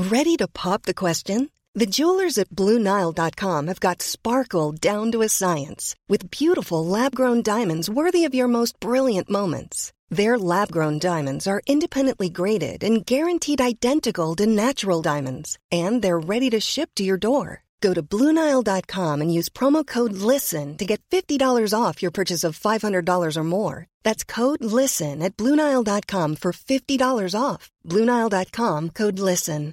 Ready to pop the question? The jewelers at BlueNile.com have got sparkle down to a science with beautiful lab-grown diamonds worthy of your most brilliant moments. Their lab-grown diamonds are independently graded and guaranteed identical to natural diamonds, and they're ready to ship to your door. Go to BlueNile.com and use promo code LISTEN to get $50 off your purchase of $500 or more. That's code LISTEN at BlueNile.com for $50 off. BlueNile.com, code LISTEN.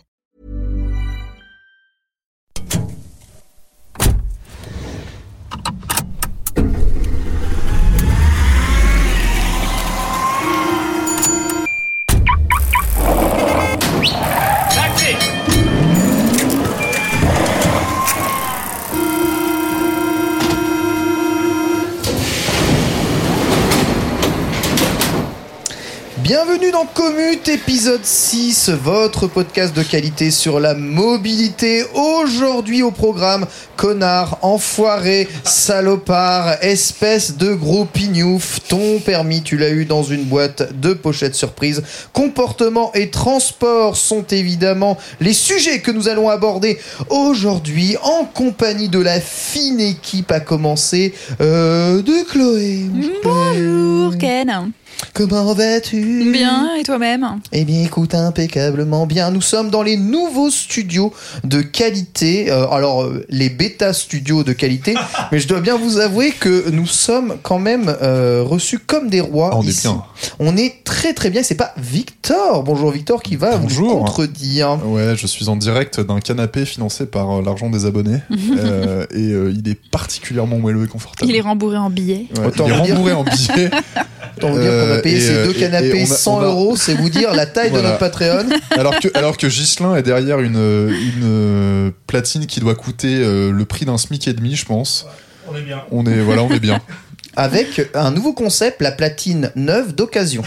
Bienvenue dans Commute, épisode 6, votre podcast de qualité sur la mobilité. Aujourd'hui au programme, connard, enfoiré, salopard, espèce de gros pignouf. Ton permis, tu l'as eu dans une boîte de pochettes surprise. Comportement et transport sont évidemment les sujets que nous allons aborder aujourd'hui en compagnie de la fine équipe, à commencer de Chloé. Bonjour Ken. Comment vas-tu ? Bien, et toi-même ? Eh bien, écoute, impeccablement bien. Nous sommes dans les nouveaux studios de qualité. Les bêta studios de qualité. Mais je dois bien vous avouer que nous sommes quand même reçus comme des rois. On ici. est bien. On est très très bien. C'est pas Victor. Bonjour Victor qui va vous contredire. Ouais, je suis en direct d'un canapé financé par l'argent des abonnés. Il est particulièrement moelleux et confortable. Il est rembourré en billets. Ouais, il est rembourré en billets. Autant vous dire qu'on a payé ces deux canapés 100 €, c'est vous dire la taille de notre Patreon. Alors que Ghislain est derrière une platine qui doit coûter le prix d'un SMIC et demi, je pense. On est bien. On est bien. Avec un nouveau concept, la platine neuve d'occasion.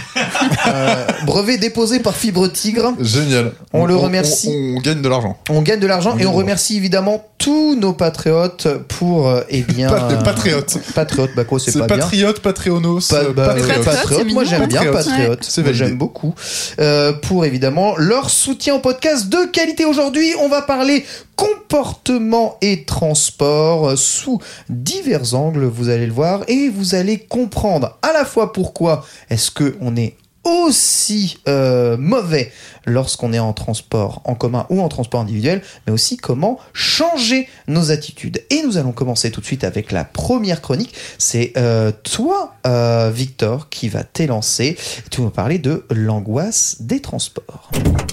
Brevet déposé par Fibre Tigre. Génial. On le remercie. On gagne de l'argent. On gagne de l'argent et on remercie évidemment tous nos patriotes pour patriotes. Patriotes, bah quoi, c'est pas patriote, bien. Patreonos. Patriote, moi j'aime bien patriote. C'est moi, validé. j'aime beaucoup. Pour évidemment leur soutien au podcast de qualité. Aujourd'hui, on va parler comportement et transport sous divers angles, vous allez le voir, et vous allez comprendre à la fois pourquoi est-ce qu'on est aussi mauvais lorsqu'on est en transport en commun ou en transport individuel, mais aussi comment changer nos attitudes. Et nous allons commencer tout de suite avec la première chronique. C'est toi, Victor, qui va t'élancer. Tu vas nous parler de l'angoisse des transports.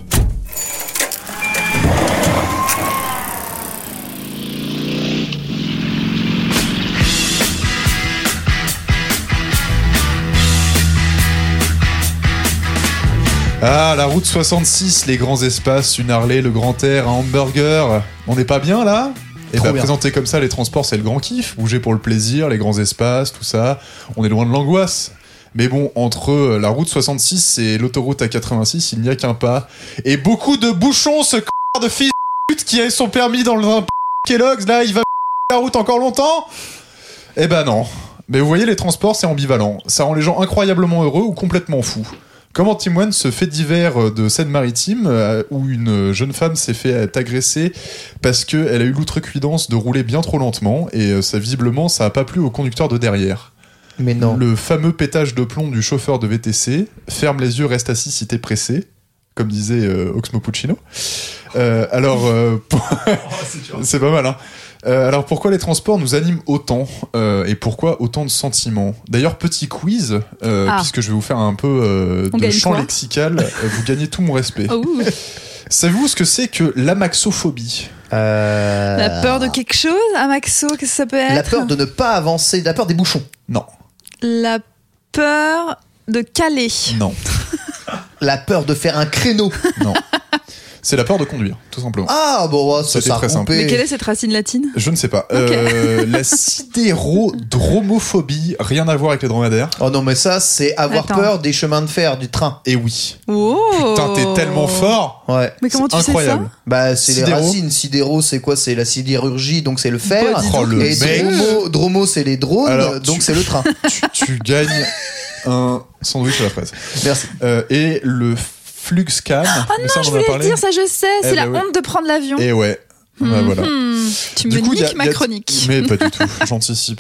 Ah, la route 66, les grands espaces, une Harley, le grand air, un hamburger. On n'est pas bien là ? Et Trop bien. Présenter comme ça les transports, c'est le grand kiff. Bouger pour le plaisir, les grands espaces, tout ça. On est loin de l'angoisse. Mais bon, entre la route 66 et l'autoroute A86, il n'y a qu'un pas. Et beaucoup de bouchons, ce de fils de pute qui a son permis dans le Kellogg's, là, il va la route encore longtemps ? Eh ben non. Mais vous voyez, les transports, c'est ambivalent. Ça rend les gens incroyablement heureux ou complètement fous. Comme en témoigne ce fait divers de Seine-Maritime où une jeune femme s'est fait agresser parce qu'elle a eu l'outrecuidance de rouler bien trop lentement et visiblement ça n'a pas plu au conducteur de derrière. Mais non. Le fameux pétage de plomb du chauffeur de VTC, ferme les yeux, reste assis si t'es pressé, comme disait Oxmo Puccino. C'est pas mal, hein. Alors pourquoi les transports nous animent autant et pourquoi autant de sentiments ? D'ailleurs, petit quiz, puisque je vais vous faire un peu de champ lexical, vous gagnez tout mon respect. Savez-vous ce que c'est que l'amaxophobie ? La peur de quelque chose, Amaxo, qu'est-ce que ça peut être ? La peur de ne pas avancer, la peur des bouchons. Non. La peur de caler. Non. La peur de faire un créneau. Non. C'est la peur de conduire, tout simplement. Ah, bon, c'est ça. Très simple. Mais quelle est cette racine latine ? Je ne sais pas. Okay. La sidérodromophobie, rien à voir avec les dromadaires. Oh non, mais ça, c'est avoir peur des chemins de fer, du train. Et oui. Oh. Putain, t'es tellement fort. Ouais. Mais comment tu incroyable. sais ça ? Bah, c'est Sidéro. les racines. Sidéro, c'est quoi ? C'est la sidérurgie, donc c'est le fer. Le et mec. dromo, c'est les drones, Alors, donc c'est le train. Tu gagnes un sandwich à la fraise. Merci. Et le FluxCam. Ah non, je voulais le dire, ça je sais, c'est la honte de prendre l'avion. Et ouais. Bah, voilà. Tu me niques ma chronique. Mais pas du tout, j'anticipe.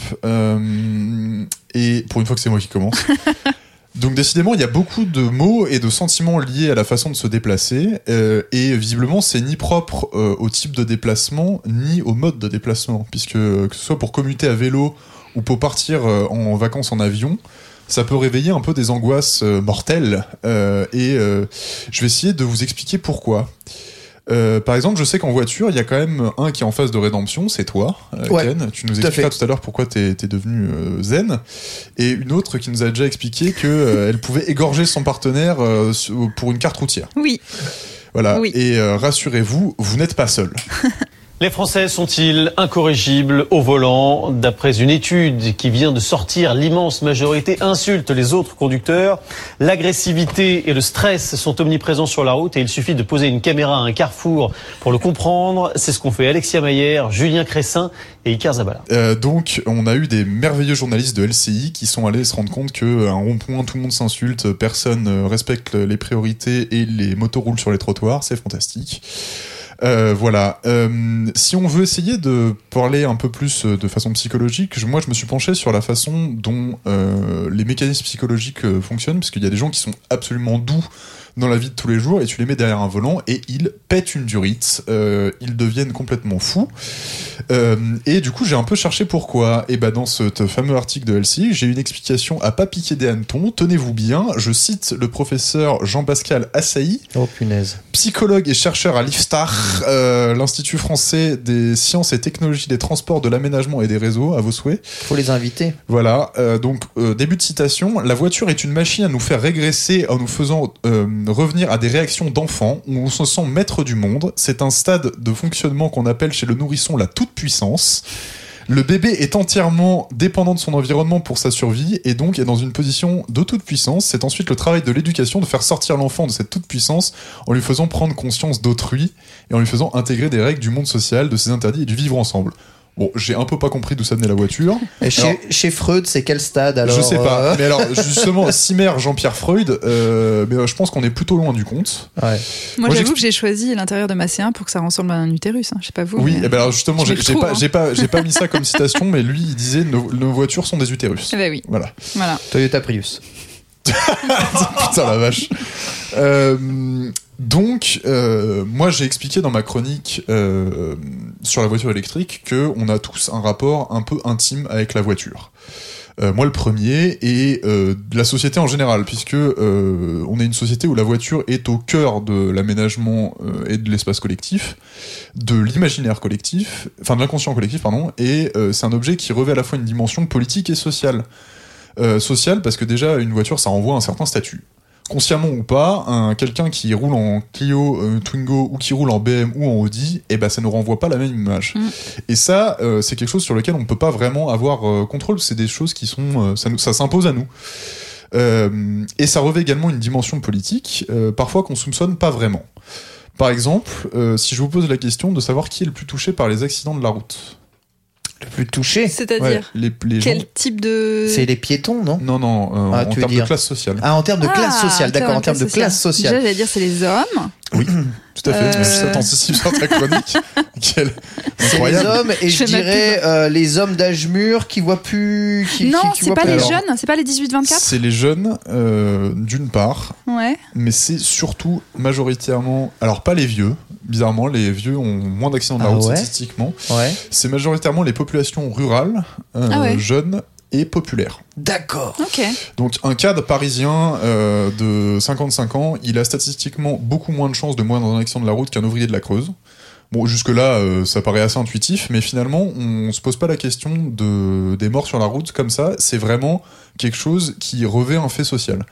Et pour une fois que c'est moi qui commence. Donc décidément, il y a beaucoup de mots et de sentiments liés à la façon de se déplacer, et visiblement, c'est ni propre au type de déplacement, ni au mode de déplacement, puisque que ce soit pour commuter à vélo ou pour partir en vacances en avion, ça peut réveiller un peu des angoisses mortelles, et je vais essayer de vous expliquer pourquoi. Par exemple, je sais qu'en voiture, il y a quand même un qui est en phase de rédemption, c'est toi, Ken. Tu nous expliqueras tout à l'heure pourquoi t'es devenu zen. Et une autre qui nous a déjà expliqué que elle pouvait égorger son partenaire pour une carte routière. Oui. Voilà. Oui. Et rassurez-vous, vous n'êtes pas seul. Les Français sont-ils incorrigibles au volant ? D'après une étude qui vient de sortir, l'immense majorité insulte les autres conducteurs. L'agressivité et le stress sont omniprésents sur la route et il suffit de poser une caméra à un carrefour pour le comprendre. C'est ce qu'ont fait Alexia Mayer, Julien Cressin et Iker Zabala. Donc, on a eu des merveilleux journalistes de LCI qui sont allés se rendre compte qu'à un rond-point, tout le monde s'insulte, personne respecte les priorités et les motos roulent sur les trottoirs. C'est fantastique. Voilà. Si on veut essayer de parler un peu plus de façon psychologique, moi je me suis penché sur la façon dont les mécanismes psychologiques fonctionnent, parce qu'il y a des gens qui sont absolument doux dans la vie de tous les jours et tu les mets derrière un volant et ils pètent une durite, ils deviennent complètement fous. Et du coup j'ai un peu cherché pourquoi. Et bah dans ce fameux article de LCI, j'ai une explication à pas piquer des hannetons. Tenez-vous bien, je cite le professeur Jean-Pascal Assailly, psychologue et chercheur à l'IFSTAR, l'Institut français des sciences et technologies des transports, de l'aménagement et des réseaux, à vos souhaits. Faut les inviter. Voilà, donc début de citation, la voiture est une machine à nous faire régresser en nous faisant revenir à des réactions d'enfants où on se sent maître du monde. C'est un stade de fonctionnement qu'on appelle chez le nourrisson la toute-puissance. Le bébé est entièrement dépendant de son environnement pour sa survie et donc est dans une position de toute-puissance. C'est ensuite le travail de l'éducation de faire sortir l'enfant de cette toute-puissance en lui faisant prendre conscience d'autrui et en lui faisant intégrer des règles du monde social, de ses interdits et du vivre ensemble. Bon, j'ai un peu pas compris d'où ça venait la voiture. Et chez Freud, c'est quel stade alors ? Je sais pas. Mais alors, justement, Simer, Jean-Pierre Freud, mais je pense qu'on est plutôt loin du compte. Ouais. Moi j'avoue que j'ai choisi l'intérieur de ma C1 pour que ça ressemble à un utérus. Hein. Je sais pas vous. Oui, et ben alors justement, j'ai pas mis ça comme citation, mais lui, il disait nos voitures sont des utérus. Eh ben oui. Voilà. Toyota Prius. Putain la vache. Donc, moi j'ai expliqué dans ma chronique sur la voiture électrique qu'on a tous un rapport un peu intime avec la voiture. Moi le premier, et la société en général, puisque on est une société où la voiture est au cœur de l'aménagement et de l'espace collectif, de l'imaginaire collectif, enfin de l'inconscient collectif, pardon, et c'est un objet qui revêt à la fois une dimension politique et sociale. Sociale parce que déjà une voiture ça renvoie un certain statut. Consciemment ou pas, quelqu'un qui roule en Clio, Twingo ou qui roule en BM ou en Audi, eh ben ça ne renvoie pas la même image. Et ça, c'est quelque chose sur lequel on ne peut pas vraiment avoir contrôle. C'est des choses qui sont, ça s'impose à nous. Et ça revêt également une dimension politique, parfois qu'on soupçonne pas vraiment. Par exemple, si je vous pose la question de savoir qui est le plus touché par les accidents de la route. Le plus touché. C'est-à-dire les quel gens... type de... C'est les piétons, non ? Non, en termes de classe sociale. Ah, en termes de classe sociale, d'accord, en termes de classe sociale. Déjà, j'allais dire, c'est les hommes. Oui, tout à fait. Ça t'anticipe sur ta chronique. C'est les hommes, et je dirais les hommes d'âge mûr qui voient plus... Non, c'est pas les jeunes, c'est pas les 18-24 ? C'est les jeunes, d'une part. Ouais. Mais c'est surtout majoritairement... Alors, pas les vieux. Bizarrement, les vieux ont moins d'accidents de la route statistiquement. Ouais. C'est majoritairement les populations rurales, jeunes et populaires. D'accord. Ok. Donc un cadre parisien de 55 ans, il a statistiquement beaucoup moins de chances de mourir dans un accident de la route qu'un ouvrier de la Creuse. Bon, jusque-là, ça paraît assez intuitif, mais finalement, on se pose pas la question des morts sur la route comme ça. C'est vraiment quelque chose qui revêt un fait social.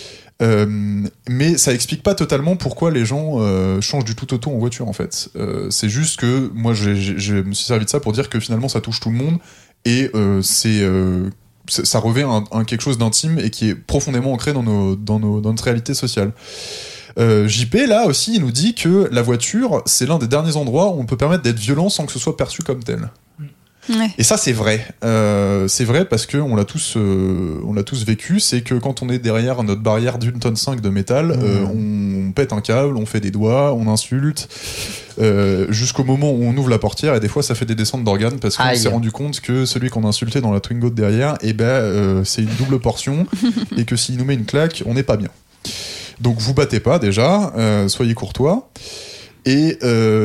Mais ça explique pas totalement pourquoi les gens changent du tout au tout en voiture en fait. C'est juste que moi je me suis servi de ça pour dire que finalement ça touche tout le monde et ça revêt quelque chose d'intime et qui est profondément ancré dans notre réalité sociale. JP là aussi il nous dit que la voiture c'est l'un des derniers endroits où on peut permettre d'être violent sans que ce soit perçu comme tel. Ouais. Et ça, c'est vrai. C'est vrai parce que on l'a tous vécu. C'est que quand on est derrière notre barrière d'1,5 tonne de métal, on pète un câble, on fait des doigts, on insulte, jusqu'au moment où on ouvre la portière, et des fois ça fait des descentes d'organes parce qu'on Aïe. s'est rendu compte que celui qu'on a insulté dans la Twingo de derrière, c'est une double portion, et que s'il nous met une claque, on n'est pas bien. Donc vous battez pas déjà, soyez courtois. Et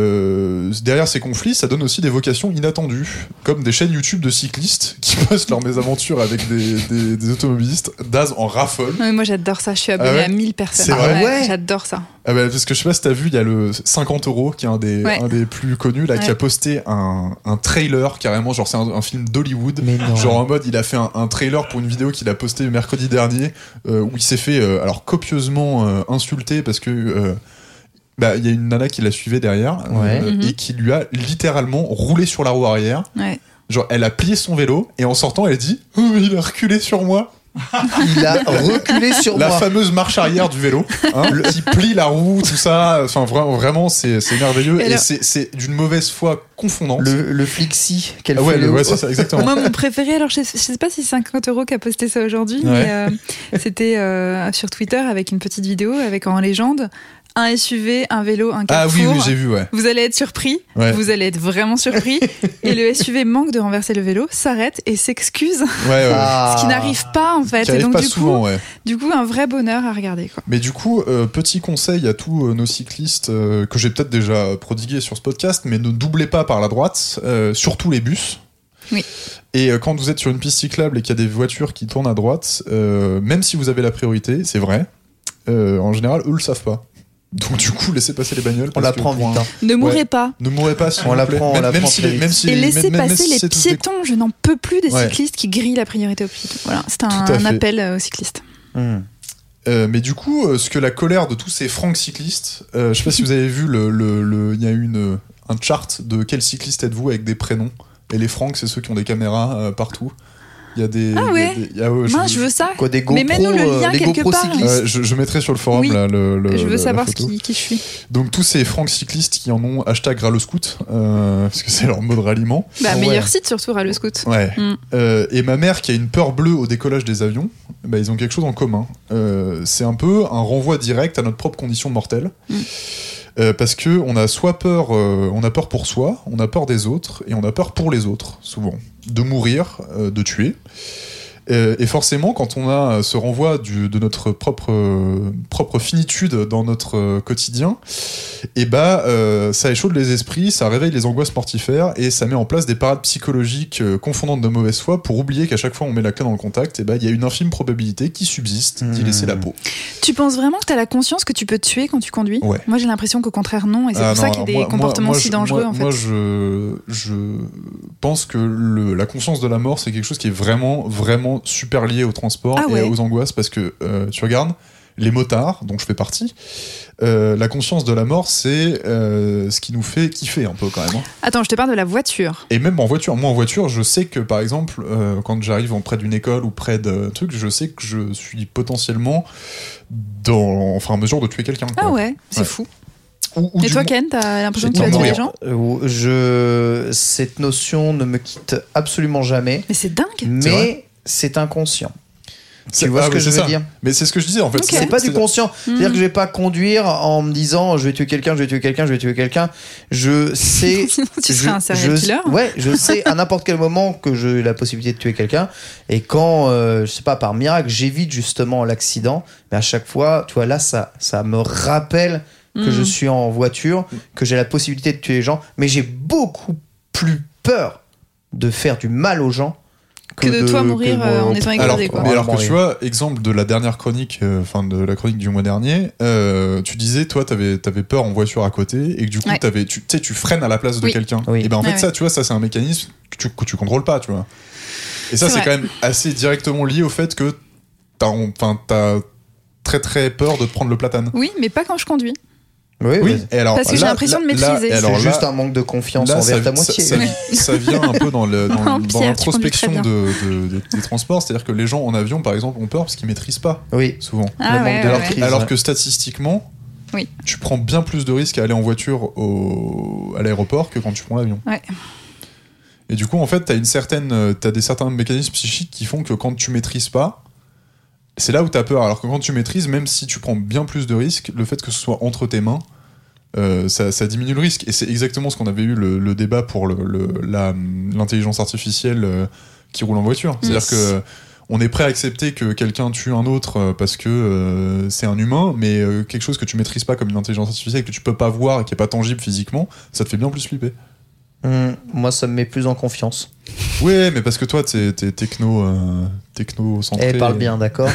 derrière ces conflits, ça donne aussi des vocations inattendues, comme des chaînes YouTube de cyclistes qui postent leurs mésaventures avec des automobilistes. Daz en raffole. Ouais, moi j'adore ça, je suis abonné à 1000 personnes. C'est vrai ouais. J'adore ça. Ah bah, parce que je sais pas si t'as vu, il y a le 50 € qui est un des plus connus là, qui a posté un trailer carrément, genre c'est un film d'Hollywood, Mais non. genre en mode il a fait un trailer pour une vidéo qu'il a posté mercredi dernier, où il s'est fait alors copieusement insulter parce que il y a une nana qui la suivait derrière, et qui lui a littéralement roulé sur la roue arrière. Ouais. Genre elle a plié son vélo et en sortant elle dit « Oh mais il a reculé sur moi !» Il a reculé sur La moi. fameuse marche arrière du vélo, qui plie la roue, tout ça. Enfin, vraiment, c'est merveilleux. Et c'est d'une mauvaise foi confondante. Le flixi qu'elle ouais, fait. ouais, c'est ça, exactement. Moi, mon préféré, alors je sais pas si c'est 50 € qui a posté ça aujourd'hui, mais c'était sur Twitter avec une petite vidéo avec en légende un SUV, un vélo, un Carrefour. Ah oui, j'ai vu, ouais. Vous allez être surpris, vous allez être vraiment surpris. Et le SUV manque de renverser le vélo, s'arrête et s'excuse. Ouais. Ce qui n'arrive pas en fait. Qui et arrive donc pas du souvent, coup, ouais. Du coup, un vrai bonheur à regarder, quoi. Mais du coup, petit conseil à tous nos cyclistes que j'ai peut-être déjà prodigué sur ce podcast, mais ne doublez pas par la droite, surtout les bus. Oui. Et quand vous êtes sur une piste cyclable et qu'il y a des voitures qui tournent à droite, même si vous avez la priorité, c'est vrai, en général, eux le savent pas. Donc du coup, laissez passer les bagnoles. On l'apprend vite. Ne mourrez pas. Ne mourrez pas, s'il On vous plaît. l'apprend Même si Et laissez passer si les c'est tous piétons. Je n'en peux plus des Ouais. cyclistes qui grillent la priorité aux piétons. Voilà, c'est à un fait. appel aux cyclistes. Mais du coup, ce que la colère de tous ces francs cyclistes, je sais pas si vous avez vu il y a eu un chart de quel cycliste êtes-vous avec des prénoms. Et les francs, c'est ceux qui ont des caméras partout. Il y a des. Ah ouais. Mince, je veux ça. Quoi, des GoPro, Mais mets-nous le lien les quelque GoPro part. cyclistes. je mettrai sur le forum Oui. là, Je veux la savoir photo. qui je suis. Donc tous ces francs cyclistes qui en ont #rallescout, parce que c'est leur mot de ralliement. Bah, Ouais. meilleur site surtout, Rallye Scout. Ouais. Mm. Et ma mère qui a une peur bleue au décollage des avions, bah, ils ont quelque chose en commun. C'est un peu un renvoi direct à notre propre condition mortelle. Parce que on a soit peur, on a peur pour soi, on a peur des autres, et on a peur pour les autres, souvent. De mourir, de tuer. Et forcément, quand on a ce renvoi de notre propre finitude dans notre quotidien, et ça échaude les esprits, ça réveille les angoisses mortifères, et ça met en place des parades psychologiques confondantes de mauvaise foi pour oublier qu'à chaque fois on met la clé dans le contact, et il y a une infime probabilité qui subsiste d'y laisser la peau. Tu penses vraiment que tu as la conscience que tu peux te tuer quand tu conduis ? Ouais. Moi j'ai l'impression qu'au contraire non, et c'est pour ça qu'il y a des comportements si dangereux en fait. Moi, je pense que la conscience de la mort, c'est quelque chose qui est vraiment, vraiment super lié au transport et aux angoisses, parce que tu regardes les motards, dont je fais partie, la conscience de la mort, c'est ce qui nous fait kiffer un peu quand même. Attends, je te parle de la voiture. Et même en voiture, moi en voiture, je sais que par exemple, quand j'arrive près d'une école ou près de trucs, je sais que je suis potentiellement en mesure de tuer quelqu'un. Ah ouais, c'est fou. Ou et toi, Ken, t'as l'impression que tu vas tuer les gens ? Cette notion ne me quitte absolument jamais. Mais c'est dingue. Mais c'est inconscient. Tu vois ce que je veux dire ? Mais c'est ce que je disais en fait. C'est pas du conscient. C'est-à-dire que je vais pas conduire en me disant je vais tuer quelqu'un, je vais tuer quelqu'un, je vais tuer quelqu'un. Je sais. Sinon, tu serais un serial killer. Ouais, je sais à n'importe quel moment que j'ai la possibilité de tuer quelqu'un. Et quand, je sais pas, par miracle, j'évite justement l'accident, mais à chaque fois, tu vois, là, ça me rappelle que je suis en voiture, que j'ai la possibilité de tuer les gens, mais j'ai beaucoup plus peur de faire du mal aux gens que de toi mourir en étant écrasé. Alors que tu vois, exemple de la dernière chronique, de la chronique du mois dernier, tu disais, toi, t'avais peur en voiture à côté, et que du coup, tu freines à la place de quelqu'un. Oui. Et ben en fait, ça, tu vois, ça c'est un mécanisme que tu contrôles pas, tu vois. Et ça, c'est quand même assez directement lié au fait que t'as très très peur de te prendre le platane. Oui, mais pas quand je conduis. Oui. Et alors, parce que j'ai l'impression de maîtriser. C'est juste un manque de confiance envers ta moitié. Ça vient un peu dans l'introspection des transports, c'est-à-dire que les gens en avion, par exemple, ont peur parce qu'ils maîtrisent pas. Oui. Souvent. Ah, le manque de leur crise. Alors que statistiquement, tu prends bien plus de risques à aller en voiture à l'aéroport que quand tu prends l'avion. Ouais. Et du coup, en fait, t'as des certains mécanismes psychiques qui font que quand tu maîtrises pas, c'est là où t'as peur. Alors que quand tu maîtrises, même si tu prends bien plus de risques, le fait que ce soit entre tes mains, ça diminue le risque. Et c'est exactement ce qu'on avait eu le débat pour l'intelligence artificielle qui roule en voiture. C'est-à-dire que on est prêt à accepter que quelqu'un tue un autre parce que c'est un humain, mais quelque chose que tu maîtrises pas comme une intelligence artificielle, que tu peux pas voir et qui est pas tangible physiquement, ça te fait bien plus flipper. Moi, ça me met plus en confiance. Oui, mais parce que toi, t'es techno-centré. Parle bien, d'accord.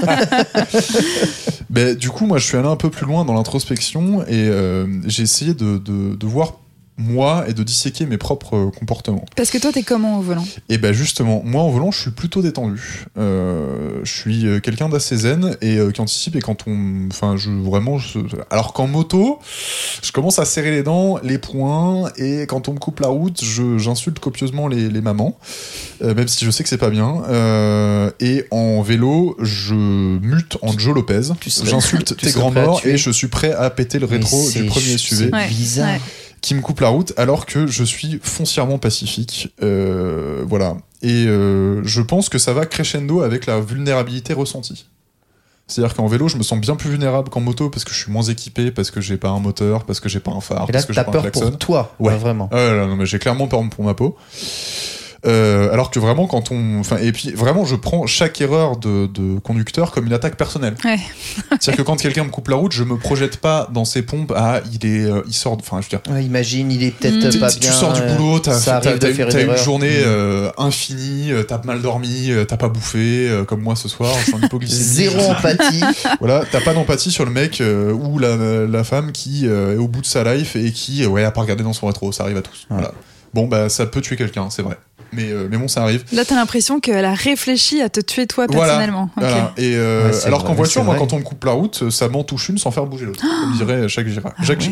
Mais du coup, moi, je suis allé un peu plus loin dans l'introspection et j'ai essayé de voir moi et de disséquer mes propres comportements. Parce que toi, t'es comment au volant ? Et ben justement, moi au volant, je suis plutôt détendu. Je suis quelqu'un d'assez zen et qui anticipe. Et quand alors qu'en moto, je commence à serrer les dents, les poings, et quand on me coupe la route, j'insulte copieusement les mamans, même si je sais que c'est pas bien. Et en vélo, je mute en Joe Lopez. J'insulte tes grands morts et je suis prêt à péter le rétro du premier SUV. C'est bizarre. Ouais. Qui me coupe la route alors que je suis foncièrement pacifique. Voilà. Et je pense que ça va crescendo avec la vulnérabilité ressentie. C'est-à-dire qu'en vélo, je me sens bien plus vulnérable qu'en moto parce que je suis moins équipé, parce que j'ai pas un moteur, parce que j'ai pas un phare, Et là, parce que j'ai t'as pas un peur klaxon. pour toi, Ouais. vraiment. Non, mais j'ai clairement peur pour ma peau. Alors que vraiment, et puis vraiment, je prends chaque erreur de conducteur comme une attaque personnelle. Ouais. C'est-à-dire que quand quelqu'un me coupe la route, je me projette pas dans ses pompes. Il sort. Enfin, je veux dire. Ouais, imagine, il est peut-être pas bien. Tu sors du boulot, ça arrive de faire t'as une journée infinie, t'as mal dormi, t'as pas bouffé, comme moi ce soir, je suis en hypoglycémie. Zéro empathie. Voilà, t'as pas d'empathie sur le mec ou la femme qui est au bout de sa life et qui a pas regardé dans son rétro. Ça arrive à tous. Voilà. Bon, bah ça peut tuer quelqu'un, c'est vrai. Mais bon, ça arrive. Là, t'as l'impression qu'elle a réfléchi à te tuer toi personnellement. Voilà. Okay. Et alors vrai, qu'en voiture, moi, vrai. quand on me coupe la route, ça m'en touche une sans faire bouger l'autre. Comme dirait Jacques Chirac.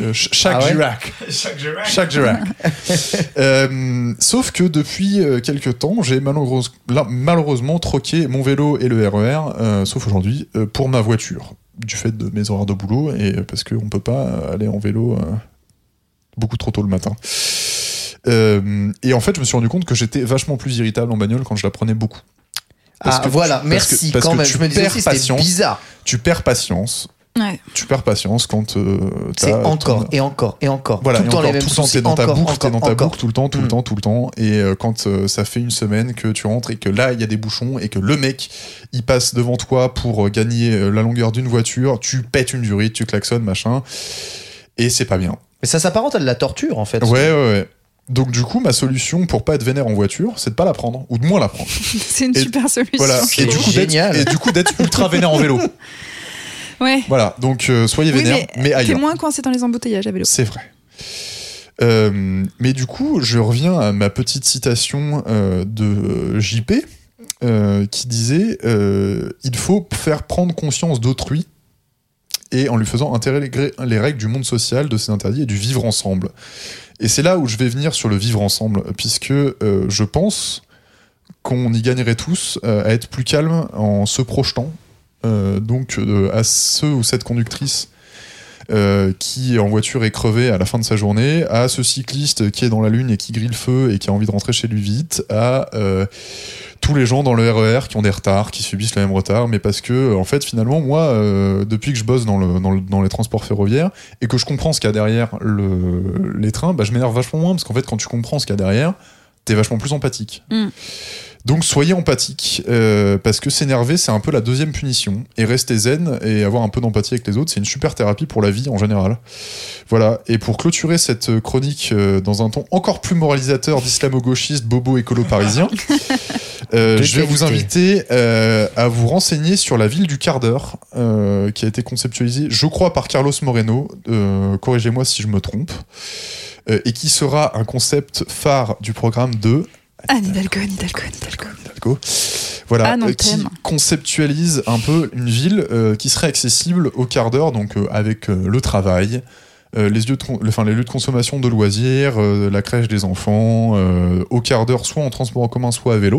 Jacques Chirac. Sauf que depuis quelques temps, j'ai malheureusement troqué mon vélo et le RER, sauf aujourd'hui, pour ma voiture. Du fait de mes horaires de boulot et parce qu'on peut pas aller en vélo beaucoup trop tôt le matin. Et en fait, je me suis rendu compte que j'étais vachement plus irritable en bagnole quand je la prenais beaucoup. Merci quand même. Je me disais aussi, c'était bizarre. Tu perds patience. Ouais. Tu perds patience quand c'est encore et encore. Voilà, tout le temps les mêmes tout le temps, soucis. t'es dans ta boucle, tout le temps. Et quand ça fait une semaine que tu rentres et que là, il y a des bouchons et que le mec, il passe devant toi pour gagner la longueur d'une voiture, tu pètes une durite, tu klaxonnes, machin. Et c'est pas bien. Mais ça s'apparente à de la torture, en fait. Ouais. Donc du coup, ma solution pour pas être vénère en voiture, c'est de pas la prendre, ou de moins la prendre. C'est une super solution. Voilà. C'est génial. Et du coup d'être ultra vénère en vélo. Ouais. Voilà, donc soyez vénère, mais ailleurs. T'es moins coincé dans les embouteillages à vélo. C'est vrai. Mais du coup, je reviens à ma petite citation de JP qui disait il faut faire prendre conscience d'autrui et en lui faisant intégrer les règles du monde social, de ses interdits et du vivre ensemble. Et c'est là où je vais venir sur le vivre ensemble, puisque je pense qu'on y gagnerait tous à être plus calme en se projetant. Donc à ceux ou cette conductrice qui en voiture est crevée à la fin de sa journée, à ce cycliste qui est dans la lune et qui grille le feu et qui a envie de rentrer chez lui vite, à tous les gens dans le RER qui ont des retards, qui subissent le même retard, mais parce que en fait finalement moi depuis que je bosse dans les transports ferroviaires et que je comprends ce qu'il y a derrière les trains, bah, je m'énerve vachement moins parce qu'en fait quand tu comprends ce qu'il y a derrière, t'es vachement plus empathique. Donc soyez empathique, parce que s'énerver c'est un peu la deuxième punition, et rester zen et avoir un peu d'empathie avec les autres c'est une super thérapie pour la vie en général. Voilà, et pour clôturer cette chronique dans un ton encore plus moralisateur d'islamo-gauchiste bobo écolo parisien, je vais vous inviter à vous renseigner sur la ville du quart d'heure, qui a été conceptualisée je crois par Carlos Moreno, corrigez-moi si je me trompe, et qui sera un concept phare du programme de Anne Hidalgo. Voilà, qui conceptualise un peu une ville qui serait accessible au quart d'heure, donc avec le travail, les lieux de consommation de loisirs, la crèche des enfants, au quart d'heure, soit en transport en commun, soit à vélo.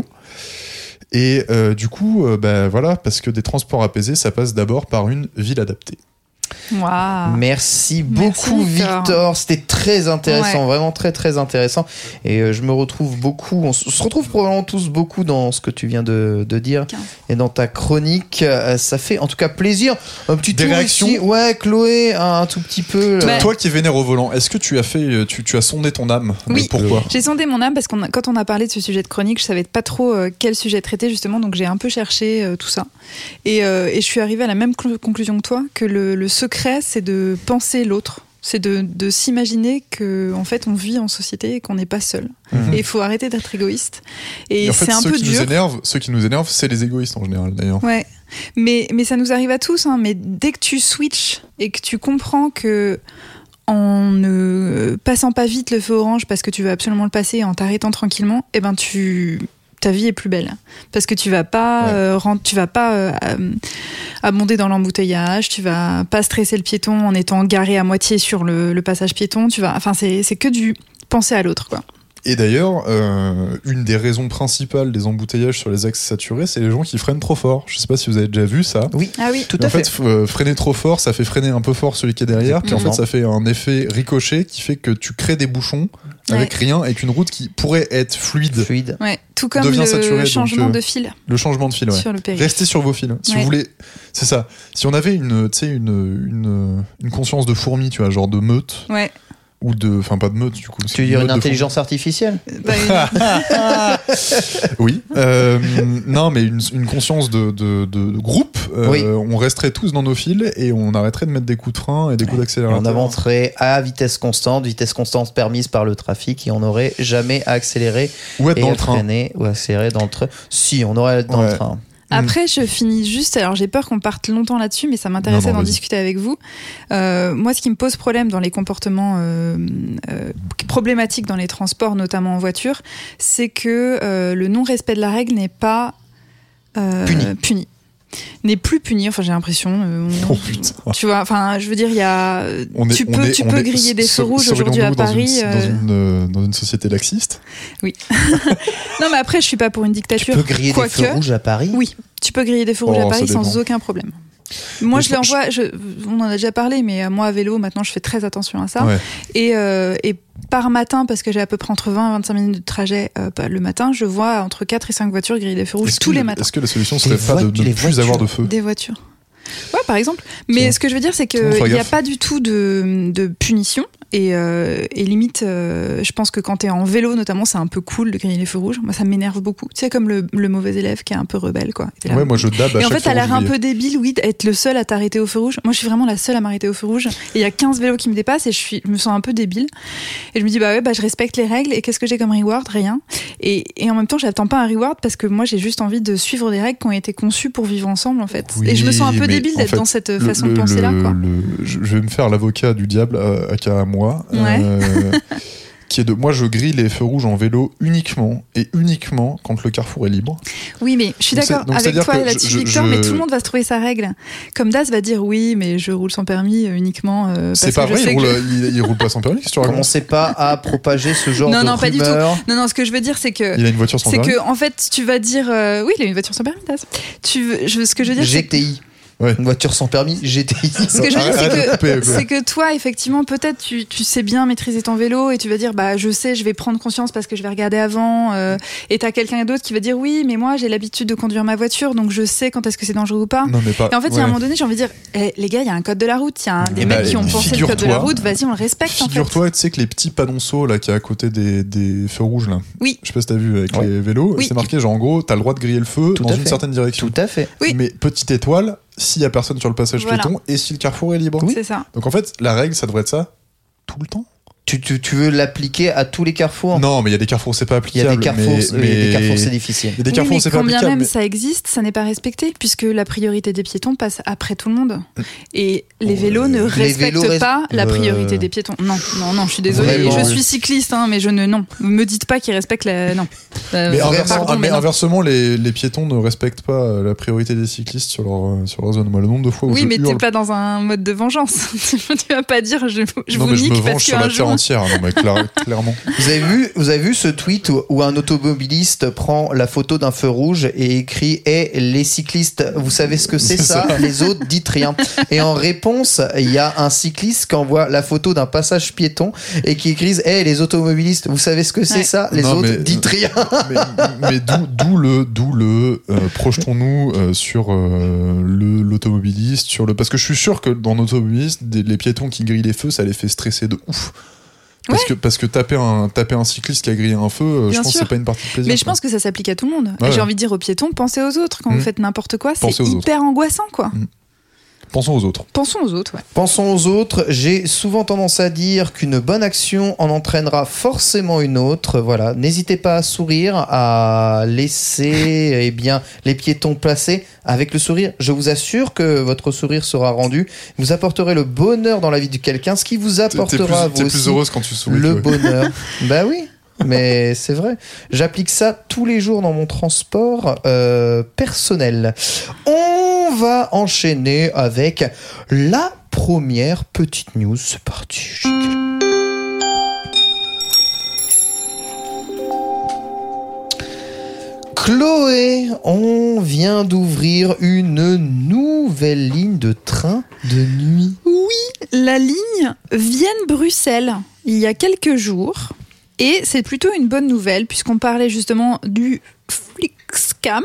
Et du coup, voilà, parce que des transports apaisés, ça passe d'abord par une ville adaptée. Wow. Merci beaucoup, Victor. C'était très intéressant, vraiment très très intéressant. Et je me retrouve beaucoup, on se retrouve probablement tous beaucoup dans ce que tu viens de dire 15. Et dans ta chronique. Ça fait en tout cas plaisir. Un petit des réactions ici. Ouais, Chloé, un tout petit peu. Toi qui es vénère au volant, est-ce que tu as sondé ton âme? Oui, pourquoi? J'ai sondé mon âme parce que quand on a parlé de ce sujet de chronique, je savais pas trop quel sujet traiter justement, donc j'ai un peu cherché tout ça. Et je suis arrivée à la même conclusion que toi, que le secret, c'est de penser l'autre. C'est de s'imaginer qu'en fait, on vit en société et qu'on n'est pas seul. Et il faut arrêter d'être égoïste. Et en fait, c'est un peu dur. Ceux qui nous énervent, c'est les égoïstes en général, d'ailleurs. Ouais. Mais ça nous arrive à tous. Hein. Mais dès que tu switches et que tu comprends que en ne passant pas vite le feu orange parce que tu veux absolument le passer, en t'arrêtant tranquillement, eh ben ta vie est plus belle parce que tu vas pas abonder dans l'embouteillage, tu vas pas stresser le piéton en étant garé à moitié sur le passage piéton, c'est que du penser à l'autre, quoi. Et d'ailleurs, une des raisons principales des embouteillages sur les axes saturés, c'est les gens qui freinent trop fort. Je sais pas si vous avez déjà vu ça. Oui, tout à fait. En fait, freiner trop fort, ça fait freiner un peu fort celui qui est derrière, puis en fait, ça fait un effet ricochet qui fait que tu crées des bouchons avec rien, et qu'une route qui pourrait être fluide. Ouais, tout comme le changement de fil. Le changement de fil, ouais. Sur le périph'. Restez sur vos fils. Si vous voulez, c'est ça. Si on avait une conscience de fourmi, tu vois, genre de meute. Ouais. Ou enfin pas de meute du coup. Tu veux dire une intelligence artificielle? Oui. Non, mais une conscience de groupe. On resterait tous dans nos fils et on arrêterait de mettre des coups de frein et des coups d'accélérateur. On avancerait à vitesse constante permise par le trafic, et on n'aurait jamais à accélérer ou être dans le train. Ou accélérer dans le train. Si, on aurait à être dans le train. Après, je finis juste, alors j'ai peur qu'on parte longtemps là-dessus, mais ça m'intéressait d'en discuter avec vous. Moi, ce qui me pose problème dans les comportements problématiques dans les transports, notamment en voiture, c'est que le non-respect de la règle n'est pas puni. N'est plus puni, enfin j'ai l'impression. Tu vois, enfin je veux dire, il y a. Tu peux griller des feux rouges aujourd'hui à Paris. Dans une société laxiste. Oui. Non, mais après, je suis pas pour une dictature. Tu peux griller des feux rouges à Paris? Oui, tu peux griller des feux rouges à Paris sans aucun problème. Moi, je l'envoie. On en a déjà parlé, mais moi à vélo, maintenant, je fais très attention à ça. Ouais. Et par matin, parce que j'ai à peu près entre 20 et 25 minutes de trajet le matin, je vois entre 4 et 5 voitures griller des feux rouges tous les matins. Est-ce que la solution serait pas de ne plus avoir de feu? Des voitures. Ouais, par exemple. Mais ce que je veux dire, c'est qu'il n'y a pas du tout de punition. Et limite, je pense que quand t'es en vélo, notamment, c'est un peu cool de griller les feux rouges. Moi, ça m'énerve beaucoup. Tu sais, comme le mauvais élève qui est un peu rebelle, quoi. Ouais, moi, je dab à chaque Et en fait, t'as l'air un peu débile, oui, d'être le seul à t'arrêter au feu rouge. Moi, je suis vraiment la seule à m'arrêter au feu rouge. Et il y a 15 vélos qui me dépassent et je me sens un peu débile. Et je me dis, je respecte les règles. Et qu'est-ce que j'ai comme reward? Rien. Et en même temps, j'attends pas un reward parce que moi, j'ai juste envie de suivre des règles qui ont été conçues pour vivre ensemble, en fait. Oui, et je me sens un peu débile d'être dans cette façon de penser-là, quoi. Je vais me faire l'avocat du diable à moi. Ouais. Qui est de moi, je grille les feux rouges en vélo uniquement quand le carrefour est libre. Oui, mais je suis d'accord avec toi là-dessus, Victor, mais tout le monde va se trouver sa règle. Comme Das va dire oui, mais je roule sans permis uniquement. C'est pas vrai, il roule pas sans permis. Qu'est-ce que tu racontes? Commencez pas à propager ce genre de rumeurs. Pas du tout. Non, ce que je veux dire, c'est que. Il a une voiture sans permis. C'est que en fait, tu vas dire oui, il a une voiture sans permis, Das. Ce que je veux dire, GTI. Ouais. Une voiture sans permis, GTI. Ce que je veux dire, c'est que toi, effectivement, peut-être tu sais bien maîtriser ton vélo et tu vas dire, je sais, je vais prendre conscience parce que je vais regarder avant. Et t'as quelqu'un d'autre qui va dire, oui, mais moi, j'ai l'habitude de conduire ma voiture, donc je sais quand est-ce que c'est dangereux ou pas. Non, mais pas. Et en fait, il y a un moment donné, j'ai envie de dire, les gars, il y a un code de la route, il y a des mecs qui ont pensé le code de la route, vas-y, on le respecte. Figure-toi, tu sais que les petits panonceaux là qui est à côté des feux rouges là. Oui. Je sais pas si t'as vu avec les vélos, c'est marqué genre en gros, t'as le droit de griller le feu dans une certaine direction. Tout à fait. Oui. Mais petite étoile. S'il y a personne sur le passage piéton et si le carrefour est libre. Oui. C'est ça. Donc en fait, la règle, ça devrait être ça tout le temps. Tu veux l'appliquer à tous les carrefours? Non, mais il y a des carrefours, c'est pas applicable. Il y a des carrefours, des carrefours c'est difficile. Il y a des carrefours, c'est pas applicable. Quand bien même ça existe, ça n'est pas respecté, puisque la priorité des piétons passe après tout le monde. Et les vélos ne respectent pas la priorité des piétons. Non, je suis désolée. Vraiment, je suis cycliste, mais non. Me dites pas qu'ils respectent la. Non. Mais inversement, les piétons ne respectent pas la priorité des cyclistes sur leur zone. Moi, le nombre de fois où oui, mais t'es pas dans un mode de vengeance. Tu vas pas dire je vous nique parce qu'un jour entière. Non, mais clairement. Vous avez vu ce tweet où un automobiliste prend la photo d'un feu rouge et écrit « Eh, les cyclistes, vous savez ce que c'est ça ? Les autres, dites rien. » Et en réponse, il y a un cycliste qui envoie la photo d'un passage piéton et qui écrit « Eh, les automobilistes, vous savez ce que c'est ça ? Les autres, dites rien. » Mais d'où le projetons-nous sur l'automobiliste, parce que je suis sûr que dans l'automobiliste, les piétons qui grillent les feux, ça les fait stresser de ouf. Parce que taper un cycliste qui a grillé un feu, je pense que c'est pas une partie de plaisir. Mais je pense que ça s'applique à tout le monde. Ouais. J'ai envie de dire aux piétons, pensez aux autres. Quand vous faites n'importe quoi, c'est hyper angoissant, quoi. Pensons aux autres. Pensons aux autres, ouais. Pensons aux autres. J'ai souvent tendance à dire qu'une bonne action en entraînera forcément une autre. Voilà. N'hésitez pas à sourire, à laisser les piétons passer avec le sourire. Je vous assure que votre sourire sera rendu. Vous apporterez le bonheur dans la vie de quelqu'un, ce qui vous apportera t'es plus heureuse quand tu souris. Le bonheur. Bah oui. Mais c'est vrai, j'applique ça tous les jours dans mon transport personnel. On va enchaîner avec la première petite news. C'est parti. Chloé, on vient d'ouvrir une nouvelle ligne de train de nuit. Oui, la ligne Vienne-Bruxelles, il y a quelques jours. Et c'est plutôt une bonne nouvelle, puisqu'on parlait justement du Flixcam.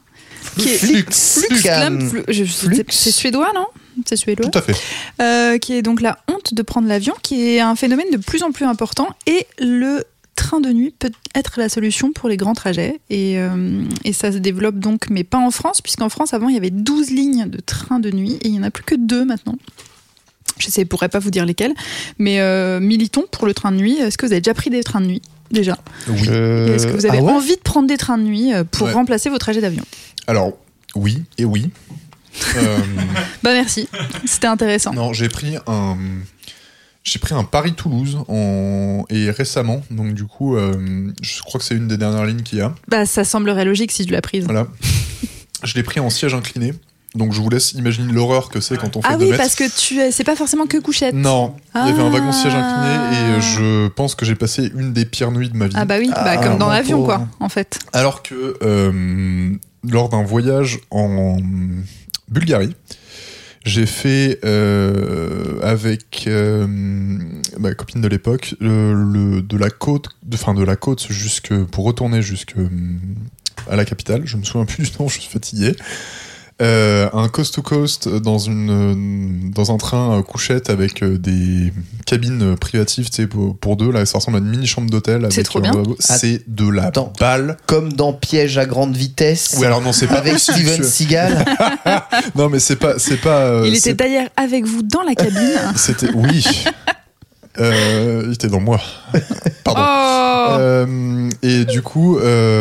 Flixcam. C'est suédois, non ? C'est suédois. Tout à fait. Qui est donc la honte de prendre l'avion, qui est un phénomène de plus en plus important. Et le train de nuit peut être la solution pour les grands trajets. Et ça se développe donc, mais pas en France, puisqu'en France, avant, il y avait 12 lignes de train de nuit, et il n'y en a plus que 2 maintenant. Je ne pourrais pas vous dire lesquels, mais militons pour le train de nuit. Est-ce que vous avez déjà pris des trains de nuit, déjà ? Oui. Est-ce que vous avez envie de prendre des trains de nuit pour remplacer vos trajets d'avion ? Alors, oui et oui. Bah merci, c'était intéressant. Non, j'ai pris un Paris-Toulouse et récemment, donc du coup, je crois que c'est une des dernières lignes qu'il y a. Bah ça semblerait logique si tu l'as prise. Voilà. Je l'ai pris en siège incliné. Donc je vous laisse imaginer l'horreur que c'est quand on fait 2 mètres. Ah oui, parce que c'est pas forcément que couchette. Non, il y avait un wagon siège incliné et je pense que j'ai passé une des pires nuits de ma vie. Ah bah oui, comme dans l'avion quoi, en fait. Alors que lors d'un voyage en Bulgarie, j'ai fait avec ma copine de l'époque de la côte pour retourner jusque à la capitale. Je me souviens plus du nom, je suis fatigué. Un coast to coast dans un train couchette avec des cabines privatives, tu sais, pour 2. Là, ça ressemble à une mini chambre d'hôtel. C'est trop bien. C'est de la balle. Comme dans Piège à grande vitesse. Oui, alors non, c'est pas avec Steven Seagal. Non, mais c'est pas. Il était d'ailleurs avec vous dans la cabine. C'était oui. Il était dans moi. Pardon. Oh. Et du coup.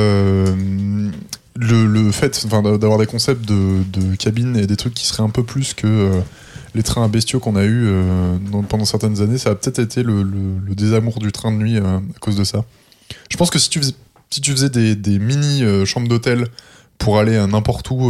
Le fait d'avoir des concepts de cabine et des trucs qui seraient un peu plus que les trains à bestiaux qu'on a eu pendant certaines années, ça a peut-être été le désamour du train de nuit à cause de ça. Je pense que si tu faisais des mini chambres d'hôtel pour aller n'importe où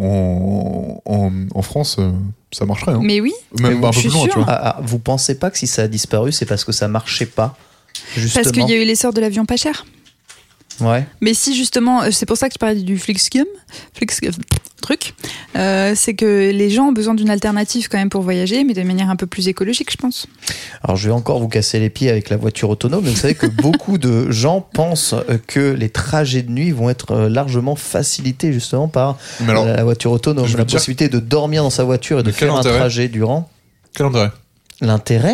en France, ça marcherait. Hein. Mais oui. Même un peu plus loin, tu vois. Vous pensez pas que si ça a disparu, c'est parce que ça marchait pas, justement ? Parce qu'il y a eu l'essor de l'avion pas cher. Ouais. Mais si justement, c'est pour ça que je parlais du Flixcam truc, c'est que les gens ont besoin d'une alternative quand même pour voyager, mais de manière un peu plus écologique, je pense. Alors je vais encore vous casser les pieds avec la voiture autonome, mais vous savez que beaucoup de gens pensent que les trajets de nuit vont être largement facilités justement par la voiture autonome. La possibilité de dormir dans sa voiture et de faire un trajet durant. Quel intérêt ? L'intérêt ?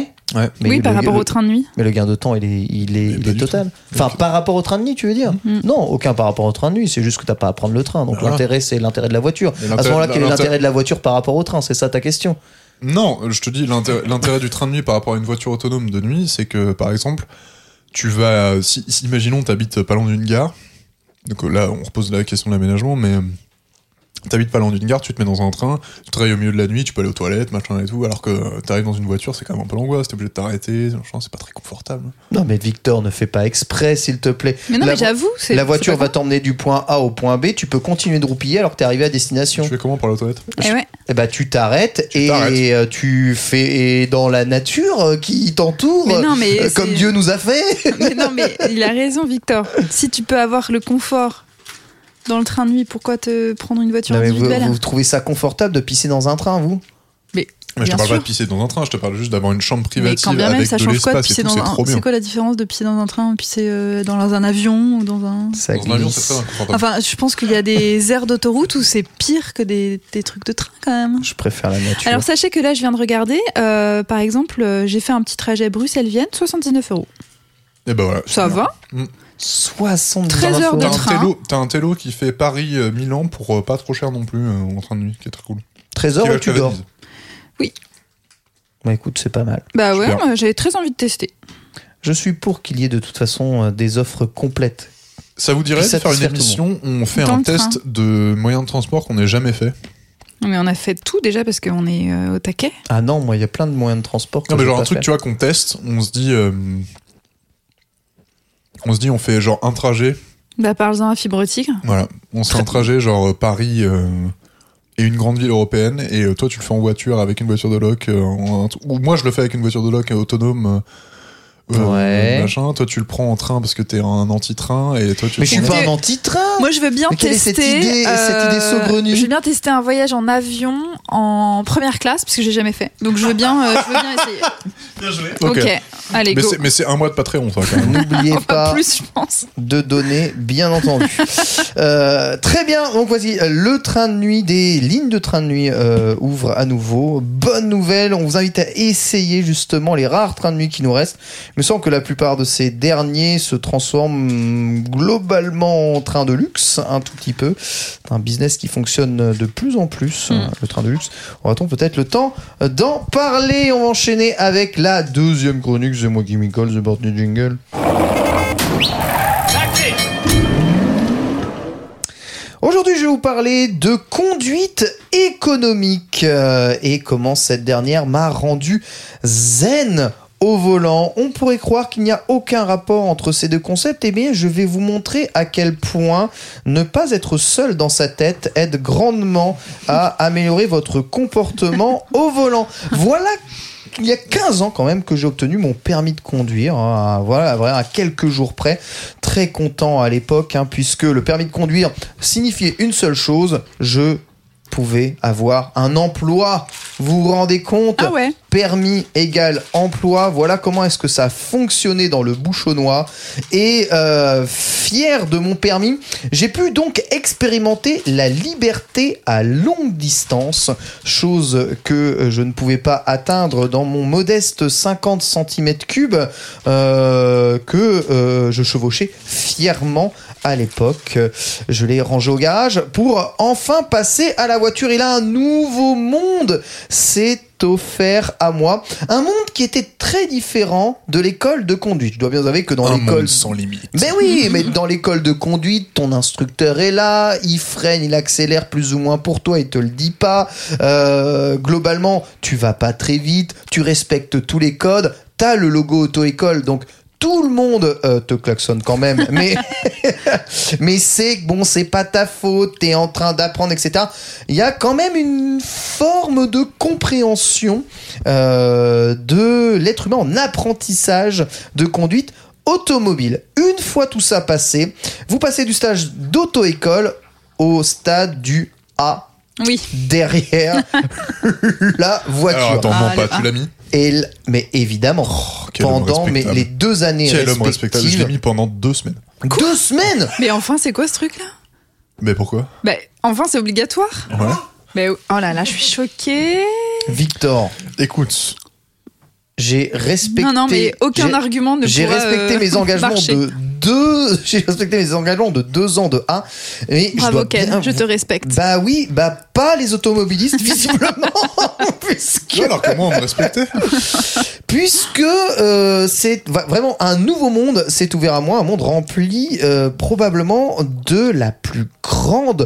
Ouais. Mais oui, par rapport au train de nuit. Mais le gain de temps, il est total. Enfin, par rapport au train de nuit, tu veux dire ? Non, aucun par rapport au train de nuit. C'est juste que t'as pas à prendre le train. Donc l'intérêt, c'est l'intérêt de la voiture. À ce moment-là, quel est l'intérêt de la voiture par rapport au train ? C'est ça ta question ? Non, je te dis, l'intérêt du train de nuit par rapport à une voiture autonome de nuit, c'est que, par exemple, tu vas... imaginons, t'habites pas loin d'une gare. Donc là, on repose la question de l'aménagement, mais T'habites pas loin d'une gare, tu te mets dans un train, tu travailles au milieu de la nuit, tu peux aller aux toilettes, machin et tout, alors que t'arrives dans une voiture, c'est quand même un peu l'angoisse, t'es obligé de t'arrêter, machin, c'est pas très confortable. Non, mais Victor, ne fais pas exprès, s'il te plaît. Mais non, mais j'avoue, la voiture va t'emmener du point A au point B, tu peux continuer de roupiller alors que t'es arrivé à destination. Tu fais comment pour aller aux toilettes? Eh bah, tu t'arrêtes et tu fais dans la nature qui t'entoure, comme Dieu nous a fait. Mais non, mais il a raison, Victor. Si tu peux avoir le confort dans le train de nuit, pourquoi te prendre une voiture individuelle? Vous trouvez ça confortable de pisser dans un train, vous? Mais je te parle pas de pisser dans un train, je te parle juste d'avoir une chambre privative avec même, de ça change quoi de l'espace pisser et tout, c'est trop bien. C'est quoi la différence de pisser dans un train, pisser dans un avion ou dans un... Dans un avion, c'est très inconfortable. Enfin, je pense qu'il y a des aires d'autoroute où c'est pire que des trucs de train quand même. Je préfère la nature. Alors sachez que là, je viens de regarder, par exemple, j'ai fait un petit trajet Bruxelles-Vienne, 79 €. Et bah voilà. Ça va. 13 heures de train. T'as un télo qui fait Paris-Milan pour pas trop cher non plus en train de nuit, qui est très cool. 13 heures où tu dors? Oui. Bah écoute, c'est pas mal. Bah ouais, moi, j'avais très envie de tester. Je suis pour qu'il y ait de toute façon des offres complètes. Ça vous dirait de faire une émission où on fait un test de moyens de transport qu'on n'ait jamais fait? Mais on a fait tout déjà parce qu'on est au taquet. Ah non, moi il y a plein de moyens de transport. Non mais genre un truc, tu vois, qu'on teste, on se dit on fait genre un trajet. Bah parle-en à Fibre Tigre. Voilà, on se fait un trajet genre Paris et une grande ville européenne, et toi tu le fais en voiture avec une voiture de loc, ou moi je le fais avec une voiture de loc autonome. Machin. Toi tu le prends en train parce que t'es un anti-train, et toi tu. Mais je suis pas un anti-train. Moi je veux bien tester cette idée saugrenue. Je veux bien tester un voyage en avion en première classe parce que j'ai jamais fait. Donc je veux bien essayer. Bien joué. Ok. Allez, go. Mais c'est un mois de Patreon, ça, quand même. N'oubliez pas plus, je pense. de donner, bien entendu. Très bien, donc voici, le train de nuit des lignes de train de nuit ouvre à nouveau. Bonne nouvelle, on vous invite à essayer justement les rares trains de nuit qui nous restent. Il me semble que la plupart de ces derniers se transforment globalement en train de luxe, un tout petit peu. C'est un business qui fonctionne de plus en plus, le train de luxe. Aura-t-on peut-être le temps d'en parler? On va enchaîner avec la deuxième chronique. C'est moi qui m'y colle, The Bord du Jingle. Aujourd'hui, je vais vous parler de conduite économique et comment cette dernière m'a rendu zen au volant. On pourrait croire qu'il n'y a aucun rapport entre ces deux concepts. Eh bien, je vais vous montrer à quel point ne pas être seul dans sa tête aide grandement à améliorer votre comportement au volant. Voilà. Il y a 15 ans quand même que j'ai obtenu mon permis de conduire, à quelques jours près. Très content à l'époque, puisque le permis de conduire signifiait une seule chose, je pouvais avoir un emploi. Vous vous rendez compte? Ah ouais. Permis égale emploi, voilà comment est-ce que ça a fonctionné dans le bouchonnois. Et fier de mon permis, j'ai pu donc expérimenter la liberté à longue distance, chose que je ne pouvais pas atteindre dans mon modeste 50 cm3 que je chevauchais fièrement à l'époque. Je l'ai rangé au garage pour enfin passer à la voiture. Et là, un nouveau monde s'est offert à moi, un monde qui était très différent de l'école de conduite. Je dois bien avouer que dans l'école... monde sans limite. Mais oui, mais dans l'école de conduite, ton instructeur est là, il freine, il accélère plus ou moins pour toi, il te le dit pas. Globalement, tu vas pas très vite, tu respectes tous les codes, t'as le logo auto-école, donc tout le monde te klaxonne quand même, mais c'est bon, c'est pas ta faute, t'es en train d'apprendre, etc. Il y a quand même une forme de compréhension de l'être humain en apprentissage de conduite automobile. Une fois tout ça passé, vous passez du stage d'auto-école au stade du A. Oui. Derrière la voiture. Alors attends, mens pas, tu l'as mis? Mais évidemment, pendant les 2 années Quel homme respectable. Je l'ai mis pendant 2 semaines. 2 semaines? Mais enfin, c'est quoi ce truc-là? Mais pourquoi? Enfin, c'est obligatoire. Ouais. Mais oh là là, je suis choquée. Victor, écoute, j'ai respecté. Non, mais aucun argument ne pourra. J'ai respecté mes engagements j'ai respecté mes engagements de 2 ans de 1. Et bravo Ken, je te respecte. Bah oui, pas les automobilistes visiblement. Puisque... alors comment on me respectait? Puisque c'est vraiment un nouveau monde s'est ouvert à moi, un monde rempli probablement de la plus grande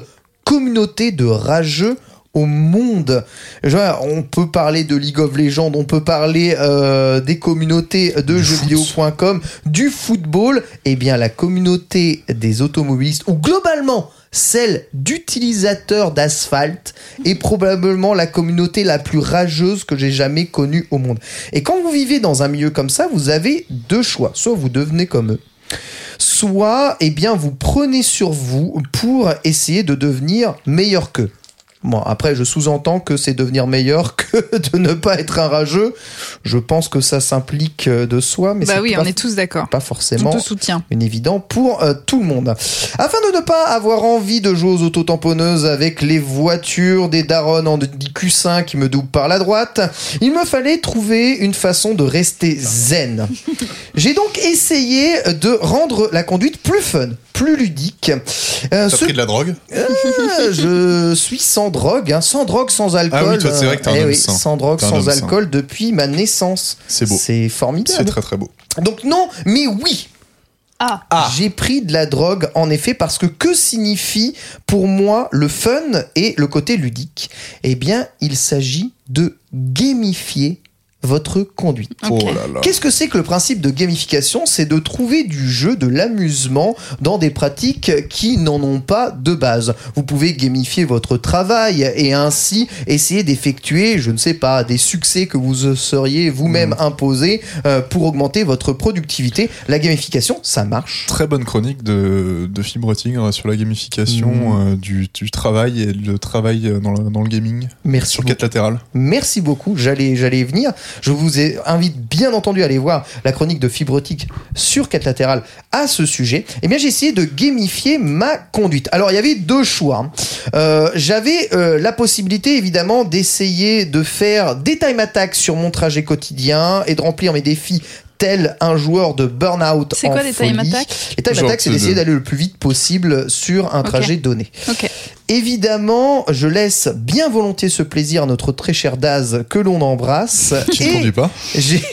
communauté de rageux au monde. On peut parler de League of Legends, on peut parler des communautés de jeuxvideo.com, du football. Eh bien, la communauté des automobilistes, ou globalement celle d'utilisateurs d'asphalte, est probablement la communauté la plus rageuse que j'ai jamais connue au monde. Et quand vous vivez dans un milieu comme ça, vous avez deux choix. Soit vous devenez comme eux, soit eh bien, vous prenez sur vous pour essayer de devenir meilleur qu'eux. Bon, après, je sous-entends que c'est devenir meilleur que de ne pas être un rageux. Je pense que ça s'implique de soi, mais oui, on est tous d'accord. Pas forcément on te soutient. Évident pour tout le monde. Afin de ne pas avoir envie de jouer aux autotamponneuses avec les voitures des darons en Q5 qui me doublent par la droite, il me fallait trouver une façon de rester zen. J'ai donc essayé de rendre la conduite plus fun, plus ludique. T'as pris de la drogue ? Je suis sans drogue, sans alcool. Ah oui, toi, c'est vrai que t'es un homme sain. Sans drogue, sans alcool depuis ma naissance. C'est beau. C'est formidable. C'est très très beau. Donc non, mais oui. J'ai pris de la drogue, en effet, parce que signifie pour moi le fun et le côté ludique ? Eh bien, il s'agit de gamifier votre conduite. Okay. Oh là là. Qu'est-ce que c'est que le principe de gamification ? C'est de trouver du jeu, de l'amusement dans des pratiques qui n'en ont pas de base. Vous pouvez gamifier votre travail et ainsi essayer d'effectuer, je ne sais pas, des succès que vous seriez vous-même imposés pour augmenter votre productivité. La gamification, ça marche. Très bonne chronique de Fibretigre sur la gamification du travail et le travail dans le gaming. Merci sur beaucoup. 4 latérales. Merci beaucoup, j'allais y venir. Je vous invite bien entendu à aller voir la chronique de Fibretic sur 4 latérales à ce sujet. Eh bien, j'ai essayé de gamifier ma conduite. Alors, il y avait deux choix. J'avais la possibilité, évidemment, d'essayer de faire des time attacks sur mon trajet quotidien et de remplir mes défis tel un joueur de burn-out. C'est quoi des time attacks ? Les time attacks, c'est d'essayer d'aller le plus vite possible sur un trajet donné. Évidemment, je laisse bien volontiers ce plaisir à notre très cher Daz que l'on embrasse. Tu ne conduis pas ?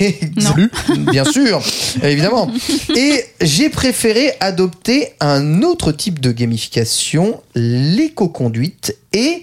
Bien sûr, évidemment. Et j'ai préféré adopter un autre type de gamification, l'éco-conduite et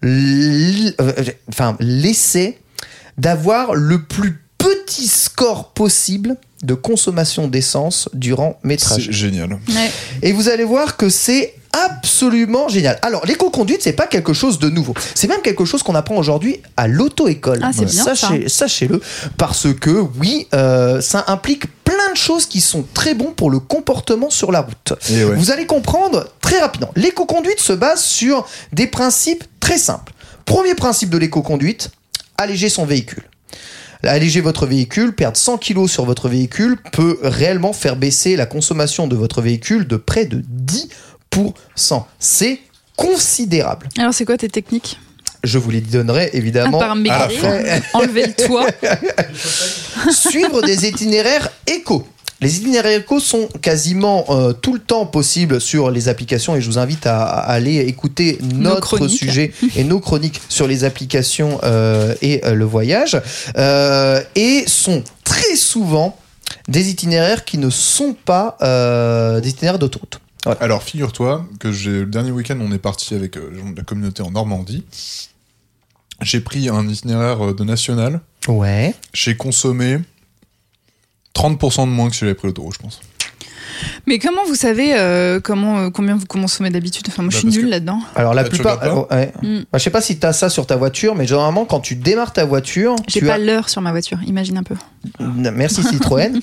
l'essai d'avoir le plus petit score possible de consommation d'essence durant mes trajets. C'est génial. Ouais. Et vous allez voir que c'est absolument génial. Alors, l'éco-conduite, c'est pas quelque chose de nouveau. C'est même quelque chose qu'on apprend aujourd'hui à l'auto-école. Ah, c'est bien Sachez-le, parce que oui, ça implique plein de choses qui sont très bons pour le comportement sur la route. Et ouais. Vous allez comprendre très rapidement. L'éco-conduite se base sur des principes très simples. Premier principe de l'éco-conduite, alléger son véhicule. Alléger votre véhicule, perdre 100 kg sur votre véhicule peut réellement faire baisser la consommation de votre véhicule de près de 10%. C'est considérable. Alors, c'est quoi tes techniques ? Je vous les donnerai évidemment. À part maigrir, enlever le toit. Suivre des itinéraires éco. Les itinéraires éco sont quasiment tout le temps possibles sur les applications et je vous invite à aller écouter notre sujet et nos chroniques sur les applications et le voyage. Et sont très souvent des itinéraires qui ne sont pas des itinéraires d'autoroute. Voilà. Alors, figure-toi que le dernier week-end, on est parti avec la communauté en Normandie. J'ai pris un itinéraire de national. Ouais. J'ai consommé 30% de moins que si j'avais pris l'autoroute, je pense. Mais comment vous savez combien vous consommez d'habitude ? Enfin, moi, je suis nulle là-dedans. Alors, la plupart... ouais. Je sais pas si tu as ça sur ta voiture, mais généralement, quand tu démarres ta voiture... J'ai pas l'heure sur ma voiture, imagine un peu. Merci Citroën.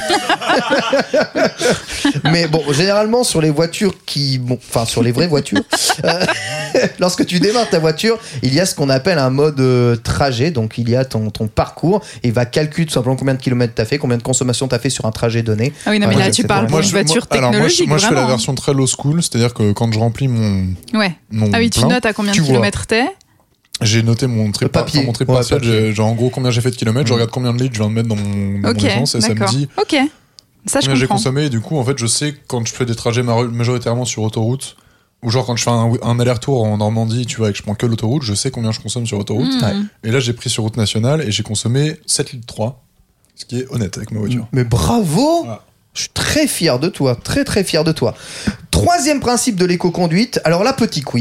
Mais bon, généralement, sur les voitures sur les vraies voitures, lorsque tu démarres ta voiture, il y a ce qu'on appelle un mode trajet. Donc, il y a ton parcours et il va calculer tout simplement combien de kilomètres tu as fait, combien de consommation tu as fait sur un trajet donné. Ah oui, non, mais là, tu parles pour une voiture technologique. Moi, je fais la version très low school, c'est-à-dire que quand je remplis mon tu notes à combien de kilomètres t'es. J'ai noté mon trip papier. Genre en gros combien j'ai fait de kilomètres, je regarde combien de litres je viens de mettre dans mon essence et ça me dit ça, combien j'ai consommé et du coup en fait je sais quand je fais des trajets majoritairement sur autoroute ou genre quand je fais un aller-retour en Normandie tu vois et que je prends que l'autoroute, je sais combien je consomme sur autoroute. Et là j'ai pris sur route nationale et j'ai consommé 7 litres 3, ce qui est honnête avec ma voiture. Mais bravo. Voilà. Je suis très fier de toi, très très fier de toi. Troisième principe de l'éco-conduite, alors là petit quiz.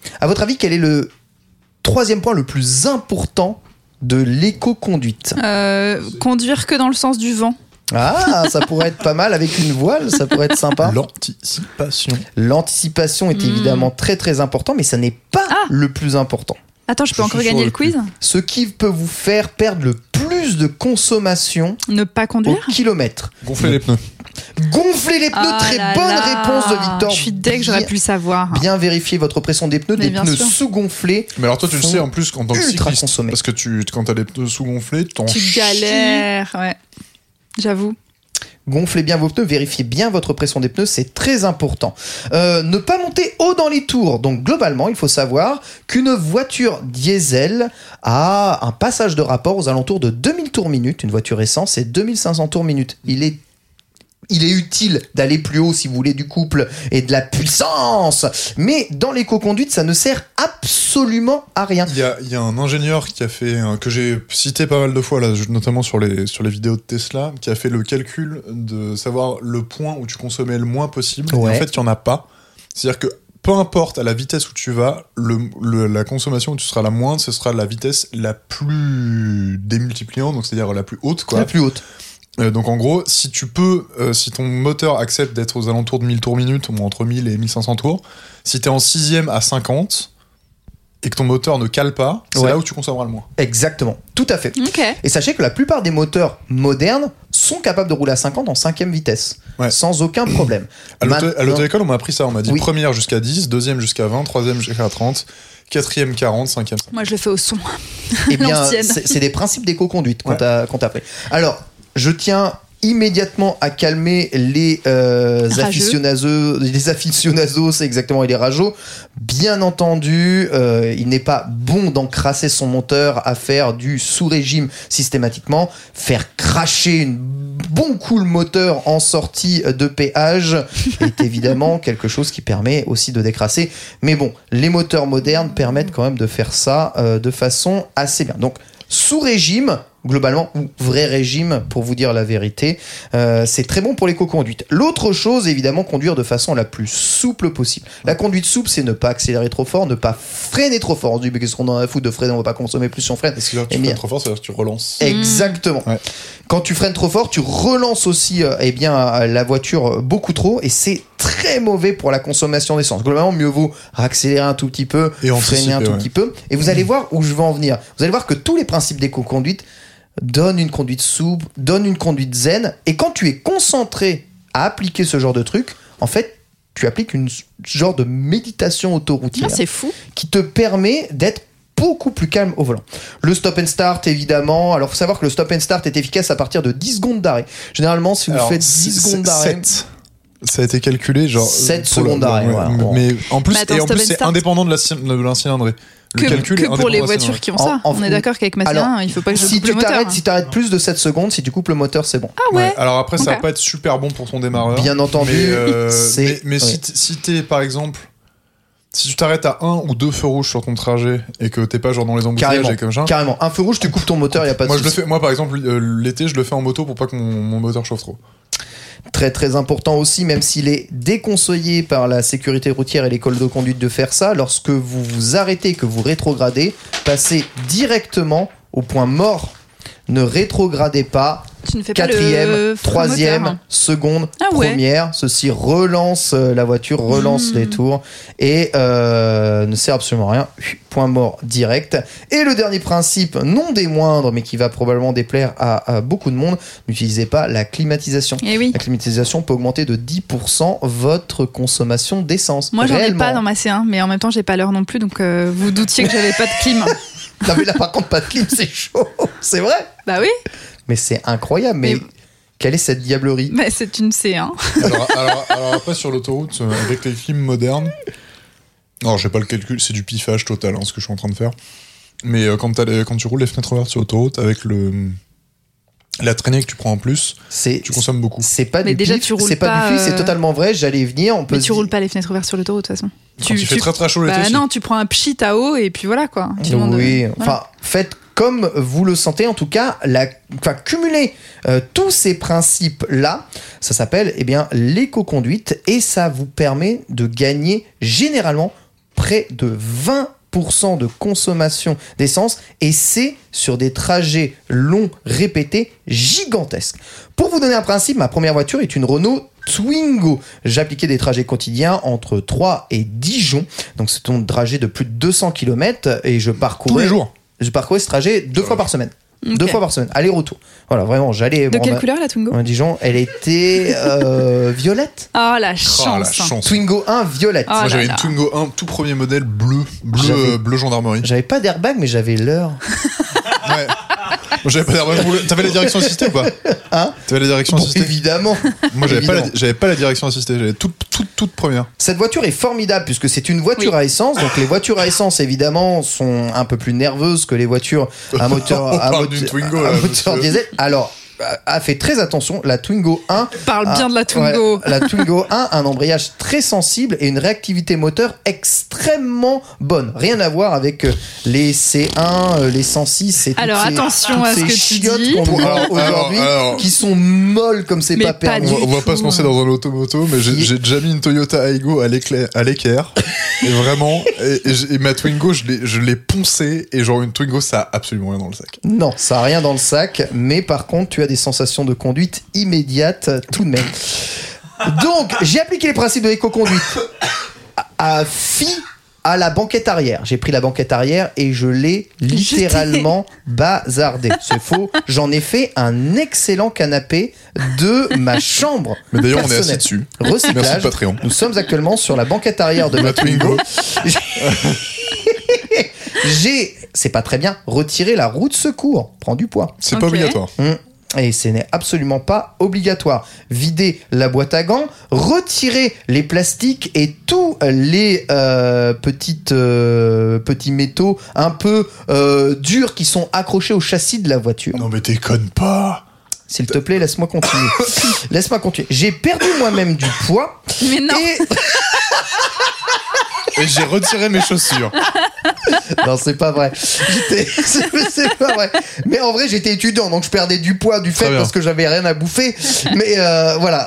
À votre avis, quel est le troisième point le plus important de l'éco-conduite? Conduire que dans le sens du vent. Ah, ça pourrait être pas mal avec une voile, ça pourrait être sympa. L'anticipation. L'anticipation est évidemment très très important, mais ça n'est pas le plus important. Attends, je peux encore gagner le quiz? Ce qui peut vous faire perdre le plus de consommation Ne pas au conduire? kilomètre. Gonfler les pneus. Gonfler les pneus, très bonne réponse de Victor. Je suis deg, j'aurais pu le savoir. Bien vérifier votre pression des pneus, Mais des bien pneus sûr. sous-gonflés. Mais alors toi tu le sais en plus en tant que ultra cycliste, consommé. parce que quand t'as les pneus sous-gonflés, Tu galères, ouais. J'avoue. Gonflez bien vos pneus, vérifiez bien votre pression des pneus, c'est très important. Ne pas monter haut dans les tours. Donc globalement, il faut savoir qu'une voiture diesel a un passage de rapport aux alentours de 2000 tours minute. Une voiture essence, c'est 2500 tours minute. Il est utile d'aller plus haut si vous voulez du couple et de la puissance. Mais dans l'éco-conduite, ça ne sert absolument à rien. Il y a un ingénieur qui a fait, que j'ai cité pas mal de fois, là, notamment sur les vidéos de Tesla, qui a fait le calcul de savoir le point où tu consommais le moins possible. Ouais. Et en fait, il n'y en a pas. C'est-à-dire que peu importe à la vitesse où tu vas, la consommation où tu seras la moindre, ce sera la vitesse la plus démultipliante, donc c'est-à-dire la plus haute, quoi. La plus haute. Donc en gros, si ton moteur accepte d'être aux alentours de 1000 tours minute, ou entre 1000 et 1500 tours, si t'es en 6ème à 50 et que ton moteur ne cale pas, c'est là où tu consommeras le moins. Exactement, tout à fait. Ok. Et sachez que la plupart des moteurs modernes sont capables de rouler à 50 en 5ème vitesse, sans aucun problème. À l'auto-école, on m'a appris ça, on m'a dit Oui. première jusqu'à 10, deuxième jusqu'à 20, troisième jusqu'à 30, quatrième 40, cinquième 50. Moi, je le fais au son. Eh bien, L'ancienne. c'est des principes d'éco-conduite qu'on t'a appris. Alors, je tiens immédiatement à calmer les aficionados, c'est exactement, et les rageaux. Bien entendu, il n'est pas bon d'encrasser son moteur à faire du sous-régime systématiquement. Faire cracher bon coup le moteur en sortie de péage est évidemment quelque chose qui permet aussi de décrasser. Mais bon, les moteurs modernes permettent quand même de faire ça de façon assez bien. Donc, sous-régime, globalement, ou vrai régime, pour vous dire la vérité, c'est très bon pour l'éco-conduite. L'autre chose, évidemment, conduire de façon la plus souple possible. La conduite souple, c'est ne pas accélérer trop fort, ne pas freiner trop fort. On se dit, mais qu'est-ce qu'on en a à foutre de freiner, on va pas consommer plus si on freine. Parce que là, tu freines trop fort, c'est-à-dire que tu relances. Exactement. Ouais. Quand tu freines trop fort, tu relances aussi la voiture beaucoup trop, et c'est très mauvais pour la consommation d'essence. Globalement, mieux vaut accélérer un tout petit peu, et freiner un tout petit peu. Et vous allez voir où je veux en venir. Vous allez voir que tous les principes d'éco-conduite donnent une conduite souple, donnent une conduite zen. Et quand tu es concentré à appliquer ce genre de truc, en fait, tu appliques une genre de méditation autoroutière C'est fou. qui te permet d'être beaucoup plus calme au volant. Le stop and start, évidemment. Alors, il faut savoir que le stop and start est efficace à partir de 10 secondes d'arrêt. Généralement, si vous faites 10 secondes d'arrêt... 7. Ça a été calculé, genre... 7 secondes d'arrêt, voilà. Mais en plus, Mais attends, c'est indépendant de la cylindrée. Le calcul est que pour les indépendant de la voitures qui ont ça. En- On est d'accord qu'avec ma Alors, C1, il faut pas que je Si coupe le tu moteur. t'arrêtes, si t'arrêtes plus de 7 secondes, si tu coupes le moteur, c'est bon. Ah ouais. Alors après, ça va Ok. pas être super bon pour ton démarreur. Bien entendu, Mais si t'es, par exemple... Si tu t'arrêtes à 1 ou 2 feux rouges sur ton trajet et que t'es pas genre dans les embouteillages et comme ça... Carrément. Un feu rouge, tu coupes ton moteur, il y a pas de Moi, souci. moi, par exemple, l'été, je le fais en moto pour pas que mon moteur chauffe trop. Très très important aussi, même s'il est déconseillé par la sécurité routière et l'école de conduite de faire ça, lorsque vous vous arrêtez, que vous rétrogradez, passez directement au point mort. Ne rétrogradez pas. Tu ne fais pas Quatrième, le frein troisième, moteur. seconde, Ah ouais. première. Ceci relance la voiture, relance les tours et ne sert absolument à rien. Point mort direct. Et le dernier principe, non des moindres, mais qui va probablement déplaire à beaucoup de monde, n'utilisez pas la climatisation. Eh oui. La climatisation peut augmenter de 10% votre consommation d'essence. Moi, j'en ai Réellement. pas dans ma C1, mais en même temps, j'ai pas l'heure non plus, donc vous doutiez que j'avais pas de clim. Non mais là par contre pas de clim, c'est chaud. C'est vrai. Bah oui, Mais c'est incroyable. Mais quelle est cette diablerie? bah, c'est une C1. Alors après, sur l'autoroute, avec les clims modernes... Alors, j'ai pas le calcul, c'est du piffage total, ce que je suis en train de faire. Mais quand tu roules les fenêtres ouvertes sur l'autoroute, avec la traînée que tu prends en plus, tu consommes beaucoup. C'est pas Mais du déjà, pif, tu roules c'est pas du pas, pif, c'est totalement vrai. J'allais y venir. On peut Mais se tu dire- roules pas les fenêtres ouvertes sur l'autoroute, de toute façon. Quand il fait très très chaud l'été Bah aussi. non, tu prends un pchit à eau et puis voilà quoi. Tout le monde, Oui, voilà. enfin, faites comme vous le sentez. En tout cas, cumuler tous ces principes-là, ça s'appelle l'éco-conduite et ça vous permet de gagner généralement près de 20% de consommation d'essence et c'est sur des trajets longs répétés gigantesques. Pour vous donner un principe, ma première voiture est une Renault Twingo. J'appliquais des trajets quotidiens entre 3 et Dijon. Donc c'est un trajet de plus de 200 km et je parcourais... Tous les jours. Je parcourais ce trajet 2 fois par semaine. Ok. 2 fois par semaine, aller-retour. Voilà, vraiment, j'allais... De quelle couleur la Twingo? À Dijon, elle était violette. Oh la chance. la chance. Twingo 1 violette. Oh Moi, là j'avais là. une Twingo 1, tout premier modèle bleu J'avais- bleu gendarmerie. J'avais pas d'airbag, mais j'avais l'heure. Ouais. Moi, j'avais pas d'airbag. T'avais la direction assistée ou pas? Hein? T'avais la direction Bon, assistée? évidemment. Moi, Évidemment. j'avais pas la direction assistée. J'avais toute première. Cette voiture est formidable puisque c'est une voiture Oui. à essence. Donc les voitures à essence, évidemment, sont un peu plus nerveuses que les voitures à moteur, On parle d'une Twingo, à là, moteur monsieur. diesel. Alors, fait très attention, la Twingo 1... Parle bien de la Twingo. Ouais, la Twingo 1 a un embrayage très sensible et une réactivité moteur extrêmement bonne. Rien à voir avec les C1, les 106 et toutes Alors, ces, attention toutes à ce ces que tu chiottes dis. qu'on nous vend Alors, aujourd'hui alors. qui sont molles comme c'est Mais pas pas permis. du On va pas tout. se lancer dans un automoto, mais j'ai déjà mis une Toyota Aygo à l'équerre. Et vraiment, et ma Twingo, je l'ai poncée. Et genre, une Twingo, ça a absolument rien dans le sac. Non, ça n'a rien dans le sac, mais par contre, tu as des sensations de conduite immédiates tout de même. Donc, j'ai appliqué les principes de l'éco-conduite à la banquette arrière. J'ai pris la banquette arrière et je l'ai littéralement bazardée. C'est faux. J'en ai fait un excellent canapé de ma chambre. Mais d'ailleurs, on est personnelle. assis dessus. Recyclage. Merci Patreon. Nous sommes actuellement sur la banquette arrière de ma Twingo. C'est pas très bien, retiré la roue de secours. Prends du poids. C'est Ok. pas obligatoire. Et ce n'est absolument pas obligatoire. Vider la boîte à gants, retirer les plastiques et tous les petits métaux un peu durs qui sont accrochés au châssis de la voiture. Non, mais déconne pas. S'il te plaît, laisse-moi continuer. Laisse-moi continuer. J'ai perdu moi-même du poids Mais non. Et j'ai retiré mes chaussures. Non, c'est pas vrai. C'est pas vrai. Mais en vrai, j'étais étudiant, donc je perdais du poids du fait Très bien. parce que j'avais rien à bouffer. Mais voilà.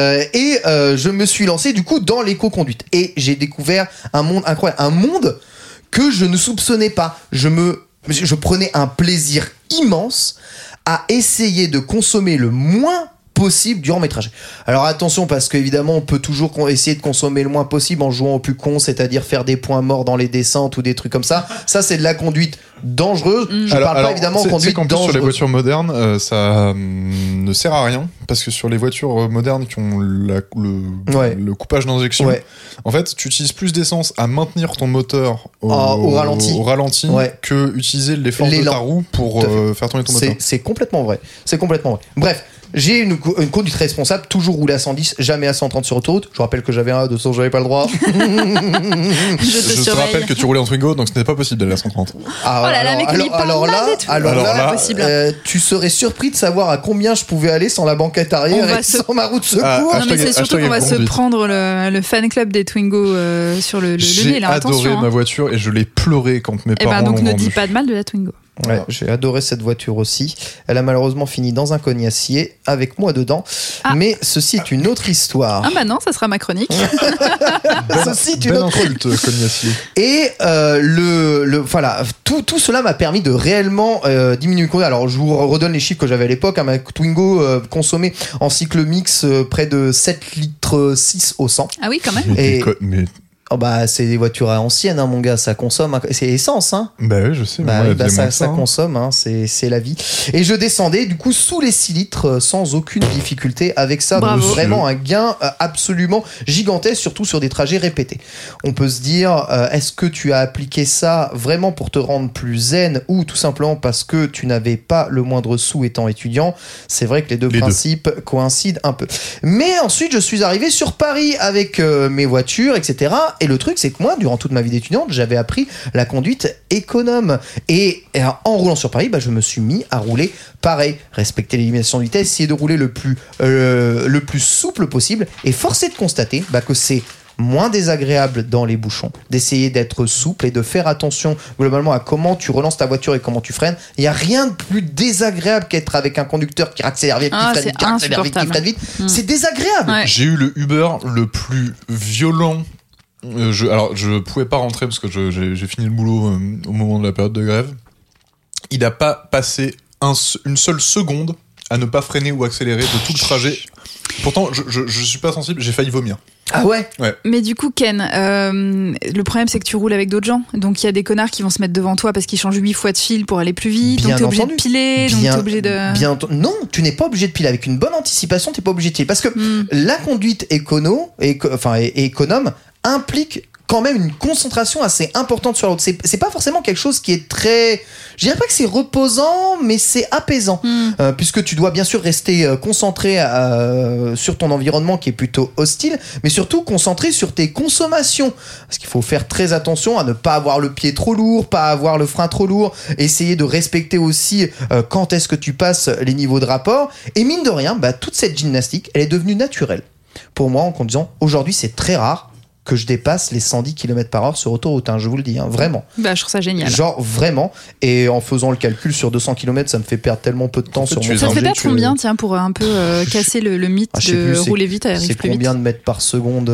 Je me suis lancé du coup dans l'éco-conduite et j'ai découvert un monde incroyable, un monde que je ne soupçonnais pas. Je prenais un plaisir immense à essayer de consommer le moins possible durant mes trajets. Alors attention, parce qu'évidemment on peut toujours essayer de consommer le moins possible en jouant au plus con, c'est-à-dire faire des points morts dans les descentes ou des trucs comme ça. Ça c'est de la conduite dangereuse. Je parle pas évidemment en c'est conduite qu'en plus, dangereuse. sur les voitures modernes, ça ne sert à rien parce que sur les voitures modernes qui ont le coupage d'injection, Ouais. en fait, tu utilises plus d'essence à maintenir ton moteur au ralenti. Ouais. que utiliser les forces de L'élan. ta roue pour Tout à faire tourner ton moteur. C'est complètement vrai. C'est complètement vrai. Bref, j'ai une conduite responsable, toujours rouler à 110, jamais à 130 sur autoroute. Je rappelle que j'avais un A200, j'avais pas le droit. Je te rappelle que tu roulais en Twingo, donc ce n'est pas possible d'aller à 130. Ah, Oh là là, mais comme il parle mal et tout. alors Alors là, là, possible. tu serais surpris de savoir à combien je pouvais aller sans la banquette arrière On va et se- sans ma roue de secours. Ah, Non, mais c'est surtout hashtag qu'on va se conduite. prendre le fan club des Twingo sur le nez, J'ai là. adoré Attention. ma hein. voiture et je l'ai pleuré quand mes Eh parents ben, donc l'ont ne vendue. dis pas de mal de la Twingo. Ouais, j'ai adoré cette voiture aussi. Elle a malheureusement fini dans un cognacier avec moi dedans. Ah. Mais ceci est une autre histoire. Ah bah non, ça sera ma chronique. Ceci est une Bel autre chronique. insulte, Cognacier. Et voilà, tout cela m'a permis de réellement diminuer le conduite. Alors je vous redonne les chiffres que j'avais à l'époque. Ma Twingo consommait en cycle mix près de 7 litres 6 au 100. Ah oui, quand même. Et- Mais Oh bah c'est des voitures anciennes, hein, mon gars, ça consomme, c'est essence, hein. bah oui, je sais. Mais Bah, moi, oui, elle bah, faisait moins ça, que ça hein. consomme, hein, c'est la vie. Et je descendais du coup sous les 6 litres sans aucune difficulté avec ça. Bravo. Donc vraiment un gain absolument gigantesque, surtout sur des trajets répétés. On peut se dire, est-ce que tu as appliqué ça vraiment pour te rendre plus zen ou tout simplement parce que tu n'avais pas le moindre sou étant étudiant? C'est vrai que les deux principes coïncident un peu. Mais ensuite, je suis arrivé sur Paris avec mes voitures, etc. Et le truc, c'est que moi, durant toute ma vie d'étudiante, j'avais appris la conduite économe. Et en roulant sur Paris, bah, je me suis mis à rouler pareil, respecter les limitations de vitesse, essayer de rouler le plus souple possible. Et force est de constater bah, que c'est moins désagréable dans les bouchons, d'essayer d'être souple et de faire attention globalement à comment tu relances ta voiture et comment tu freines. Il n'y a rien de plus désagréable qu'être avec un conducteur qui accélère vite, Ah, qui freine c'est vite, qui accélère vite, qui insupportable. freine vite. C'est désagréable. Ouais. J'ai eu le Uber le plus violent Je pouvais pas rentrer parce que j'ai fini le boulot au moment de la période de grève. Il n'a pas passé une seule seconde à ne pas freiner ou accélérer de tout le trajet. Pourtant, je suis pas sensible, j'ai failli vomir. Ah ouais. Mais du coup, Ken, le problème c'est que tu roules avec d'autres gens. Donc il y a des connards qui vont se mettre devant toi parce qu'ils changent 8 fois de fil pour aller plus vite. Bien donc t'es obligé entendu. de piler. Donc t'es obligé de. Non, tu n'es pas obligé de piler. Avec une bonne anticipation, t'es pas obligé de piler. Parce que la conduite économe implique quand même une concentration assez importante sur la route. C'est pas forcément quelque chose qui est très... Je dirais pas que c'est reposant, mais c'est apaisant. Puisque tu dois bien sûr rester concentré sur ton environnement qui est plutôt hostile, mais surtout concentré sur tes consommations. Parce qu'il faut faire très attention à ne pas avoir le pied trop lourd, pas avoir le frein trop lourd, essayer de respecter aussi quand est-ce que tu passes les niveaux de rapport. Et mine de rien, toute cette gymnastique, elle est devenue naturelle. Pour moi, en conduisant, aujourd'hui, c'est très rare que je dépasse les 110 km/h sur autoroute, je vous le dis, vraiment. Je trouve ça génial. Genre, vraiment. Et en faisant le calcul sur 200 km, ça me fait perdre tellement peu de temps sur mon trajet. Ça te fait perdre combien, tiens, pour un peu casser le mythe de rouler vite, elle arrive plus vite. C'est combien de mètres par seconde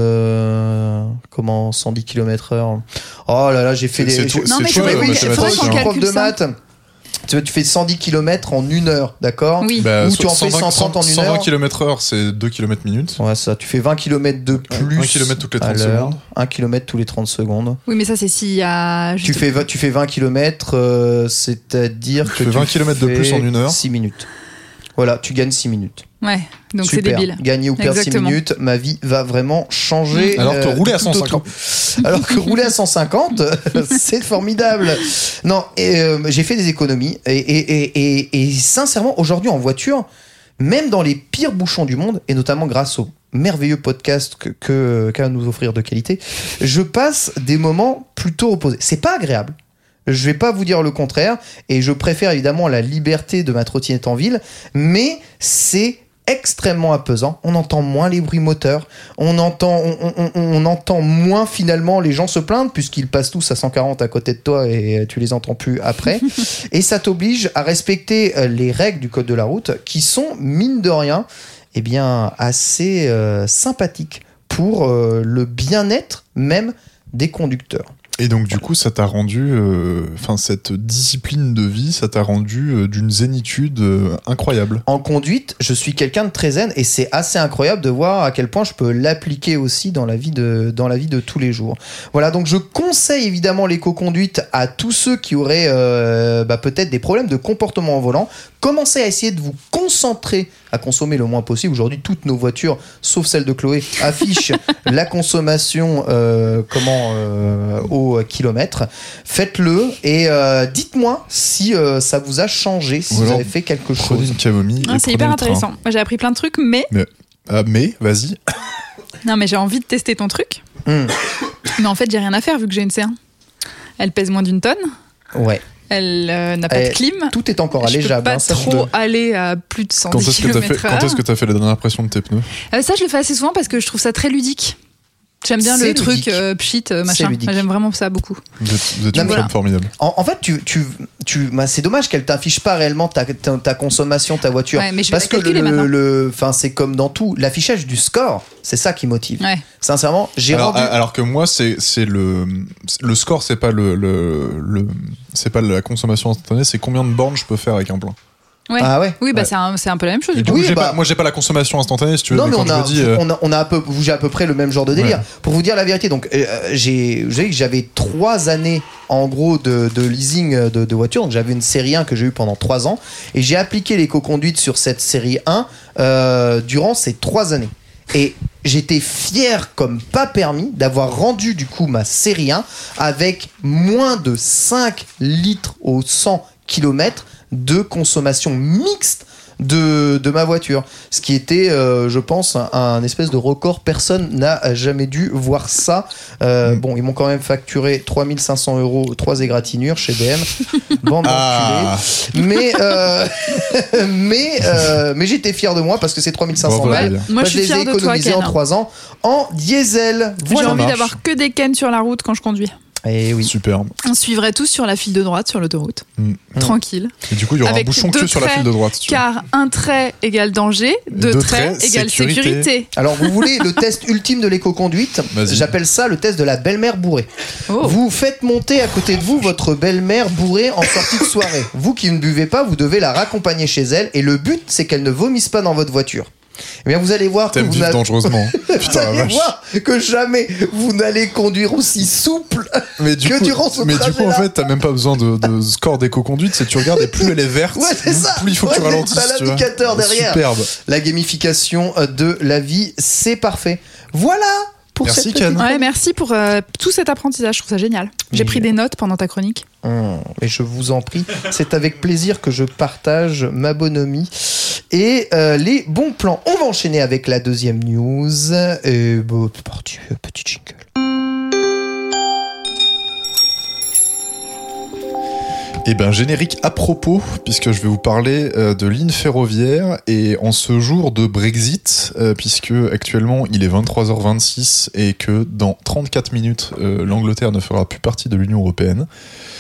110 km/h. Oh là là, j'ai fait des... Non, mais il faudrait qu'on calcule ça. Tu fais 110 km en 1 heure, d'accord? Oui. Ou tu en fais 130 en 1 heure. 120 km/h, c'est 2 km minutes. Ouais, ça. Tu fais 20 km de plus. 1 km toutes les 30 secondes. 1 km tous les 30 secondes. Oui, mais ça, c'est s'il y a. Tu fais 20 km, c'est-à-dire que. Tu fais 20 km de plus en 1 heure. 6 minutes. Voilà, tu gagnes 6 minutes. Ouais, donc super. C'est débile. Gagner ou perdre 6 minutes, ma vie va vraiment changer. Alors que rouler à 150. Alors que rouler à 150, c'est formidable. Non, j'ai fait des économies et sincèrement, aujourd'hui en voiture, même dans les pires bouchons du monde, et notamment grâce au merveilleux podcast qu'a nous offrir de qualité, je passe des moments plutôt reposés. C'est pas agréable. Je vais pas vous dire le contraire, et je préfère évidemment la liberté de ma trottinette en ville, mais c'est extrêmement apaisant. On entend moins les bruits moteurs, on entend moins finalement les gens se plaindre puisqu'ils passent tous à 140 à côté de toi et tu les entends plus après. Et ça t'oblige à respecter les règles du code de la route qui sont, mine de rien, assez sympathiques pour le bien-être même des conducteurs. Et donc du coup, ça t'a rendu, cette discipline de vie, ça t'a rendu d'une zénitude incroyable. En conduite, je suis quelqu'un de très zen et c'est assez incroyable de voir à quel point je peux l'appliquer aussi dans la vie de tous les jours. Voilà, donc je conseille évidemment l'éco-conduite à tous ceux qui auraient peut-être des problèmes de comportement au volant. Commencez à essayer de vous concentrer à consommer le moins possible. Aujourd'hui, toutes nos voitures, sauf celle de Chloé, affichent la consommation au kilomètre. Faites-le et dites-moi si ça vous a changé, si vous avez fait quelque chose. Prenez une camomille. C'est hyper intéressant. Moi, j'ai appris plein de trucs, mais vas-y. Non, mais j'ai envie de tester ton truc. Mais en fait, j'ai rien à faire vu que j'ai une C1. Elle pèse moins d'1 tonne. Ouais. Elle n'a pas de clim. Tout est encore allégeable. Je peux pas trop aller à plus de 110 km/h. Quand est-ce que tu as fait la dernière pression de tes pneus? Ça, je le fais assez souvent parce que je trouve ça très ludique. J'aime bien le truc pchit, machin. J'aime vraiment ça beaucoup. Vous êtes une femme formidable. En fait, c'est dommage qu'elle t'affiche pas réellement ta consommation, ta voiture. Ouais, mais je parce vais que c'est comme dans tout, l'affichage du score, c'est ça qui motive. Ouais. Sincèrement, alors que moi, c'est le score, c'est pas c'est pas la consommation instantanée, c'est combien de bornes je peux faire avec un plein. Ouais. Ah ouais. Oui, c'est un peu la même chose. Du coup, moi, j'ai pas la consommation instantanée, si tu veux. Non, mais j'ai à peu près le même genre de délire. Ouais. Pour vous dire la vérité, donc j'avais 3 années en gros de leasing de voiture. Donc j'avais une série 1 que j'ai eu pendant 3 ans et j'ai appliqué l'éco-conduite sur cette série 1 durant ces 3 années. Et j'étais fier comme pas permis d'avoir rendu du coup ma série 1 avec moins de 5 litres au 100 km de consommation mixte de ma voiture, ce qui était je pense un espèce de record. Personne n'a jamais dû voir ça. Bon, ils m'ont quand même facturé 3500 € 3 égratignures chez BM, bande d'enculés. Mais j'étais fier de moi parce que ces 3500 balles, moi je les ai économisés en 3 ans en diesel. J'ai envie d'avoir que des Ken sur la route quand je conduis. Et oui. Superbe. On suivrait tous sur la file de droite sur l'autoroute. Tranquille. Et du coup, il y aura Avec un bouchon que deux sur la file de droite. Si tu veux. Car un trait égale danger, deux traits égale sécurité. Alors, vous voulez le test ultime de l'éco-conduite ? Vas-y. J'appelle ça le test de la belle-mère bourrée. Oh. Vous faites monter à côté de vous votre belle-mère bourrée en sortie de soirée. Vous qui ne buvez pas, vous devez la raccompagner chez elle. Et le but, c'est qu'elle ne vomisse pas dans votre voiture. Eh bien, vous allez voir que T'aimes vous vivre n'avez- dangereusement. vous Putain, la allez vache. voir que jamais vous n'allez conduire aussi souple Mais du que coup, durant ce mais du coup, en trajet-là. fait, t'as même pas besoin de score d'éco-conduite. C'est tu regardes et plus elle est verte, Ouais, c'est ça. plus il faut que tu Ouais, ralentisses. t'as tu vois. l'indicateur derrière. Superbe. La gamification de la vie, c'est parfait. Voilà pour Merci, cette Ken. petite- Ouais, merci pour tout cet apprentissage, je trouve ça génial. J'ai pris des notes pendant ta chronique. Et je vous en prie, c'est avec plaisir que je partage ma bonhomie et les bons plans. On va enchaîner avec la deuxième news. Et bon, c'est parti, petit jingle. Et ben générique à propos, puisque je vais vous parler de lignes ferroviaires et en ce jour de Brexit, puisque actuellement il est 23h26 et que dans 34 minutes l'Angleterre ne fera plus partie de l'Union Européenne.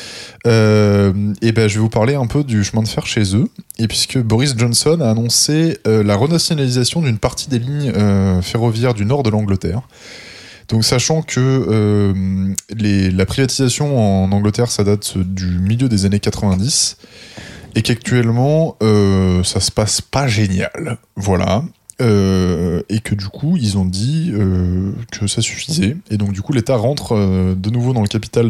Et ben je vais vous parler un peu du chemin de fer chez eux, et puisque Boris Johnson a annoncé la renationalisation d'une partie des lignes ferroviaires du nord de l'Angleterre. Donc sachant que la privatisation en Angleterre, ça date du milieu des années 90 et qu'actuellement ça se passe pas génial, voilà, et que du coup ils ont dit que ça suffisait, et donc du coup l'État rentre de nouveau dans le capital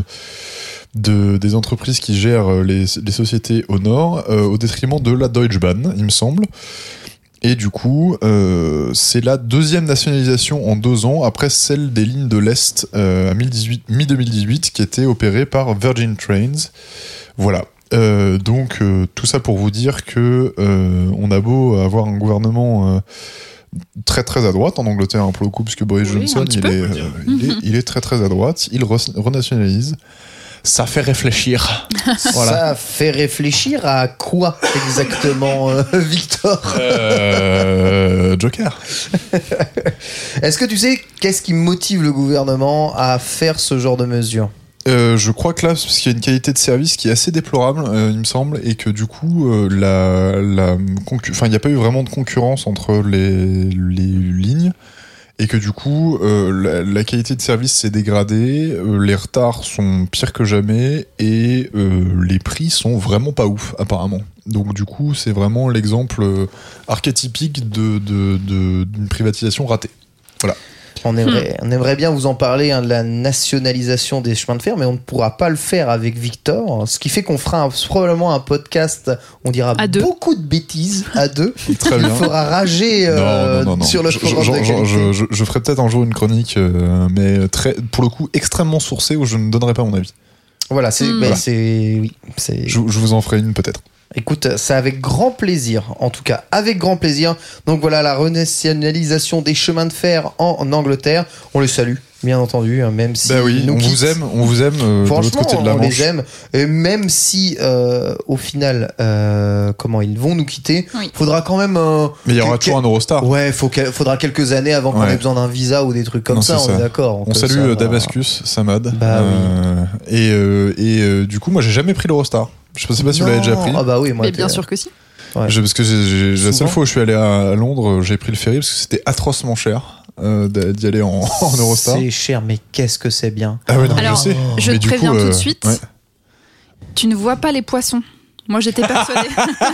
des entreprises qui gèrent les sociétés au nord au détriment de la Deutsche Bahn, il me semble. Et du coup, c'est la deuxième nationalisation en 2 ans, après celle des lignes de l'Est à mi-2018, qui était opérée par Virgin Trains. Voilà. Donc, tout ça pour vous dire que on a beau avoir un gouvernement très très à droite en Angleterre, hein, pour le coup, puisque Boris Oui, Johnson, un petit peu. il est très très à droite, il renationalise. Ça fait réfléchir. Voilà. Ça fait réfléchir à quoi exactement, Victor ? Joker. Est-ce que tu sais qu'est-ce qui motive le gouvernement à faire ce genre de mesures ? Je crois que là, parce qu'il y a une qualité de service qui est assez déplorable, il me semble, et que du coup, il n'y a pas eu vraiment de concurrence entre les lignes, et que du coup, la qualité de service s'est dégradée, les retards sont pires que jamais, et les prix sont vraiment pas ouf, apparemment. Donc du coup, c'est vraiment l'exemple archétypique d'une privatisation ratée. Voilà. On aimerait bien vous en parler, hein, de la nationalisation des chemins de fer, mais on ne pourra pas le faire avec Victor, ce qui fait qu'on fera probablement un podcast, on dira À deux. beaucoup de bêtises à deux. Très Il bien. faudra rager Non. sur le programme de qualité. Je ferai peut-être un jour une chronique, mais pour le coup extrêmement sourcée, où je ne donnerai pas mon avis. Voilà, c'est... Je vous en ferai une peut-être. Écoute, c'est avec grand plaisir, en tout cas avec grand plaisir. Donc voilà, la renationalisation des chemins de fer en Angleterre, on les salue, bien entendu, hein, même si Bah oui, nous on quittent. vous aime de l'autre Franchement, côté de la on Manche. les aime, et même si au final, comment ils vont nous quitter, Oui. faudra quand même. Mais il y aura toujours un Eurostar. Ouais, faudra quelques années avant qu'on Ouais. ait besoin d'un visa ou des trucs comme Non, ça. c'est On ça. est d'accord. On que salue ça va- Damascus, Samad. Bah Et du coup, moi, j'ai jamais pris l'Eurostar. Je sais pas si vous l'avez déjà pris. Ah bah oui, moi. Mais bien sûr que si. Ouais. Parce que la Souvent. seule fois où je suis allé à Londres, j'ai pris le ferry parce que c'était atrocement cher d'y aller en Eurostar. C'est cher, mais qu'est-ce que c'est bien. Ah ouais, non, Alors, je sais. je Mais te du préviens coup, tout de suite. ouais. Tu ne vois pas les poissons. Moi, j'étais persuadée.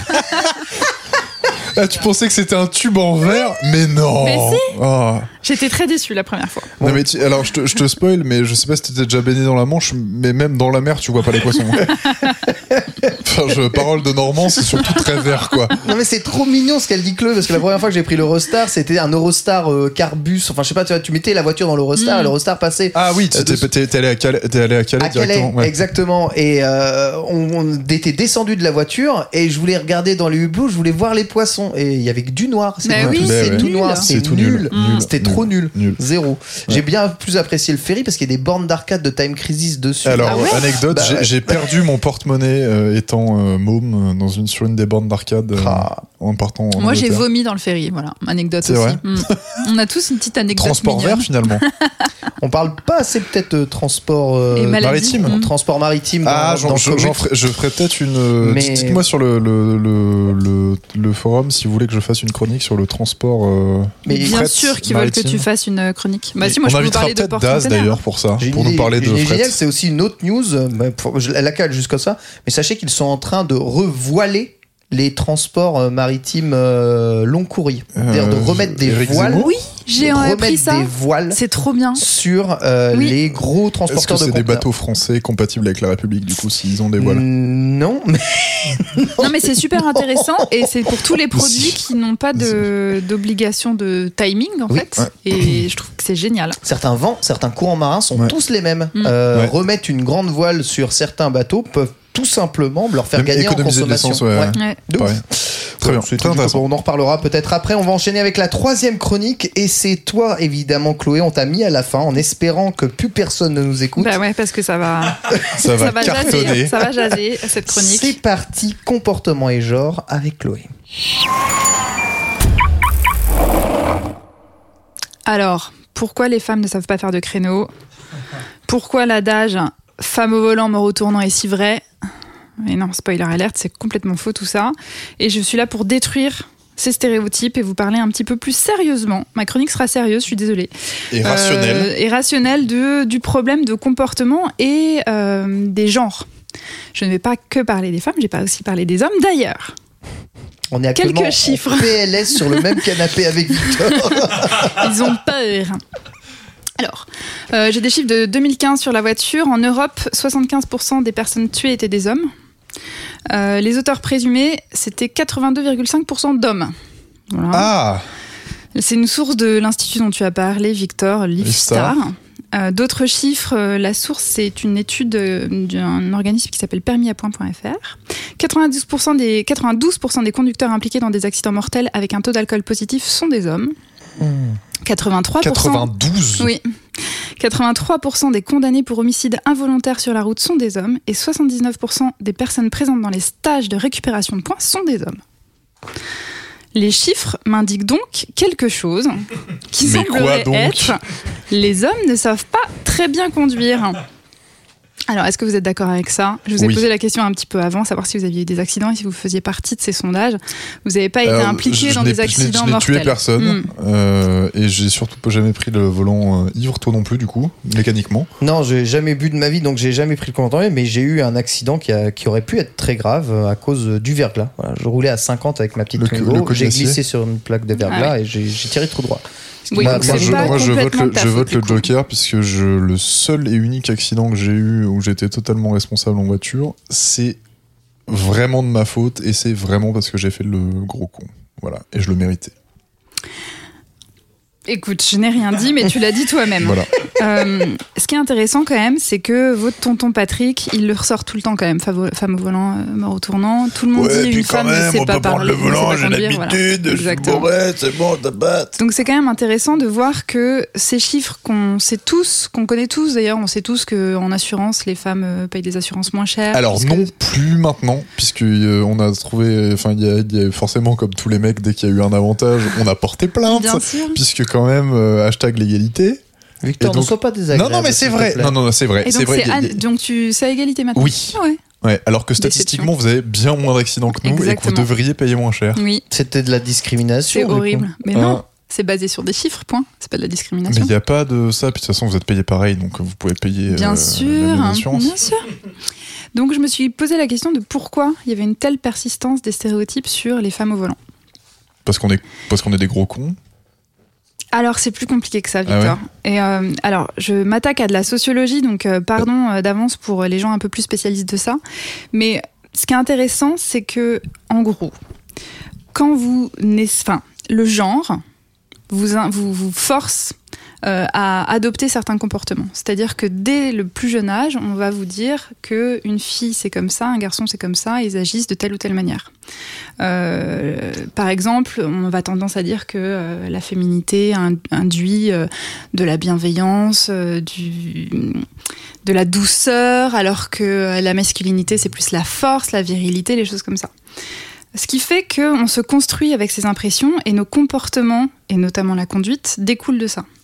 Ah, tu pensais que c'était un tube en verre, mais non. Mais si. Ah. J'étais très déçue la première fois. Non mais alors je te spoil, mais je sais pas si t'étais déjà baigné dans la Manche, mais même dans la mer tu vois pas les poissons. Enfin, parole de Normand, c'est surtout très vert quoi. Non mais c'est trop mignon ce qu'elle dit Cleu, parce que la première fois que j'ai pris l'Eurostar, c'était un Eurostar Carbus. Enfin je sais pas, tu mettais la voiture dans l'Eurostar et l'Eurostar passait. Ah oui, t'es allé à Calais, À directement. Calais, Ouais. exactement. Et on était descendu de la voiture et je voulais regarder dans les hublots, je voulais voir les poissons. Et il y avait que du noir. Mais oui, c'est ouais. tout nul. noir, C'est c'est tout nul. nul. C'était Nul. trop nul. Nul. Zéro. J'ai bien plus apprécié le ferry parce qu'il y a des bornes d'arcade de Time Crisis dessus. Alors, Ah ouais anecdote, Bah, ouais. j'ai perdu mon porte-monnaie étant môme sur une des bornes d'arcade en partant en Moi, j'ai Angleterre. vomi dans le ferry. Voilà, anecdote C'est aussi. vrai On a tous une petite anecdote. Transport mignonne. vert finalement. On parle pas assez peut-être de transport Et maladie. maritime. transport maritime. Je ferais peut-être une. Mais- Dites-moi sur le forum si vous voulez que je fasse une chronique sur le transport. Mais Bien fret sûr qu'ils veulent que maritime. tu fasses une chronique. Bah si, moi on je peux vous invitera parler de peut-être port Daz container. d'ailleurs pour ça, J'ai une pour nous idée- parler de une idée fret. géniale, c'est aussi une autre news, la cale juste comme ça, mais sachez qu'ils sont en train de revoiler les transports maritimes long courrier. C'est-à-dire de remettre des Éric voiles. Zemmour Oui, j'ai de appris remettre ça. des voiles C'est trop bien. sur Oui. les gros Est-ce que transporteurs de c'est des conteneurs. bateaux français compatibles avec la République du coup s'ils ont des voiles? Non, mais Non mais c'est super intéressant et c'est pour tous les produits qui n'ont pas d'obligation de timing en Oui. fait. Et je trouve que c'est génial. certains vents, certains courants marins sont Ouais. tous les mêmes. Mm. Remettre une grande voile sur certains bateaux peuvent tout simplement leur faire Même gagner en économiser de consommation. l'essence, ouais. Ouais. De ouf. Pareil. Très bien, C'est très tout. intéressant. On en reparlera peut-être après. On va enchaîner avec la troisième chronique et c'est toi évidemment Chloé. On t'a mis à la fin en espérant que plus personne ne nous écoute. Bah ouais parce que ça va Ça va cartonner. jaser, ça va jaser cette chronique. C'est parti, comportement et genre avec Chloé. Alors, pourquoi les femmes ne savent pas faire de créneau? Pourquoi l'adage femme au volant, mort au tournant est si vrai? Et non, spoiler alert, c'est complètement faux tout ça. Et je suis là pour détruire ces stéréotypes et vous parler un petit peu plus sérieusement. Ma chronique sera sérieuse, je suis désolée. Et rationnel. Et rationnelle du problème de comportement et des genres. Je ne vais pas que parler des femmes, je vais pas aussi parler des hommes d'ailleurs. On est actuellement Quelques chiffres. en PLS sur le même canapé avec Victor. Ils ont peur. Alors, j'ai des chiffres de 2015 sur la voiture. En Europe, 75% des personnes tuées étaient des hommes. Les auteurs présumés, c'était 82,5% d'hommes. Voilà. Ah, C'est une source de l'institut dont tu as parlé, Victor, Livestar. D'autres chiffres, la source, c'est une étude d'un organisme qui s'appelle permisapoint.fr. 92% des conducteurs impliqués dans des accidents mortels avec un taux d'alcool positif sont des hommes. 83%. 92. Oui. 83% des condamnés pour homicide involontaire sur la route sont des hommes et 79% des personnes présentes dans les stages de récupération de points sont des hommes. Les chiffres m'indiquent donc quelque chose qui Mais quoi semblerait donc être les hommes ne savent pas très bien conduire. Alors, est-ce que vous êtes d'accord avec ça? Je vous ai Oui. posé la question un petit peu avant, savoir si vous aviez eu des accidents et si vous faisiez partie de ces sondages. Vous n'avez pas été impliqué dans des accidents Je n'ai mortels. tué personne et j'ai surtout jamais pris le volant ivre, toi non plus du coup, mécaniquement. Non, j'ai jamais bu de ma vie, donc j'ai jamais pris le contentement, mais j'ai eu un accident qui aurait pu être très grave à cause du verglas. Voilà, je roulais à 50 avec ma petite Le Twingo, j'ai cognacier. glissé sur une plaque de verglas Ah ouais. et j'ai tiré tout droit. Ce qui Oui, m'a- donc moi, c'est je- pas Moi, je vote complètement de ta faute, le du coup. Joker puisque le seul et unique accident que j'ai eu où j'étais totalement responsable en voiture, c'est vraiment de ma faute et c'est vraiment parce que j'ai fait le gros con. Voilà, et je le méritais. Écoute, je n'ai rien dit, mais tu l'as dit toi-même. Voilà. Ce qui est intéressant quand même, c'est que votre tonton Patrick, il le ressort tout le temps quand même. Femme au volant, mort au tournant. Tout le monde dit une femme ne sait pas parler, ne sait pas conduire, voilà. Exactement. c'est bon, t'as batte. Donc c'est quand même intéressant de voir que ces chiffres qu'on sait tous, qu'on connaît tous d'ailleurs, on sait tous qu'en assurance, les femmes payent des assurances moins chères. Alors puisque- non plus maintenant, puisque on a trouvé, enfin il y a forcément comme tous les mecs dès qu'il y a eu un avantage, on a porté plainte, Bien sûr. puisque quand même hashtag l'égalité. Victor, Et donc- ne sois pas désagréable. Non mais c'est s'il te vrai, plaît. non c'est vrai, Et c'est donc vrai. donc c'est à égalité maintenant. Oui. Ouais. Ouais, alors que statistiquement vous avez bien moins d'accidents que nous et que vous Exactement. devriez payer moins cher. Oui, C'était de la discrimination. c'est du coup. horrible. Mais Ah. non, c'est basé sur des chiffres, point. C'est pas de la Mais discrimination. il n'y a pas de ça, puis de toute façon vous êtes payé pareil, donc vous pouvez payer Bien la sûr, même assurance. bien sûr. Donc je me suis posé la question de pourquoi il y avait une telle persistance des stéréotypes sur les femmes au volant. Parce qu'on est des gros cons. Alors c'est plus compliqué que ça, Victor. Ah Et alors je m'attaque à de la sociologie, donc pardon d'avance pour les gens un peu plus spécialistes de ça. Mais ce qui est intéressant, c'est que en gros, quand le genre vous force à adopter certains comportements. C'est-à-dire que dès le plus jeune âge, on va vous dire qu'une fille c'est comme ça, un garçon c'est comme ça, ils agissent de telle ou telle manière. Par exemple, on va tendance à dire que la féminité induit de la bienveillance, de la douceur, alors que la masculinité c'est plus la force, la virilité, les choses comme ça. Ce qui fait qu'on se construit avec ces impressions et nos comportements, et notamment la conduite, découlent de ça.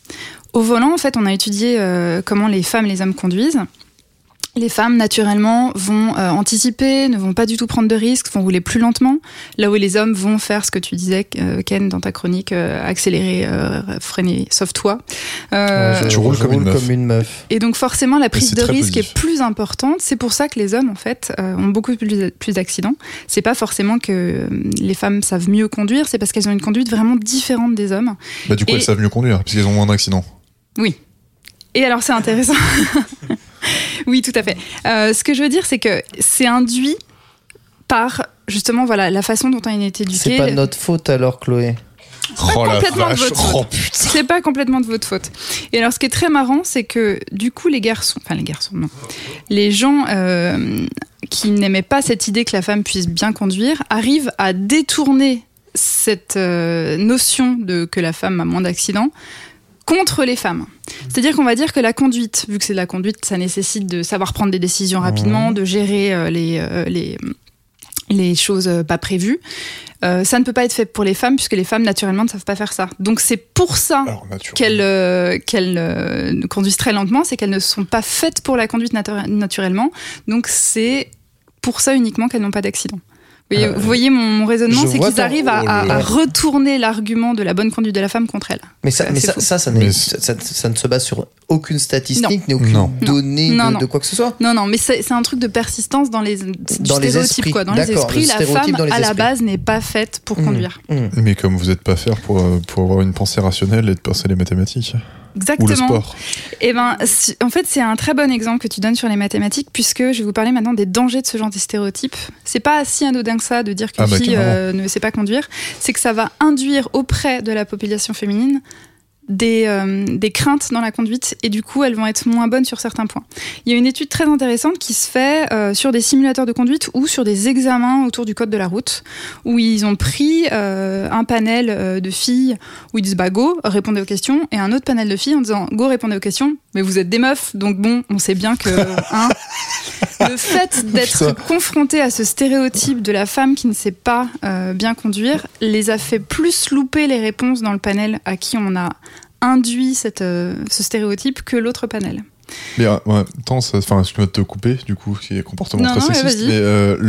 Au volant, en fait, on a étudié comment les femmes et les hommes conduisent. Les femmes, naturellement, vont anticiper, ne vont pas du tout prendre de risques, vont rouler plus lentement, là où les hommes vont faire ce que tu disais, Ken, dans ta chronique, accélérer, freiner, sauf toi. Tu roules comme une meuf. Et donc forcément, la prise de risque est plus importante. C'est pour ça que les hommes, en fait, ont beaucoup plus d'accidents. C'est pas forcément que les femmes savent mieux conduire, c'est parce qu'elles ont une conduite vraiment différente des hommes. Bah du coup, elles savent mieux conduire, puisqu'elles ont moins d'accidents. Oui. Et alors, c'est intéressant... Oui, tout à fait. Ce que je veux dire, c'est que c'est induit par, justement, voilà, la façon dont on a été éduqué. C'est pas notre faute alors, Chloé. C'est pas complètement de votre faute. C'est pas complètement de votre faute. Et alors, ce qui est très marrant, c'est que, du coup, les garçons, non. Les gens qui n'aimaient pas cette idée que la femme puisse bien conduire arrivent à détourner cette notion que la femme a moins d'accidents contre les femmes. C'est-à-dire qu'on va dire que la conduite, vu que c'est de la conduite, ça nécessite de savoir prendre des décisions rapidement, de gérer les choses pas prévues. Ça ne peut pas être fait pour les femmes, puisque les femmes, naturellement, ne savent pas faire ça. Donc c'est pour ça qu'elles conduisent très lentement, c'est qu'elles ne sont pas faites pour la conduite naturellement. Donc c'est pour ça uniquement qu'elles n'ont pas d'accident. Vous voyez mon raisonnement, c'est qu'ils arrivent à retourner l'argument de la bonne conduite de la femme contre elle. Mais ça ne se base sur aucune statistique, ni aucune donnée de quoi que ce soit. Non, mais c'est un truc de persistance dans les stéréotypes, quoi. Dans les esprits, la femme, à la base, n'est pas faite pour conduire. Mais comme vous n'êtes pas fait pour avoir une pensée rationnelle et de penser les mathématiques. Exactement. Ou le sport. Et en fait, c'est un très bon exemple que tu donnes sur les mathématiques, puisque je vais vous parler maintenant des dangers de ce genre de stéréotypes. C'est pas si anodin que ça de dire qu'une fille ne sait pas conduire. C'est que ça va induire auprès de la population féminine des craintes dans la conduite, et du coup elles vont être moins bonnes sur certains points. Il y a une étude très intéressante qui se fait sur des simulateurs de conduite ou sur des examens autour du code de la route, où ils ont pris un panel de filles où ils disent go, répondez aux questions, et un autre panel de filles en disant go, répondez aux questions, mais vous êtes des meufs, donc bon, on sait bien que le fait d'être confronté à ce stéréotype de la femme qui ne sait pas bien conduire les a fait plus louper les réponses dans le panel à qui on a induit ce stéréotype que l'autre panel. Mais en même temps, je vais te couper, du coup, qui est comportement très sexiste, mais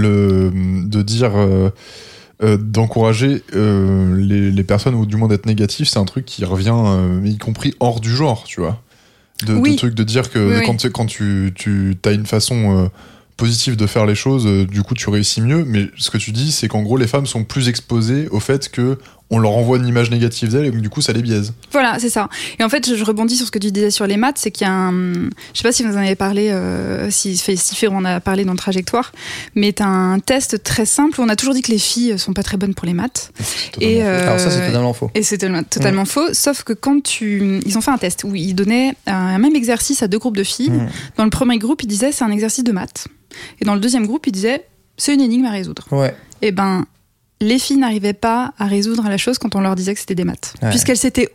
de dire... d'encourager les personnes, ou du moins d'être négatif, c'est un truc qui revient, y compris hors du genre, tu vois. De truc de dire que quand tu as une façon positive de faire les choses, du coup tu réussis mieux, mais ce que tu dis, c'est qu'en gros les femmes sont plus exposées au fait que on leur envoie une image négative d'elles, et du coup ça les biaise. Voilà, c'est ça. Et en fait, je rebondis sur ce que tu disais sur les maths, c'est qu'il y a je sais pas si vous en avez parlé, si on a parlé dans le Trajectoire, mais t'as un test très simple où on a toujours dit que les filles sont pas très bonnes pour les maths. Alors ça, c'est totalement faux. Et c'est totalement faux, sauf que ils ont fait un test où ils donnaient un même exercice à deux groupes de filles. Dans le premier groupe, ils disaient c'est un exercice de maths. Et dans le deuxième groupe, ils disaient c'est une énigme à résoudre. Ouais. Et les filles n'arrivaient pas à résoudre la chose quand on leur disait que c'était des maths. Ouais. Puisqu'elles s'étaient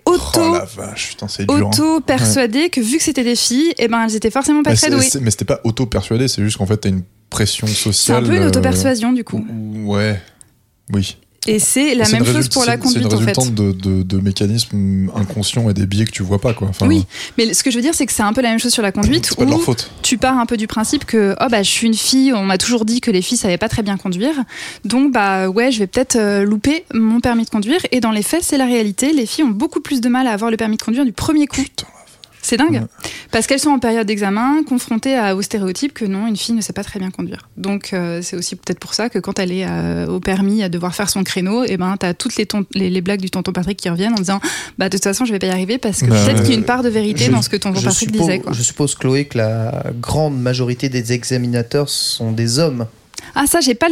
auto-persuadées que vu que c'était des filles, elles étaient forcément pas très douées. Mais c'était pas auto-persuadé, c'est juste qu'en fait t'as une pression sociale. C'est un peu une auto-persuasion du coup. Ouais, oui. Et c'est la même chose pour la conduite, en fait. C'est une résultante de mécanismes inconscients et des biais que tu vois pas, quoi. Oui, mais ce que je veux dire, c'est que c'est un peu la même chose sur la conduite. C'est pas de leur faute. Tu pars un peu du principe que je suis une fille, on m'a toujours dit que les filles savaient pas très bien conduire, donc je vais peut-être louper mon permis de conduire. Et dans les faits, c'est la réalité. Les filles ont beaucoup plus de mal à avoir le permis de conduire du premier coup. Putain. C'est dingue, parce qu'elles sont en période d'examen, confrontées au stéréotype que non, une fille ne sait pas très bien conduire. Donc c'est aussi peut-être pour ça que quand elle est au permis à devoir faire son créneau, t'as toutes les blagues du tonton Patrick qui reviennent en disant de toute façon je vais pas y arriver, parce que peut-être qu'il y a une part de vérité dans ce que tonton Patrick disait. Quoi. Je suppose, Chloé, que la grande majorité des examinateurs sont des hommes. Ah ça, j'ai pas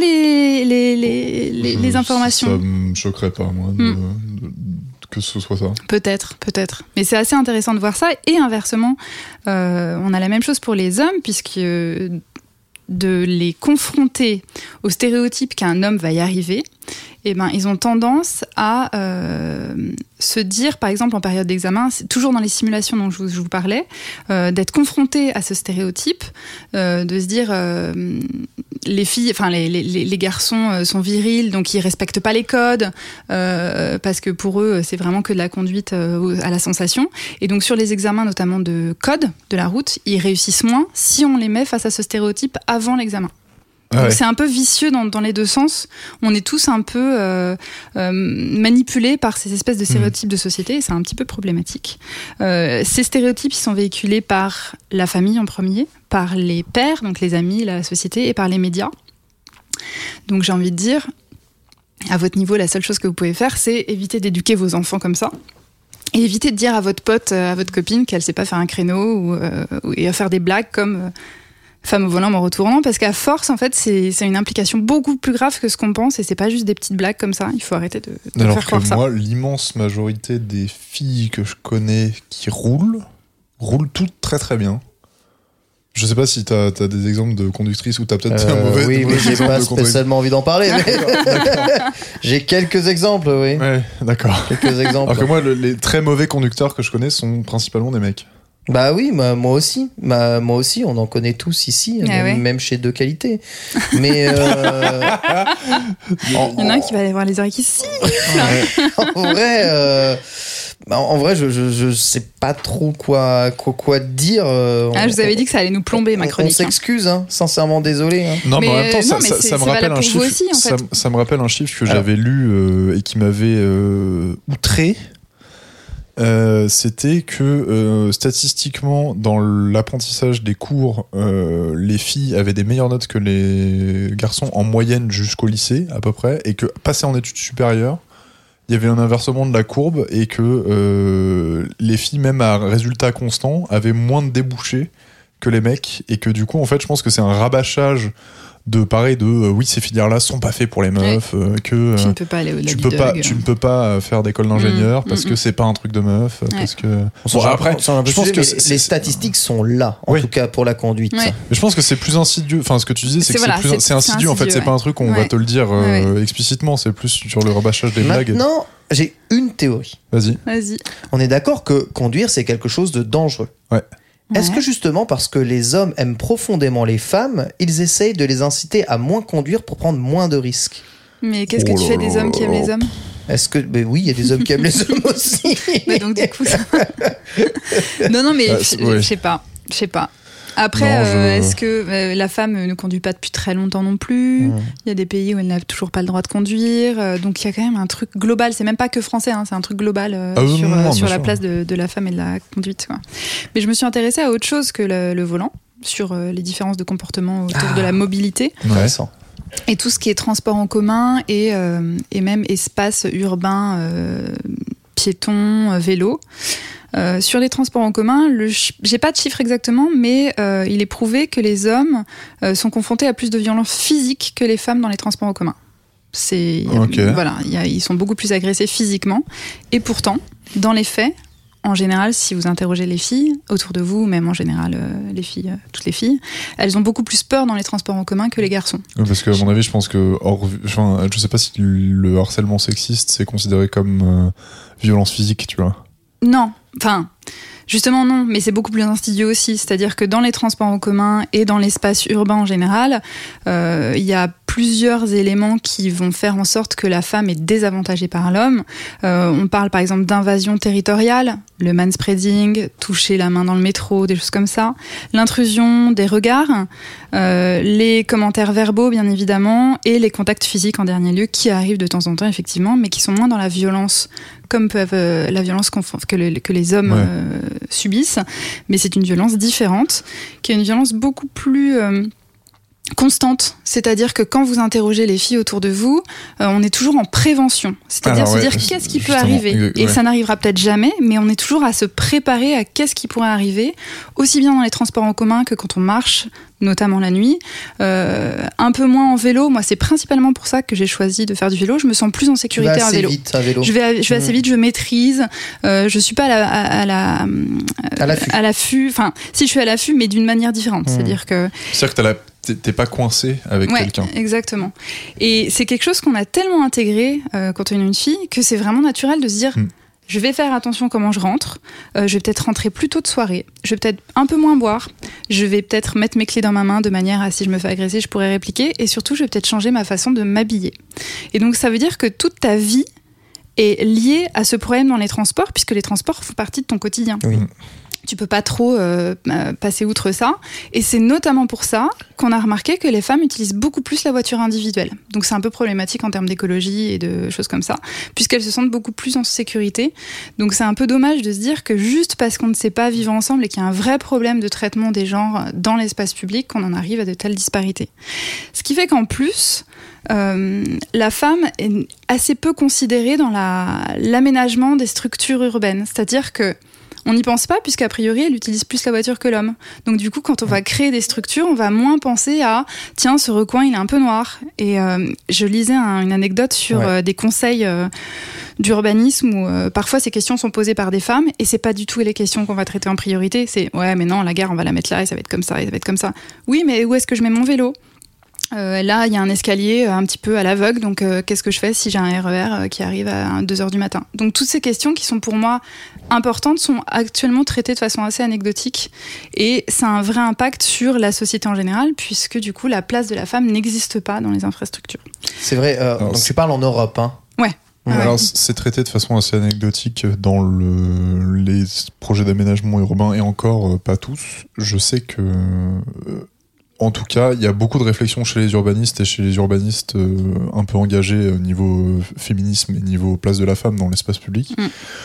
les informations. Ça me choquerait pas, moi, que ce soit ça. Peut-être. Mais c'est assez intéressant de voir ça. Et inversement, on a la même chose pour les hommes, puisque de les confronter au stéréotype qu'un homme va y arriver, ils ont tendance à se dire, par exemple, en période d'examen, c'est toujours dans les simulations dont je vous parlais, d'être confronté à ce stéréotype, de se dire, les filles, enfin les garçons sont virils, donc ils respectent pas les codes, parce que pour eux, c'est vraiment que de la conduite à la sensation. Et donc sur les examens, notamment de code de la route, ils réussissent moins si on les met face à ce stéréotype avant l'examen. Donc c'est un peu vicieux dans les deux sens. On est tous un peu manipulés par ces espèces de stéréotypes de société et c'est un petit peu problématique. Ces stéréotypes, ils sont véhiculés par la famille en premier, par les pairs, donc les amis, la société, et par les médias. Donc j'ai envie de dire, à votre niveau, la seule chose que vous pouvez faire, c'est éviter d'éduquer vos enfants comme ça. Et éviter de dire à votre pote, à votre copine qu'elle sait pas faire un créneau et à faire des blagues comme... femme au volant, me retournant, parce qu'à force, en fait, c'est une implication beaucoup plus grave que ce qu'on pense, et c'est pas juste des petites blagues comme ça. Il faut arrêter de faire croire ça. Alors que moi, l'immense majorité des filles que je connais qui roulent toutes très très bien. Je sais pas si t'as des exemples de conductrices ou t'as peut-être un mauvais. Oui, j'ai pas spécialement envie d'en parler. Mais... D'accord. J'ai quelques exemples, oui. Ouais, d'accord. Quelques exemples. Alors que moi, les très mauvais conducteurs que je connais sont principalement des mecs. Bah oui, moi aussi, on en connaît tous ici, même chez Deux Qualités. Mais il y en a un qui va aller voir les oreilles ici. En vrai, je sais pas trop quoi dire. Je vous avais dit que ça allait nous plomber, ma chronique. On s'excuse, sincèrement désolé. Non, mais en même temps, ça me rappelle un chiffre. Aussi, en fait. Ça me rappelle un chiffre que j'avais lu et qui m'avait outré. C'était que statistiquement dans l'apprentissage des cours les filles avaient des meilleures notes que les garçons en moyenne jusqu'au lycée à peu près, et que passé en études supérieures il y avait un inversement de la courbe et que les filles même à résultat constant avaient moins de débouchés que les mecs, et que du coup en fait je pense que c'est un rabâchage oui, ces filières-là sont pas faites pour les meufs, que tu ne peux pas aller au-delà tu ne peux pas faire d'école d'ingénieur parce que c'est pas un truc de meuf, parce que après je pense que les statistiques sont là en tout cas pour la conduite. Ouais. Mais je pense que c'est plus insidieux, enfin ce que tu disais c'est que c'est insidieux en fait, c'est pas un truc qu'on va te le dire explicitement, c'est plus sur le rabâchage des blagues. Maintenant, j'ai une théorie. Vas-y. On est d'accord que conduire c'est quelque chose de dangereux. Ouais. Est-ce que justement parce que les hommes aiment profondément les femmes, ils essayent de les inciter à moins conduire pour prendre moins de risques? Mais qu'est-ce que tu fais des hommes qui aiment les hommes? Est-ce que... oui, il y a des hommes qui aiment les hommes aussi. Mais donc du coup... non, mais je sais pas. Après, est-ce que la femme ne conduit pas depuis très longtemps non plus? Il y a des pays où elle n'a toujours pas le droit de conduire. Donc il y a quand même un truc global. C'est même pas que français, c'est un truc global sur la place de la femme et de la conduite. Quoi. Mais je me suis intéressée à autre chose que le volant, sur les différences de comportement autour de la mobilité. Intéressant. Et tout ce qui est transport en commun et même espace urbain, piéton, vélo. Sur les transports en commun, j'ai pas de chiffres exactement, mais il est prouvé que les hommes sont confrontés à plus de violences physiques que les femmes dans les transports en commun. Ils sont beaucoup plus agressés physiquement. Et pourtant, dans les faits, en général, si vous interrogez les filles autour de vous, même en général les filles, toutes les filles, elles ont beaucoup plus peur dans les transports en commun que les garçons. Parce qu'à mon avis, je pense que je sais pas si le harcèlement sexiste c'est considéré comme violence physique, tu vois. Non, justement non, mais c'est beaucoup plus insidieux aussi. C'est-à-dire que dans les transports en commun et dans l'espace urbain en général, il y a plusieurs éléments qui vont faire en sorte que la femme est désavantagée par l'homme. On parle par exemple d'invasion territoriale, le manspreading, toucher la main dans le métro, des choses comme ça. L'intrusion des regards, les commentaires verbaux bien évidemment, et les contacts physiques en dernier lieu, qui arrivent de temps en temps effectivement, mais qui sont moins dans la violence, comme peuvent la violence que les hommes subissent. Mais c'est une violence différente, qui est une violence beaucoup plus... constante, c'est-à-dire que quand vous interrogez les filles autour de vous, on est toujours en prévention, c'est-à-dire se dire qu'est-ce qui peut arriver, et ça n'arrivera peut-être jamais, mais on est toujours à se préparer à qu'est-ce qui pourrait arriver, aussi bien dans les transports en commun que quand on marche, notamment la nuit, un peu moins en vélo. Moi, c'est principalement pour ça que j'ai choisi de faire du vélo. Je me sens plus en sécurité à vélo. Vite, à vélo. Je vais assez vite, je maîtrise. Je suis pas à l'affût. Enfin, si je suis à l'affût, mais d'une manière différente. C'est-à-dire que t'es pas coincé avec quelqu'un. Exactement. Et c'est quelque chose qu'on a tellement intégré quand on est une fille que c'est vraiment naturel de se dire je vais faire attention comment je rentre, je vais peut-être rentrer plus tôt de soirée, je vais peut-être un peu moins boire, je vais peut-être mettre mes clés dans ma main de manière à, si je me fais agresser, je pourrais répliquer, et surtout, je vais peut-être changer ma façon de m'habiller. Et donc, ça veut dire que toute ta vie est liée à ce problème dans les transports, puisque les transports font partie de ton quotidien. Oui. Tu peux pas trop passer outre ça. Et c'est notamment pour ça qu'on a remarqué que les femmes utilisent beaucoup plus la voiture individuelle. Donc c'est un peu problématique en termes d'écologie et de choses comme ça, puisqu'elles se sentent beaucoup plus en sécurité. Donc c'est un peu dommage de se dire que juste parce qu'on ne sait pas vivre ensemble et qu'il y a un vrai problème de traitement des genres dans l'espace public, qu'on en arrive à de telles disparités. Ce qui fait qu'en plus, la femme est assez peu considérée dans l'aménagement des structures urbaines. C'est-à-dire que on n'y pense pas, puisqu'a priori, elle utilise plus la voiture que l'homme. Donc du coup, quand on va créer des structures, on va moins penser à « tiens, ce recoin, il est un peu noir ». Et je lisais une anecdote sur des conseils d'urbanisme où parfois ces questions sont posées par des femmes et c'est pas du tout les questions qu'on va traiter en priorité. C'est « ouais, mais non, la gare, on va la mettre là et ça va être comme ça et ça va être comme ça ». Oui, mais où est-ce que je mets mon vélo ? Là, il y a un escalier un petit peu à l'aveugle, donc qu'est-ce que je fais si j'ai un RER qui arrive à 2h du matin ? Donc toutes ces questions qui sont pour moi importantes sont actuellement traitées de façon assez anecdotique et ça a un vrai impact sur la société en général puisque du coup la place de la femme n'existe pas dans les infrastructures. C'est vrai, donc tu parles en Europe, hein. Ouais. Alors, c'est traité de façon assez anecdotique dans les projets d'aménagement urbain et encore pas tous. Je sais que... En tout cas, il y a beaucoup de réflexions chez les urbanistes et chez les urbanistes un peu engagés au niveau féminisme et niveau place de la femme dans l'espace public,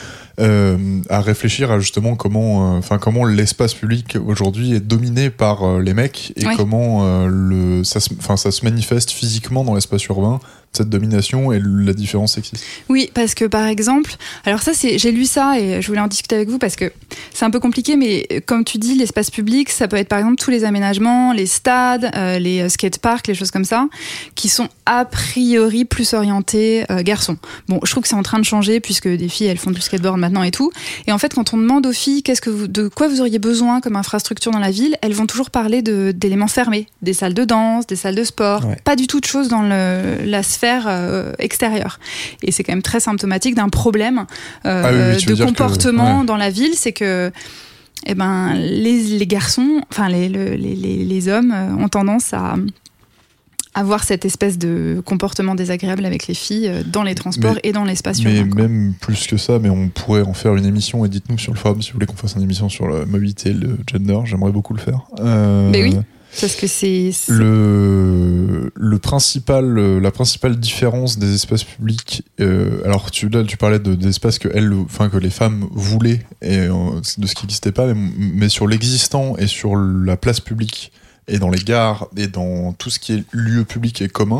à réfléchir à justement comment l'espace public aujourd'hui est dominé par les mecs et comment ça se manifeste physiquement dans l'espace urbain, cette domination et la différence sexiste. Oui, parce que par exemple, alors ça j'ai lu ça et je voulais en discuter avec vous parce que c'est un peu compliqué, mais comme tu dis, l'espace public, ça peut être par exemple tous les aménagements, les stades, les skateparks, les choses comme ça, qui sont a priori plus orientés garçons. Bon, je trouve que c'est en train de changer puisque des filles, elles font du skateboard maintenant et tout. Et en fait, quand on demande aux filles de quoi vous auriez besoin comme infrastructure dans la ville, elles vont toujours parler d'éléments fermés, des salles de danse, des salles de sport, pas du tout de choses dans la sphère extérieure. Et c'est quand même très symptomatique d'un problème de comportement dans la ville, c'est que les garçons, enfin les hommes ont tendance à avoir cette espèce de comportement désagréable avec les filles dans les transports et dans l'espace urbain. Mais même plus que ça, mais on pourrait en faire une émission, et dites-nous sur le forum si vous voulez qu'on fasse une émission sur la mobilité et le gender, j'aimerais beaucoup le faire. Mais oui. Parce que c'est... la principale différence des espaces publics, alors tu parlais d'espaces que les femmes voulaient et de ce qui n'existait pas, mais sur l'existant et sur la place publique et dans les gares et dans tout ce qui est lieu public et commun,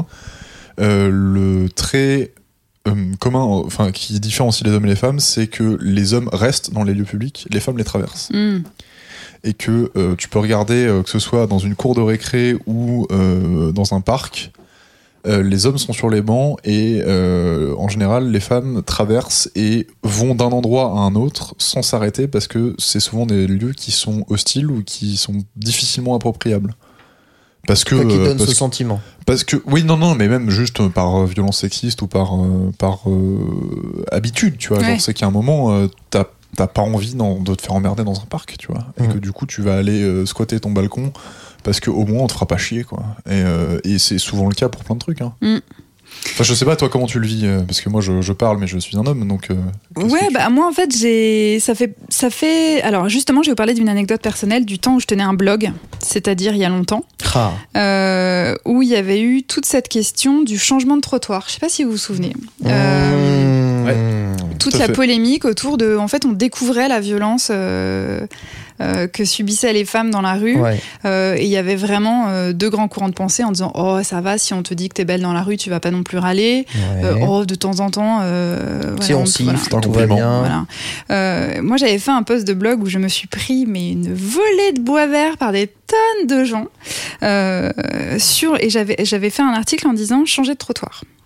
le trait commun, qui différencie les hommes et les femmes, c'est que les hommes restent dans les lieux publics, les femmes les traversent. Et que tu peux regarder, que ce soit dans une cour de récré ou dans un parc, les hommes sont sur les bancs et en général les femmes traversent et vont d'un endroit à un autre sans s'arrêter parce que c'est souvent des lieux qui sont hostiles ou qui sont difficilement appropriables. Parce que qui donne ce sentiment. Parce que mais même juste par violence sexiste ou par habitude, tu vois. Genre, c'est qu'à un moment t'as pas envie de te faire emmerder dans un parc, tu vois, et que du coup tu vas aller squatter ton balcon parce que au moins on te fera pas chier, quoi. Et c'est souvent le cas pour plein de trucs, hein. Enfin, je sais pas toi comment tu le vis, parce que moi je parle mais je suis un homme, donc moi en fait ça fait alors justement je vais vous parler d'une anecdote personnelle du temps où je tenais un blog, c'est-à-dire il y a longtemps, où il y avait eu toute cette question du changement de trottoir. Je sais pas si vous vous souvenez. Toute la polémique autour de, en fait, on découvrait la violence que subissaient les femmes dans la rue. Et il y avait vraiment deux grands courants de pensée en disant oh ça va, si on te dit que t'es belle dans la rue, tu vas pas non plus râler. De temps en temps, si on siffle, tout va bien. Moi j'avais fait un post de blog où je me suis pris une volée de bois vert par des tonnes de gens et j'avais fait un article en disant changer de trottoir.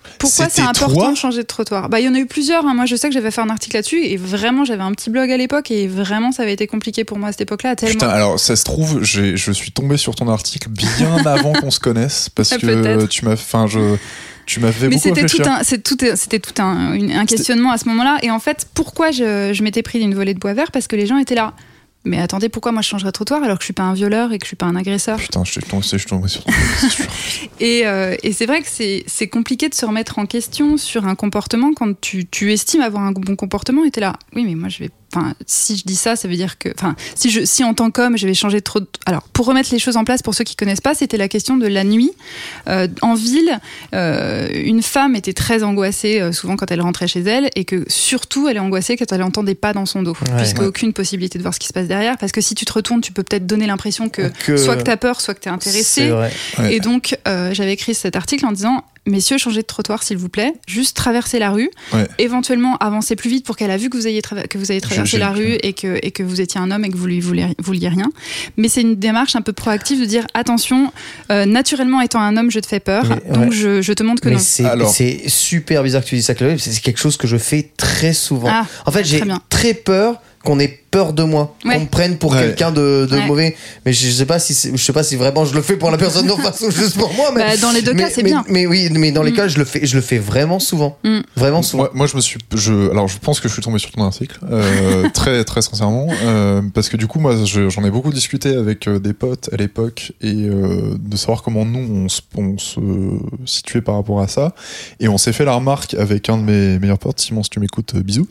Pourquoi C'était c'est important toi de changer de trottoir ? Bah, il y en a eu plusieurs. Moi, je sais que j'avais fait un article là-dessus et vraiment, j'avais un petit blog à l'époque et vraiment, ça avait été compliqué pour moi à cette époque-là. Tellement... Putain, alors ça se trouve, je suis tombé sur ton article bien avant qu'on se connaisse parce que Peut-être. tu m'as fait Mais beaucoup réfléchir. c'était tout un questionnement à ce moment-là. Et en fait, pourquoi je m'étais pris d'une volée de bois vert ? Parce que les gens étaient là. Mais attendez, pourquoi moi je changerais de trottoir alors que je suis pas un violeur et que je suis pas un agresseur ? Putain, je suis tombé sur ton c'est sûr. Et c'est vrai que c'est compliqué de se remettre en question sur un comportement quand tu estimes avoir un bon comportement et t'es là. Oui, mais moi je vais. Enfin, si je dis ça, ça veut dire que. Enfin, si en tant qu'homme, je vais changer trop. Alors, pour remettre les choses en place, pour ceux qui connaissent pas, c'était la question de la nuit. En ville, une femme était très angoissée souvent quand elle rentrait chez elle et que surtout, elle est angoissée quand elle entend des pas dans son dos, puisque aucune possibilité de voir ce qui se passe derrière. Parce que si tu te retournes, tu peux peut-être donner l'impression que soit que t'as peur, soit que t'es intéressé. C'est vrai. Ouais. Et donc, j'avais écrit cet article en disant. Messieurs, changez de trottoir s'il vous plaît. Juste traverser la rue. Ouais. Éventuellement avancer plus vite pour qu'elle a vu que vous avez traversé la rue et que vous étiez un homme et que vous lui vouliez rien. Mais c'est une démarche un peu proactive de dire attention, naturellement étant un homme, je te fais peur. Donc je te montre que mais non. c'est super bizarre que tu dises ça, Chloé. C'est quelque chose que je fais très souvent. Ah, en fait, j'ai très peur qu'on ait peur de moi, qu'on me prenne pour quelqu'un de mauvais. Mais je sais pas si vraiment je le fais pour la personne d'en face ou juste pour moi. Mais, bah, dans les deux cas, c'est bien. Mais oui, mais dans les cas, je le fais vraiment souvent. Vraiment souvent. Moi, je pense que je suis tombé sur ton article, très, très sincèrement, parce que du coup, moi, j'en ai beaucoup discuté avec des potes à l'époque et de savoir comment nous, on se situait par rapport à ça. Et on s'est fait la remarque avec un de mes meilleurs potes, Simon, si tu m'écoutes, bisous,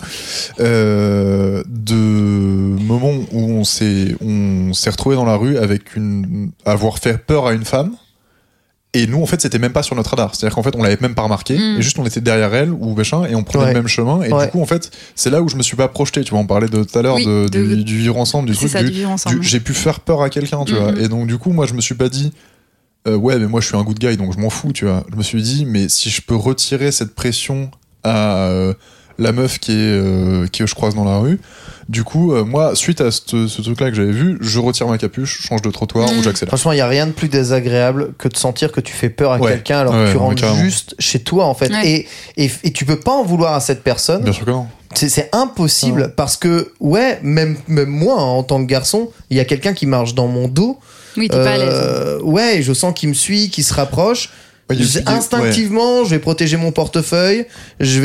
de moment où on s'est retrouvé dans la rue avec avoir fait peur à une femme. Et nous, en fait, c'était même pas sur notre radar. C'est-à-dire qu'en fait, on l'avait même pas remarqué. Et juste, on était derrière elle ou machin, et on prenait le même chemin. Et du coup, en fait, c'est là où je me suis pas projeté. Tu vois, on parlait de tout à l'heure du vivre ensemble, du truc. Du vivre ensemble. J'ai pu faire peur à quelqu'un, tu vois. Et donc, du coup, moi, je me suis pas dit, ouais, mais moi, je suis un good guy, donc je m'en fous, tu vois. Je me suis dit, mais si je peux retirer cette pression à la meuf que je croise dans la rue. Du coup, moi, suite à ce truc-là que j'avais vu, je retire ma capuche, je change de trottoir ou j'accélère. Franchement, il n'y a rien de plus désagréable que de sentir que tu fais peur à quelqu'un alors que tu rentres juste chez toi, en fait. Et tu peux pas en vouloir à cette personne. Bien sûr que non. C'est impossible parce que, même moi, en tant que garçon, il y a quelqu'un qui marche dans mon dos. Oui, t'es pas à l'aise. Je sens qu'il me suit, qu'il se rapproche. Instinctivement, je vais protéger mon portefeuille. Je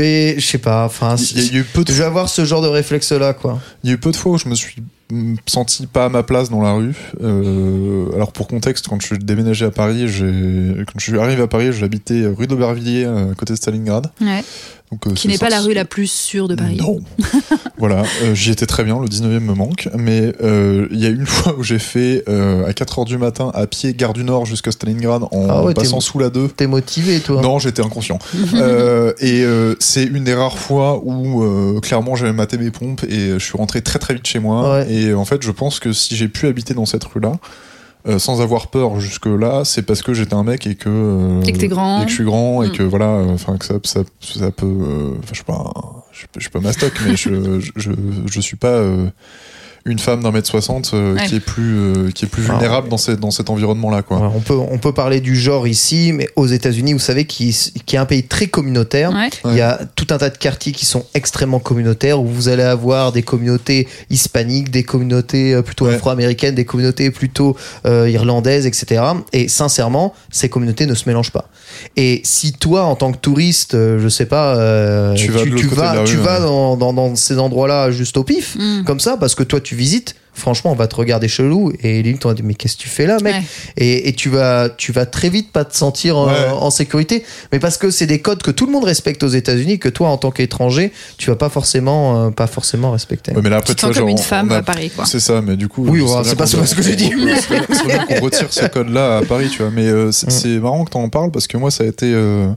vais avoir ce genre de réflexe-là, quoi. Il y a eu peu de fois où je me suis senti pas à ma place dans la rue. Alors pour contexte, quand je suis déménagé à Paris, quand je suis arrivé à Paris, j'habitais rue d'Aubervilliers, à côté de Stalingrad. Ouais. Donc, qui n'est pas la rue la plus sûre de Paris. Non. Voilà, j'y étais très bien, le 19e me manque, mais il y a une fois où j'ai fait à 4h du matin à pied gare du Nord jusqu'à Stalingrad en passant sous la 2. T'es motivé, toi? Non, j'étais inconscient. C'est une des rares fois où clairement j'avais maté mes pompes et je suis rentré très très vite chez moi. Ouais. Et en fait, je pense que si j'ai pu habiter dans cette rue-là, sans avoir peur jusque là, c'est parce que j'étais un mec et que t'es grand et que je suis grand et que voilà, enfin que ça peut, je suis pas mastoc, mais je suis pas une femme d'1m60 qui est plus vulnérable dans cet environnement-là, quoi. Ouais, on peut parler du genre ici, mais aux États-Unis, vous savez, qui est un pays très communautaire. Ouais. Il y a tout un tas de quartiers qui sont extrêmement communautaires où vous allez avoir des communautés hispaniques, des communautés plutôt afro-américaines, des communautés plutôt irlandaises, etc. Et sincèrement, ces communautés ne se mélangent pas. Et si toi, en tant que touriste, je sais pas, tu vas dans ces endroits-là juste au pif, comme ça, parce que toi tu visites, franchement on va te regarder chelou et limite on va dire mais qu'est-ce que tu fais là, mec? Et tu vas très vite pas te sentir en sécurité, mais parce que c'est des codes que tout le monde respecte aux États-Unis, que toi en tant qu'étranger tu vas pas forcément respecter. Ouais, mais là, après, tu te sens comme une femme à Paris, quoi. C'est ça, mais du coup c'est pas ce que j'ai dit. C'est bien qu'on retire ces codes là à Paris, tu vois, mais c'est marrant que t'en parles parce que moi ça a été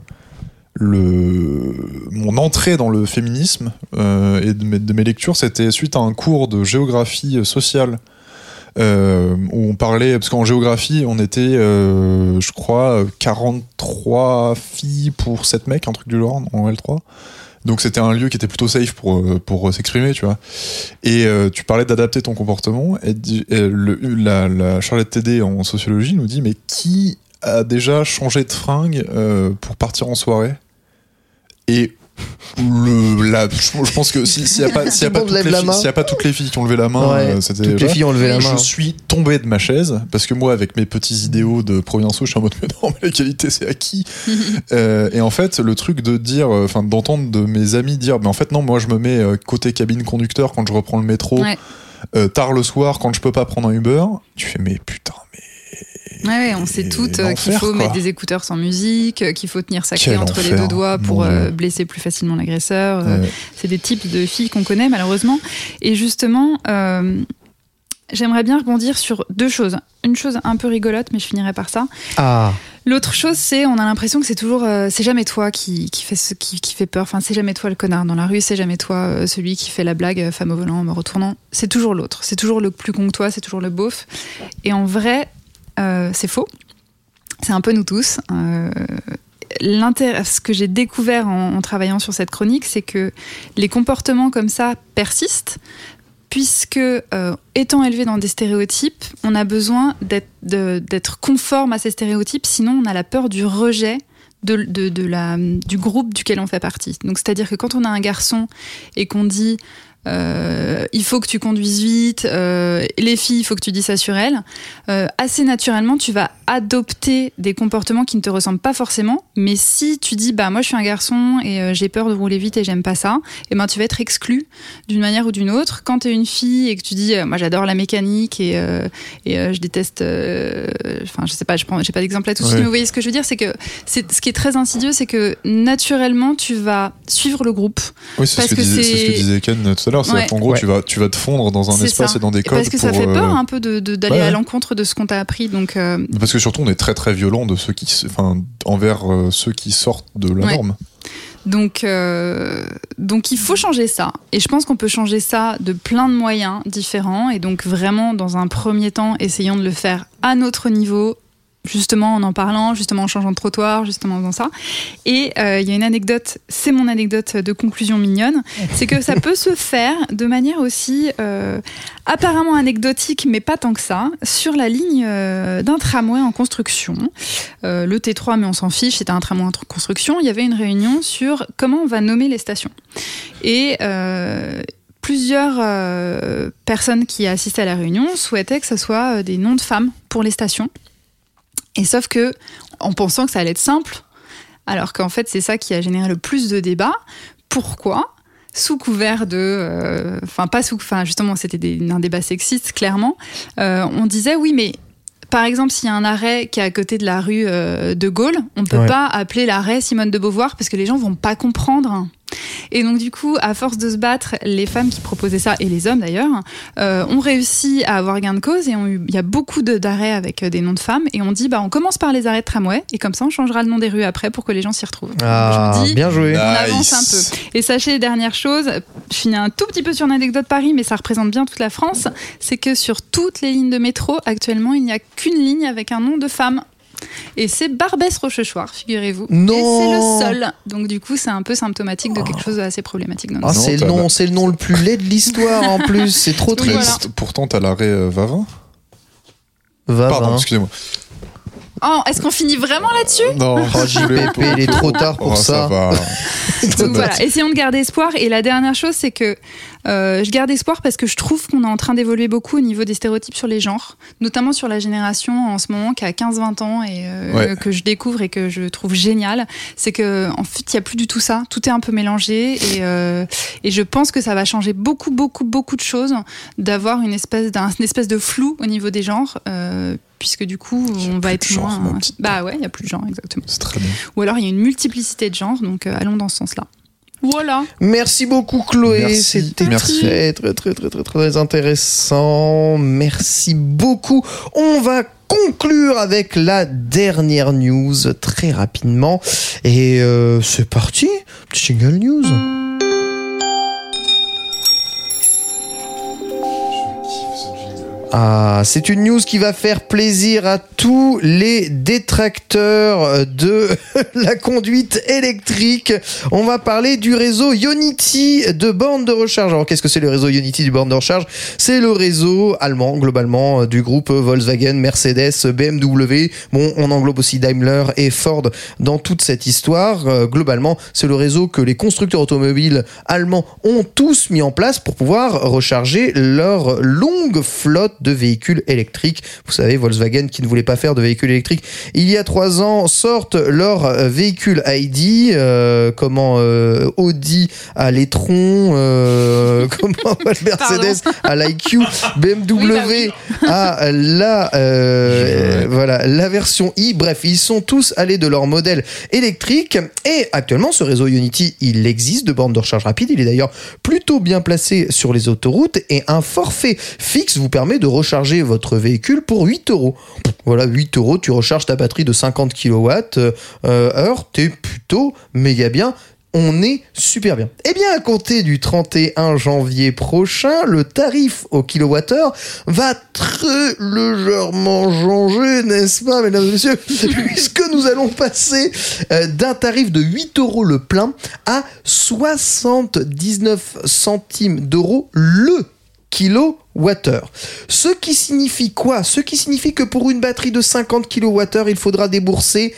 mon entrée dans le féminisme et de mes lectures, c'était suite à un cours de géographie sociale où on parlait, parce qu'en géographie on était je crois 43 filles pour 7 mecs, un truc du genre en L3. Donc c'était un lieu qui était plutôt safe pour s'exprimer, tu vois. Et tu parlais d'adapter ton comportement et la Charlotte Tédé en sociologie nous dit mais qui a déjà changé de fringue pour partir en soirée Et je pense que s'il y a pas toutes les filles qui ont levé la main, toutes les filles ont levé la main. Je suis tombé de ma chaise parce que moi, avec mes petits idéaux de Provianceau, je suis en mode mais non, mais la qualité c'est acquis. Et en fait, le truc de dire, d'entendre de mes amis dire, mais en fait non, moi je me mets côté cabine conducteur quand je reprends le métro, tard le soir quand je peux pas prendre un Uber. Tu fais mais putain. Ouais, on sait toutes qu'il faut mettre des écouteurs sans musique, qu'il faut tenir sa clé entre les deux doigts pour blesser plus facilement l'agresseur. C'est des types de filles qu'on connaît malheureusement. Et justement, j'aimerais bien rebondir sur deux choses. Une chose un peu rigolote, mais je finirai par ça. L'autre chose, c'est on a l'impression que c'est toujours, c'est jamais toi qui fait peur. Enfin, c'est jamais toi le connard dans la rue. C'est jamais toi celui qui fait la blague femme au volant, me retournant. C'est toujours l'autre. C'est toujours le plus con que toi. C'est toujours le beauf. Et en vrai. C'est faux. C'est un peu nous tous. Ce que j'ai découvert en travaillant sur cette chronique, c'est que les comportements comme ça persistent, puisque étant élevé dans des stéréotypes, on a besoin d'être conforme à ces stéréotypes, sinon on a la peur du rejet du groupe duquel on fait partie. Donc c'est-à-dire que quand on a un garçon et qu'on dit il faut que tu conduises vite, les filles, il faut que tu dis ça sur elles, assez naturellement tu vas adopter des comportements qui ne te ressemblent pas forcément, mais si tu dis moi je suis un garçon et j'ai peur de rouler vite et j'aime pas ça, et tu vas être exclu d'une manière ou d'une autre. Quand t'es une fille et que tu dis moi j'adore la mécanique et je déteste je sais pas, j'ai pas d'exemple là tout de suite, mais vous voyez ce que je veux dire, c'est que ce qui est très insidieux, c'est que naturellement tu vas suivre le groupe. Oui, c'est ce que disait Ken tout à l'heure. C'est-à-dire qu'en gros, tu vas te fondre dans un espace et dans des codes. Parce que ça fait peur un peu d'aller à l'encontre de ce qu'on t'a appris. Donc, parce que surtout, on est très très violent envers ceux qui sortent de la norme. Donc il faut changer ça. Et je pense qu'on peut changer ça de plein de moyens différents. Et donc vraiment, dans un premier temps, essayons de le faire à notre niveau, justement en parlant, justement en changeant de trottoir, justement en faisant ça. Et il y a une anecdote, c'est mon anecdote de conclusion mignonne, c'est que ça peut se faire de manière aussi apparemment anecdotique, mais pas tant que ça, sur la ligne d'un tramway en construction. Le T3, mais on s'en fiche, c'était un tramway en construction. Il y avait une réunion sur comment on va nommer les stations. Et plusieurs personnes qui assistaient à la réunion souhaitaient que ce soit des noms de femmes pour les stations. Et sauf que, en pensant que ça allait être simple, alors qu'en fait c'est ça qui a généré le plus de débats. Pourquoi ? Sous couvert de... justement c'était un débat sexiste, clairement. On disait oui, mais par exemple s'il y a un arrêt qui est à côté de la rue de Gaulle, on ne peut pas appeler l'arrêt Simone de Beauvoir parce que les gens ne vont pas comprendre. Et donc du coup, à force de se battre, les femmes qui proposaient ça, et les hommes d'ailleurs, ont réussi à avoir gain de cause, et il y a beaucoup d'arrêts avec des noms de femmes, et on dit on commence par les arrêts de tramway, et comme ça on changera le nom des rues après pour que les gens s'y retrouvent. Je me dis, bien joué. On avance un peu. Et sachez, dernière chose, je finis un tout petit peu sur une anecdote Paris, mais ça représente bien toute la France, c'est que sur toutes les lignes de métro, actuellement, il n'y a qu'une ligne avec un nom de femme. Et c'est Barbès-Rochechouart, figurez-vous. Non. Et c'est le seul. Donc du coup, c'est un peu symptomatique de quelque chose d'assez problématique. C'est le nom le plus laid de l'histoire en plus. C'est trop triste. Voilà. Pourtant, t'as l'arrêt Vavin. Pardon, excusez-moi. Oh, est-ce qu'on finit vraiment là-dessus ? Non, JPP, il est trop tard pour ça. Va. Donc voilà, essayons de garder espoir. Et la dernière chose, c'est que je garde espoir parce que je trouve qu'on est en train d'évoluer beaucoup au niveau des stéréotypes sur les genres, notamment sur la génération en ce moment qui a 15-20 ans et que je découvre et que je trouve génial. C'est qu'en fait, il n'y a plus du tout ça. Tout est un peu mélangé et je pense que ça va changer beaucoup de choses, d'avoir une espèce de flou au niveau des genres. Puisque du coup, on va être moins... il n'y a plus de genre, exactement. C'est très bien. Ou alors, il y a une multiplicité de genres, donc allons dans ce sens-là. Voilà. Merci beaucoup, Chloé. Merci. C'était très intéressant. Merci beaucoup. On va conclure avec la dernière news très rapidement. Et c'est parti. Petit jingle news. Ah, c'est une news qui va faire plaisir à tous les détracteurs de la conduite électrique. On va parler du réseau Ionity de bornes de recharge. Alors, qu'est-ce que c'est le réseau Ionity du borne de recharge ? C'est le réseau allemand, globalement, du groupe Volkswagen, Mercedes, BMW. Bon, on englobe aussi Daimler et Ford dans toute cette histoire. Globalement, c'est le réseau que les constructeurs automobiles allemands ont tous mis en place pour pouvoir recharger leur longue flotte de véhicules électriques. Vous savez, Volkswagen qui ne voulait pas faire de véhicules électriques il y a 3 ans sortent leur véhicule ID, Audi à l'e-tron, Mercedes à l'IQ, BMW à la version i. Bref, ils sont tous allés de leur modèle électrique et actuellement ce réseau Ionity, il existe de bornes de recharge rapide. Il est d'ailleurs plutôt bien placé sur les autoroutes et un forfait fixe vous permet de recharger votre véhicule pour 8 €. Voilà, 8 €, tu recharges ta batterie de 50 kWh, t'es plutôt méga bien. On est super bien. Eh bien, à compter du 31 janvier prochain, le tarif au kilowattheure va très légèrement changer, n'est-ce pas, mesdames et messieurs, puisque nous allons passer d'un tarif de 8 € le plein à 79 centimes d'euros le kilowattheure. Ce qui signifie quoi ? Ce qui signifie que pour une batterie de 50 kWh, il faudra débourser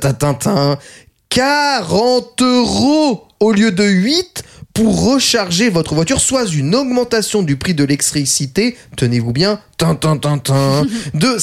40 € au lieu de 8 pour recharger votre voiture, soit une augmentation du prix de l'électricité, tenez-vous bien, de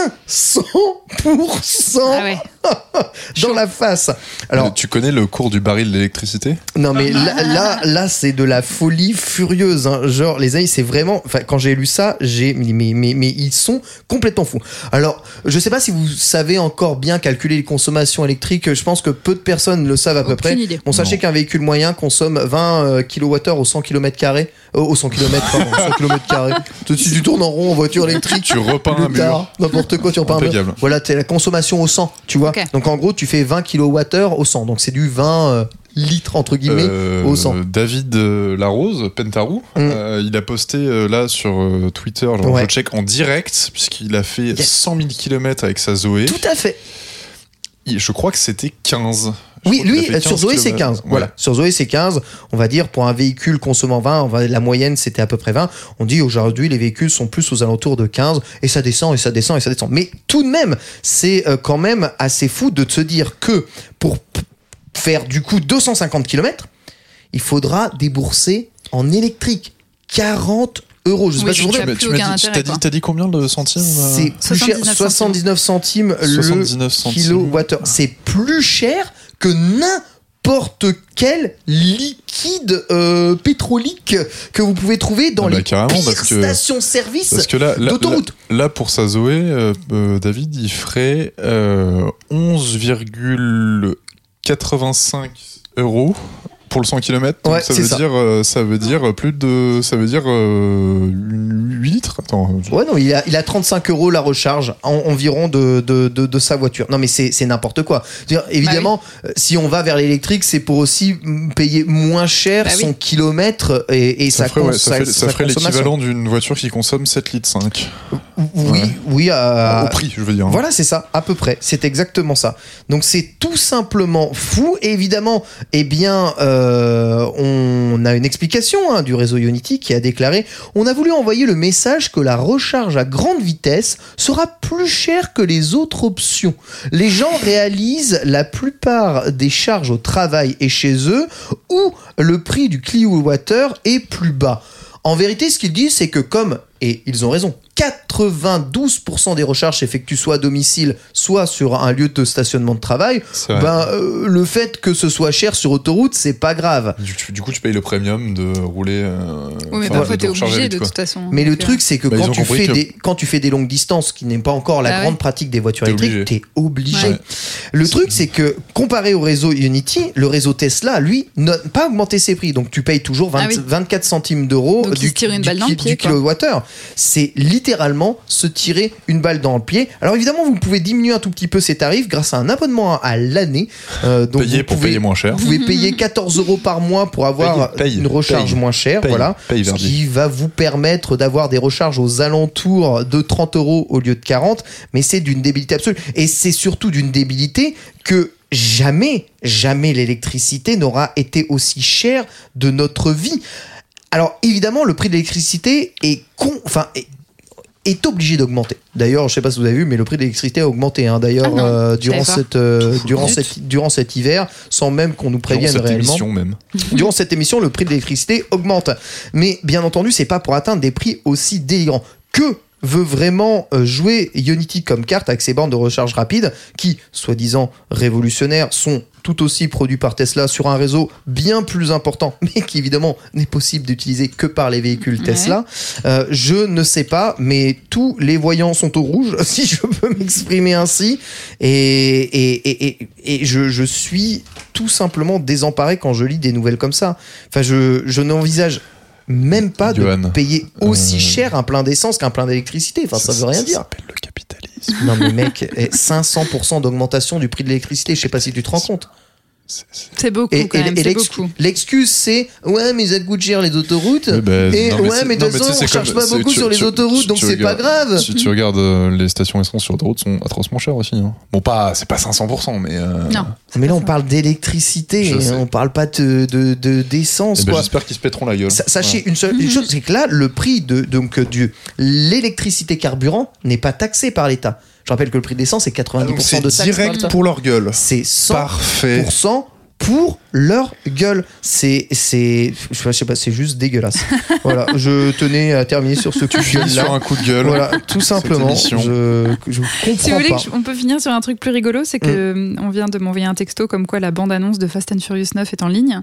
500% dans la face. Alors, tu connais le cours du baril d'électricité ? Non mais là c'est de la folie furieuse, hein. Genre les amis, c'est vraiment, enfin quand j'ai lu ça, mais ils sont complètement fous. Alors je sais pas si vous savez encore bien calculer les consommations électriques. Je pense que peu de personnes le savent à peu près. Idée. On sachez qu'un véhicule moyen consomme 20 kWh au 100 km², au 100 km, pardon, 100 km². Si tu tournes en rond en voiture électrique, tu repeins un mur, n'importe quoi, tu repeins un mur. Voilà, c'est la consommation au 100, tu vois. Okay. Donc en gros, tu fais 20 kWh au 100. Donc c'est du 20 litres entre guillemets au 100. David Larose, Pentarou, il a posté là sur Twitter, genre je check en direct, puisqu'il a fait 100 000 km avec sa Zoé. Tout à fait. Je crois que c'était 15. Oui, lui, sur Zoé, c'est 15. Ouais. Voilà. Sur Zoé, c'est 15. On va dire, pour un véhicule consommant 20, la moyenne, c'était à peu près 20. On dit, aujourd'hui, les véhicules sont plus aux alentours de 15. Et ça descend, et ça descend, et ça descend. Mais tout de même, c'est quand même assez fou de se dire que pour faire, du coup, 250 km, il faudra débourser en électrique 40 €. Je sais pas si t'as dit combien de centimes ? C'est plus cher, 79 centimes le kilowattheure. C'est plus cher que n'importe quel liquide pétrolique que vous pouvez trouver dans les pires stations-service d'autoroute. Là, pour sa Zoé, David, il ferait 11,85 € pour le 100 km, donc ça veut dire plus de 8 litres. Attends. Ouais, non, il a 35 € la recharge environ de sa voiture. Non mais c'est n'importe quoi. C'est-à-dire, évidemment, si on va vers l'électrique, c'est pour aussi payer moins cher son kilomètre et ça ferait l'équivalent d'une voiture qui consomme 7 litres 5. Oui, au prix, je veux dire. Voilà, c'est ça, à peu près. C'est exactement ça. Donc c'est tout simplement fou. Et évidemment, on a une explication du réseau Ionity qui a déclaré « On a voulu envoyer le message que la recharge à grande vitesse sera plus chère que les autres options. Les gens réalisent la plupart des charges au travail et chez eux où le prix du kilowattheure est plus bas. » En vérité, ce qu'ils disent, c'est que et ils ont raison, 92% des recharges s'effectuent soit à domicile, soit sur un lieu de stationnement de travail. Le fait que ce soit cher sur autoroute, c'est pas grave. Du coup, tu payes le premium de rouler. Oui, mais parfois t'es obligé de toute façon. Mais le truc, c'est que quand tu fais des longues distances, qui n'est pas encore la grande pratique des voitures électriques, t'es obligé. Ouais. Le truc, c'est que comparé au réseau Ionity, le réseau Tesla, lui, n'a pas augmenté ses prix. Donc tu payes toujours 24 centimes d'euros du kilowattheure. C'est littéralement littéralement se tirer une balle dans le pied. Alors évidemment, vous pouvez diminuer un tout petit peu ces tarifs grâce à un abonnement à l'année. Donc payer moins cher. Vous pouvez payer 14 € par mois pour avoir une recharge moins chère. Voilà. Ce qui va vous permettre d'avoir des recharges aux alentours de 30 € au lieu de 40. Mais c'est d'une débilité absolue. Et c'est surtout d'une débilité que jamais l'électricité n'aura été aussi chère de notre vie. Alors évidemment, le prix de l'électricité est obligé d'augmenter. D'ailleurs, je sais pas si vous avez vu, mais le prix de l'électricité a augmenté. D'ailleurs, durant cet hiver, sans même qu'on nous prévienne réellement. Durant cette émission, le prix de l'électricité augmente. Mais bien entendu, c'est pas pour atteindre des prix aussi délirants. Que veut vraiment jouer Ionity comme carte avec ses bornes de recharge rapide qui, soi-disant révolutionnaires, sont tout aussi produits par Tesla sur un réseau bien plus important, mais qui évidemment n'est possible d'utiliser que par les véhicules Tesla. Je ne sais pas, mais tous les voyants sont au rouge, si je peux m'exprimer ainsi, et je suis tout simplement désemparé quand je lis des nouvelles comme ça. Enfin, je n'envisage même pas de payer aussi cher un plein d'essence qu'un plein d'électricité. Enfin, ça veut rien dire. Ça s'appelle le capitalisme. Non mais mec, 500% d'augmentation du prix de l'électricité, je sais pas si tu te rends compte. C'est beaucoup quand même, c'est beaucoup. L'excuse c'est mais ça coûte cher les autoroutes mais de toute façon on charge pas beaucoup sur les autoroutes donc c'est pas grave. Si tu regardes les stations essence sur autoroute sont atrocement chères aussi. Bon c'est pas 500% mais non. Mais là on parle d'électricité, on parle pas d'essence quoi. J'espère qu'ils se pèteront la gueule. Sachez une chose, c'est que là le prix de l'électricité carburant n'est pas taxé par l'État. Je rappelle que le prix de l'essence c'est 90% de taxe. C'est direct pour leur gueule. C'est 100% pour leur gueule. Je sais pas, c'est juste dégueulasse. Voilà, je tenais à terminer sur ce coup de gueule là. Sur un coup de gueule. Voilà, tout simplement. Je comprends si vous voulez pas. on peut finir sur un truc plus rigolo, c'est que on vient de m'envoyer un texto comme quoi la bande-annonce de Fast and Furious 9 est en ligne.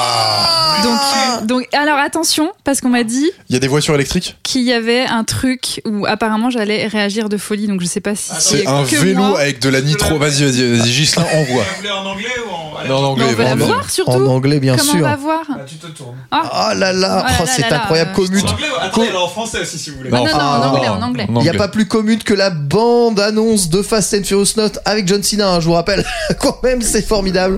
Donc alors attention, parce qu'on m'a dit il y a des voitures électriques qu'il y avait un truc où apparemment j'allais réagir de folie, donc je sais pas si c'est un vélo avec de la nitro. Vas-y, Ghislain, envoie. En anglais ou en anglais? On va la voir surtout. En anglais, bien sûr. sûr. Comment on va voir? Tu te tournes. Oh là là, c'est incroyable. Commute. Attendez, alors en français aussi si vous voulez. Non, en anglais. Il n'y a pas plus commute que la bande-annonce de Fast and Furious 9 avec John Cena, je vous rappelle. Quand même, c'est formidable.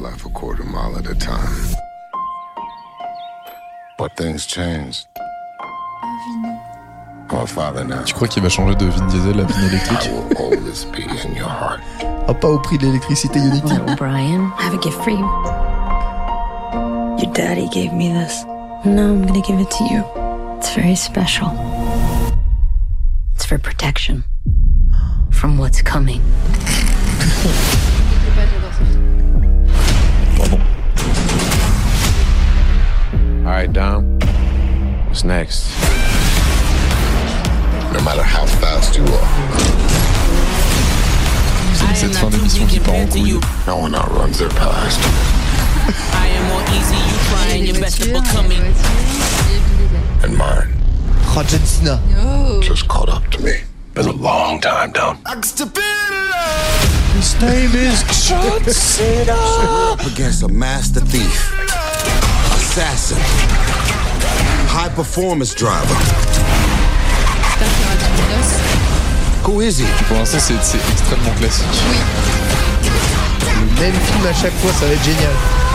Tu crois qu'il va changer de Vin Diesel à Vin électrique? Pas au prix de l'électricité Unity. Little Brian, I have a gift for you. Your daddy gave me this. Now I'm gonna give it to you. It's very special. It's for protection from what's coming. All right, Dom. What's next? No matter how fast you are. Cette fin d'émission qui part en couille. No one outruns their past. And mine. John Cena. Just caught up to me. Been a long time, Dom. His name is John Cena. Up against a master thief, assassin, high performance driver. Who is he? Pour l'instant, c'est extrêmement classique. Oui. Le même film à chaque fois, ça va être génial.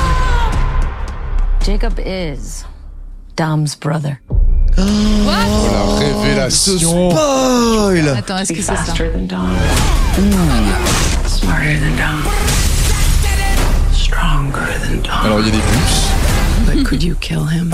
Jacob is Dom's brother. Oh, la révélation. Spoil. Attends, est-ce que c'est ça? Faster than Dom. Smarter than Dom. Stronger than Dom. Alors, il y a des bus. But could you kill him?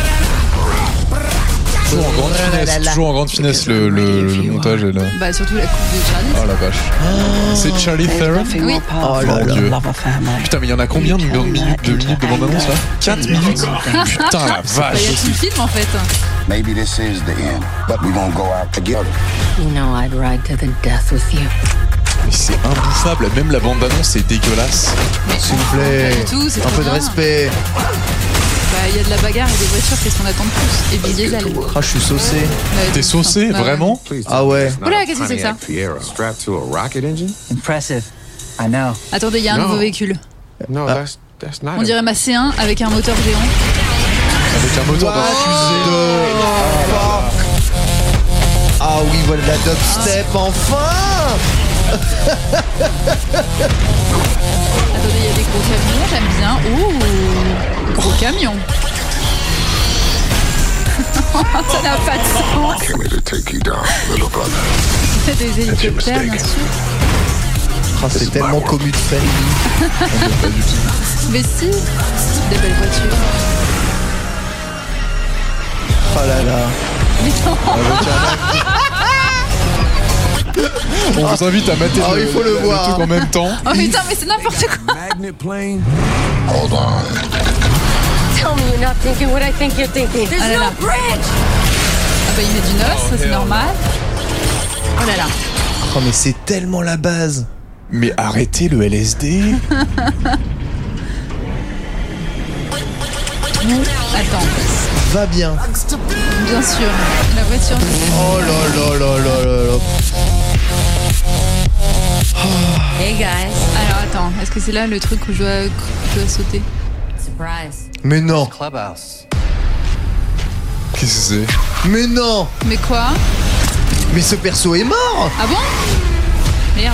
Toujours en grande finesse le montage et Bah surtout la coupe de Charlie. Oh la vache. C'est Charlie Theron. Oui. Oh là là. Putain mais il y en a combien de minutes de bande-annonce là? 4 minutes. Putain la vache. Bah, il y a tout le film en fait. Maybe this is the end, but we won't go out together. You know I'd ride to the death with you. Mais c'est imbouffable, même la bande-annonce c'est dégueulasse. S'il vous plaît, Pas du tout, c'est un trop peu de bien. respect. Bah il y a de la bagarre et des voitures, qu'est-ce qu'on attend de plus? Et Vin Diesel. Ah, je suis saucé. T'es saucé, vraiment? Ah ouais. Oula, qu'est-ce que c'est que ça? Strapped to a rocket engine? Impressive. I know. Attendez, il y a un nouveau véhicule. No, that's not. On dirait ma C1 avec un moteur géant. Avec un moteur d'accusé. Ah Ah oui, voilà la dubstep, enfin. Attendez, il y a des gros camions, j'aime bien. Ouh, gros camion. Ça n'a pas de sens. C'est des hélicoptères, bien sûr. Ah, c'est tellement commu de famille. Mais si, des belles voitures. Oh là là. Mais non. On vous invite à mater il faut le voir. truc en même temps. Oh putain, mais c'est n'importe quoi. Hold on. Tell me you're not thinking what I think you're thinking. There's Ah là là. no bridge! Ah bah il met du noce, ça c'est normal. Oh là là. Oh mais c'est tellement la base. Mais arrêtez le LSD. Attends, Va bien. bien sûr, la voiture. Oh là là là là là là. Hey guys. Alors attends, est-ce que c'est là le truc où je dois sauter? Surprise. Mais non. Clubhouse. Qu'est-ce que c'est? Mais non. Mais quoi? Mais ce perso est mort. Ah bon? Merde.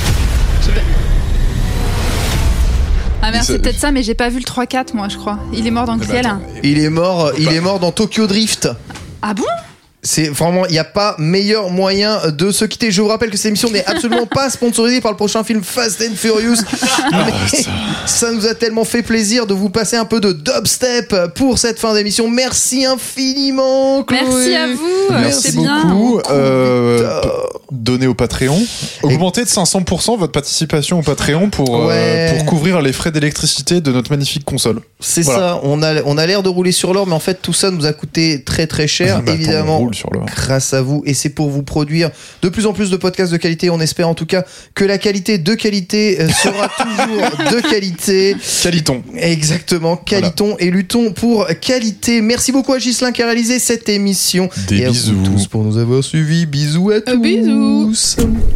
Ah merde, c'est peut-être ça, mais j'ai pas vu le 3-4 moi je crois. Il est mort dans lequel? Il est mort dans Tokyo Drift. Ah bon? C'est vraiment, il n'y a pas meilleur moyen de se quitter. Je vous rappelle que cette émission n'est absolument pas sponsorisée par le prochain film Fast and Furious. Mais ça nous a tellement fait plaisir de vous passer un peu de dubstep pour cette fin d'émission. Merci infiniment, Chloé. Merci à vous. Merci c'est bien. beaucoup. Donnez au Patreon. Augmentez de 500% votre participation au Patreon pour couvrir les frais d'électricité de notre magnifique console. C'est Voilà. ça, on a l'air de rouler sur l'or, mais en fait tout ça nous a coûté très très cher, évidemment, on roule sur l'or. grâce à vous, et c'est pour vous produire de plus en plus de podcasts de qualité. On espère en tout cas que la qualité de qualité sera toujours de qualité. Qualiton. Exactement, qualitons et luttons pour qualité. Merci beaucoup à Ghislain qui a réalisé cette émission. Des et bisous. à vous tous pour nous avoir suivis. Bisous à tous. Bisous.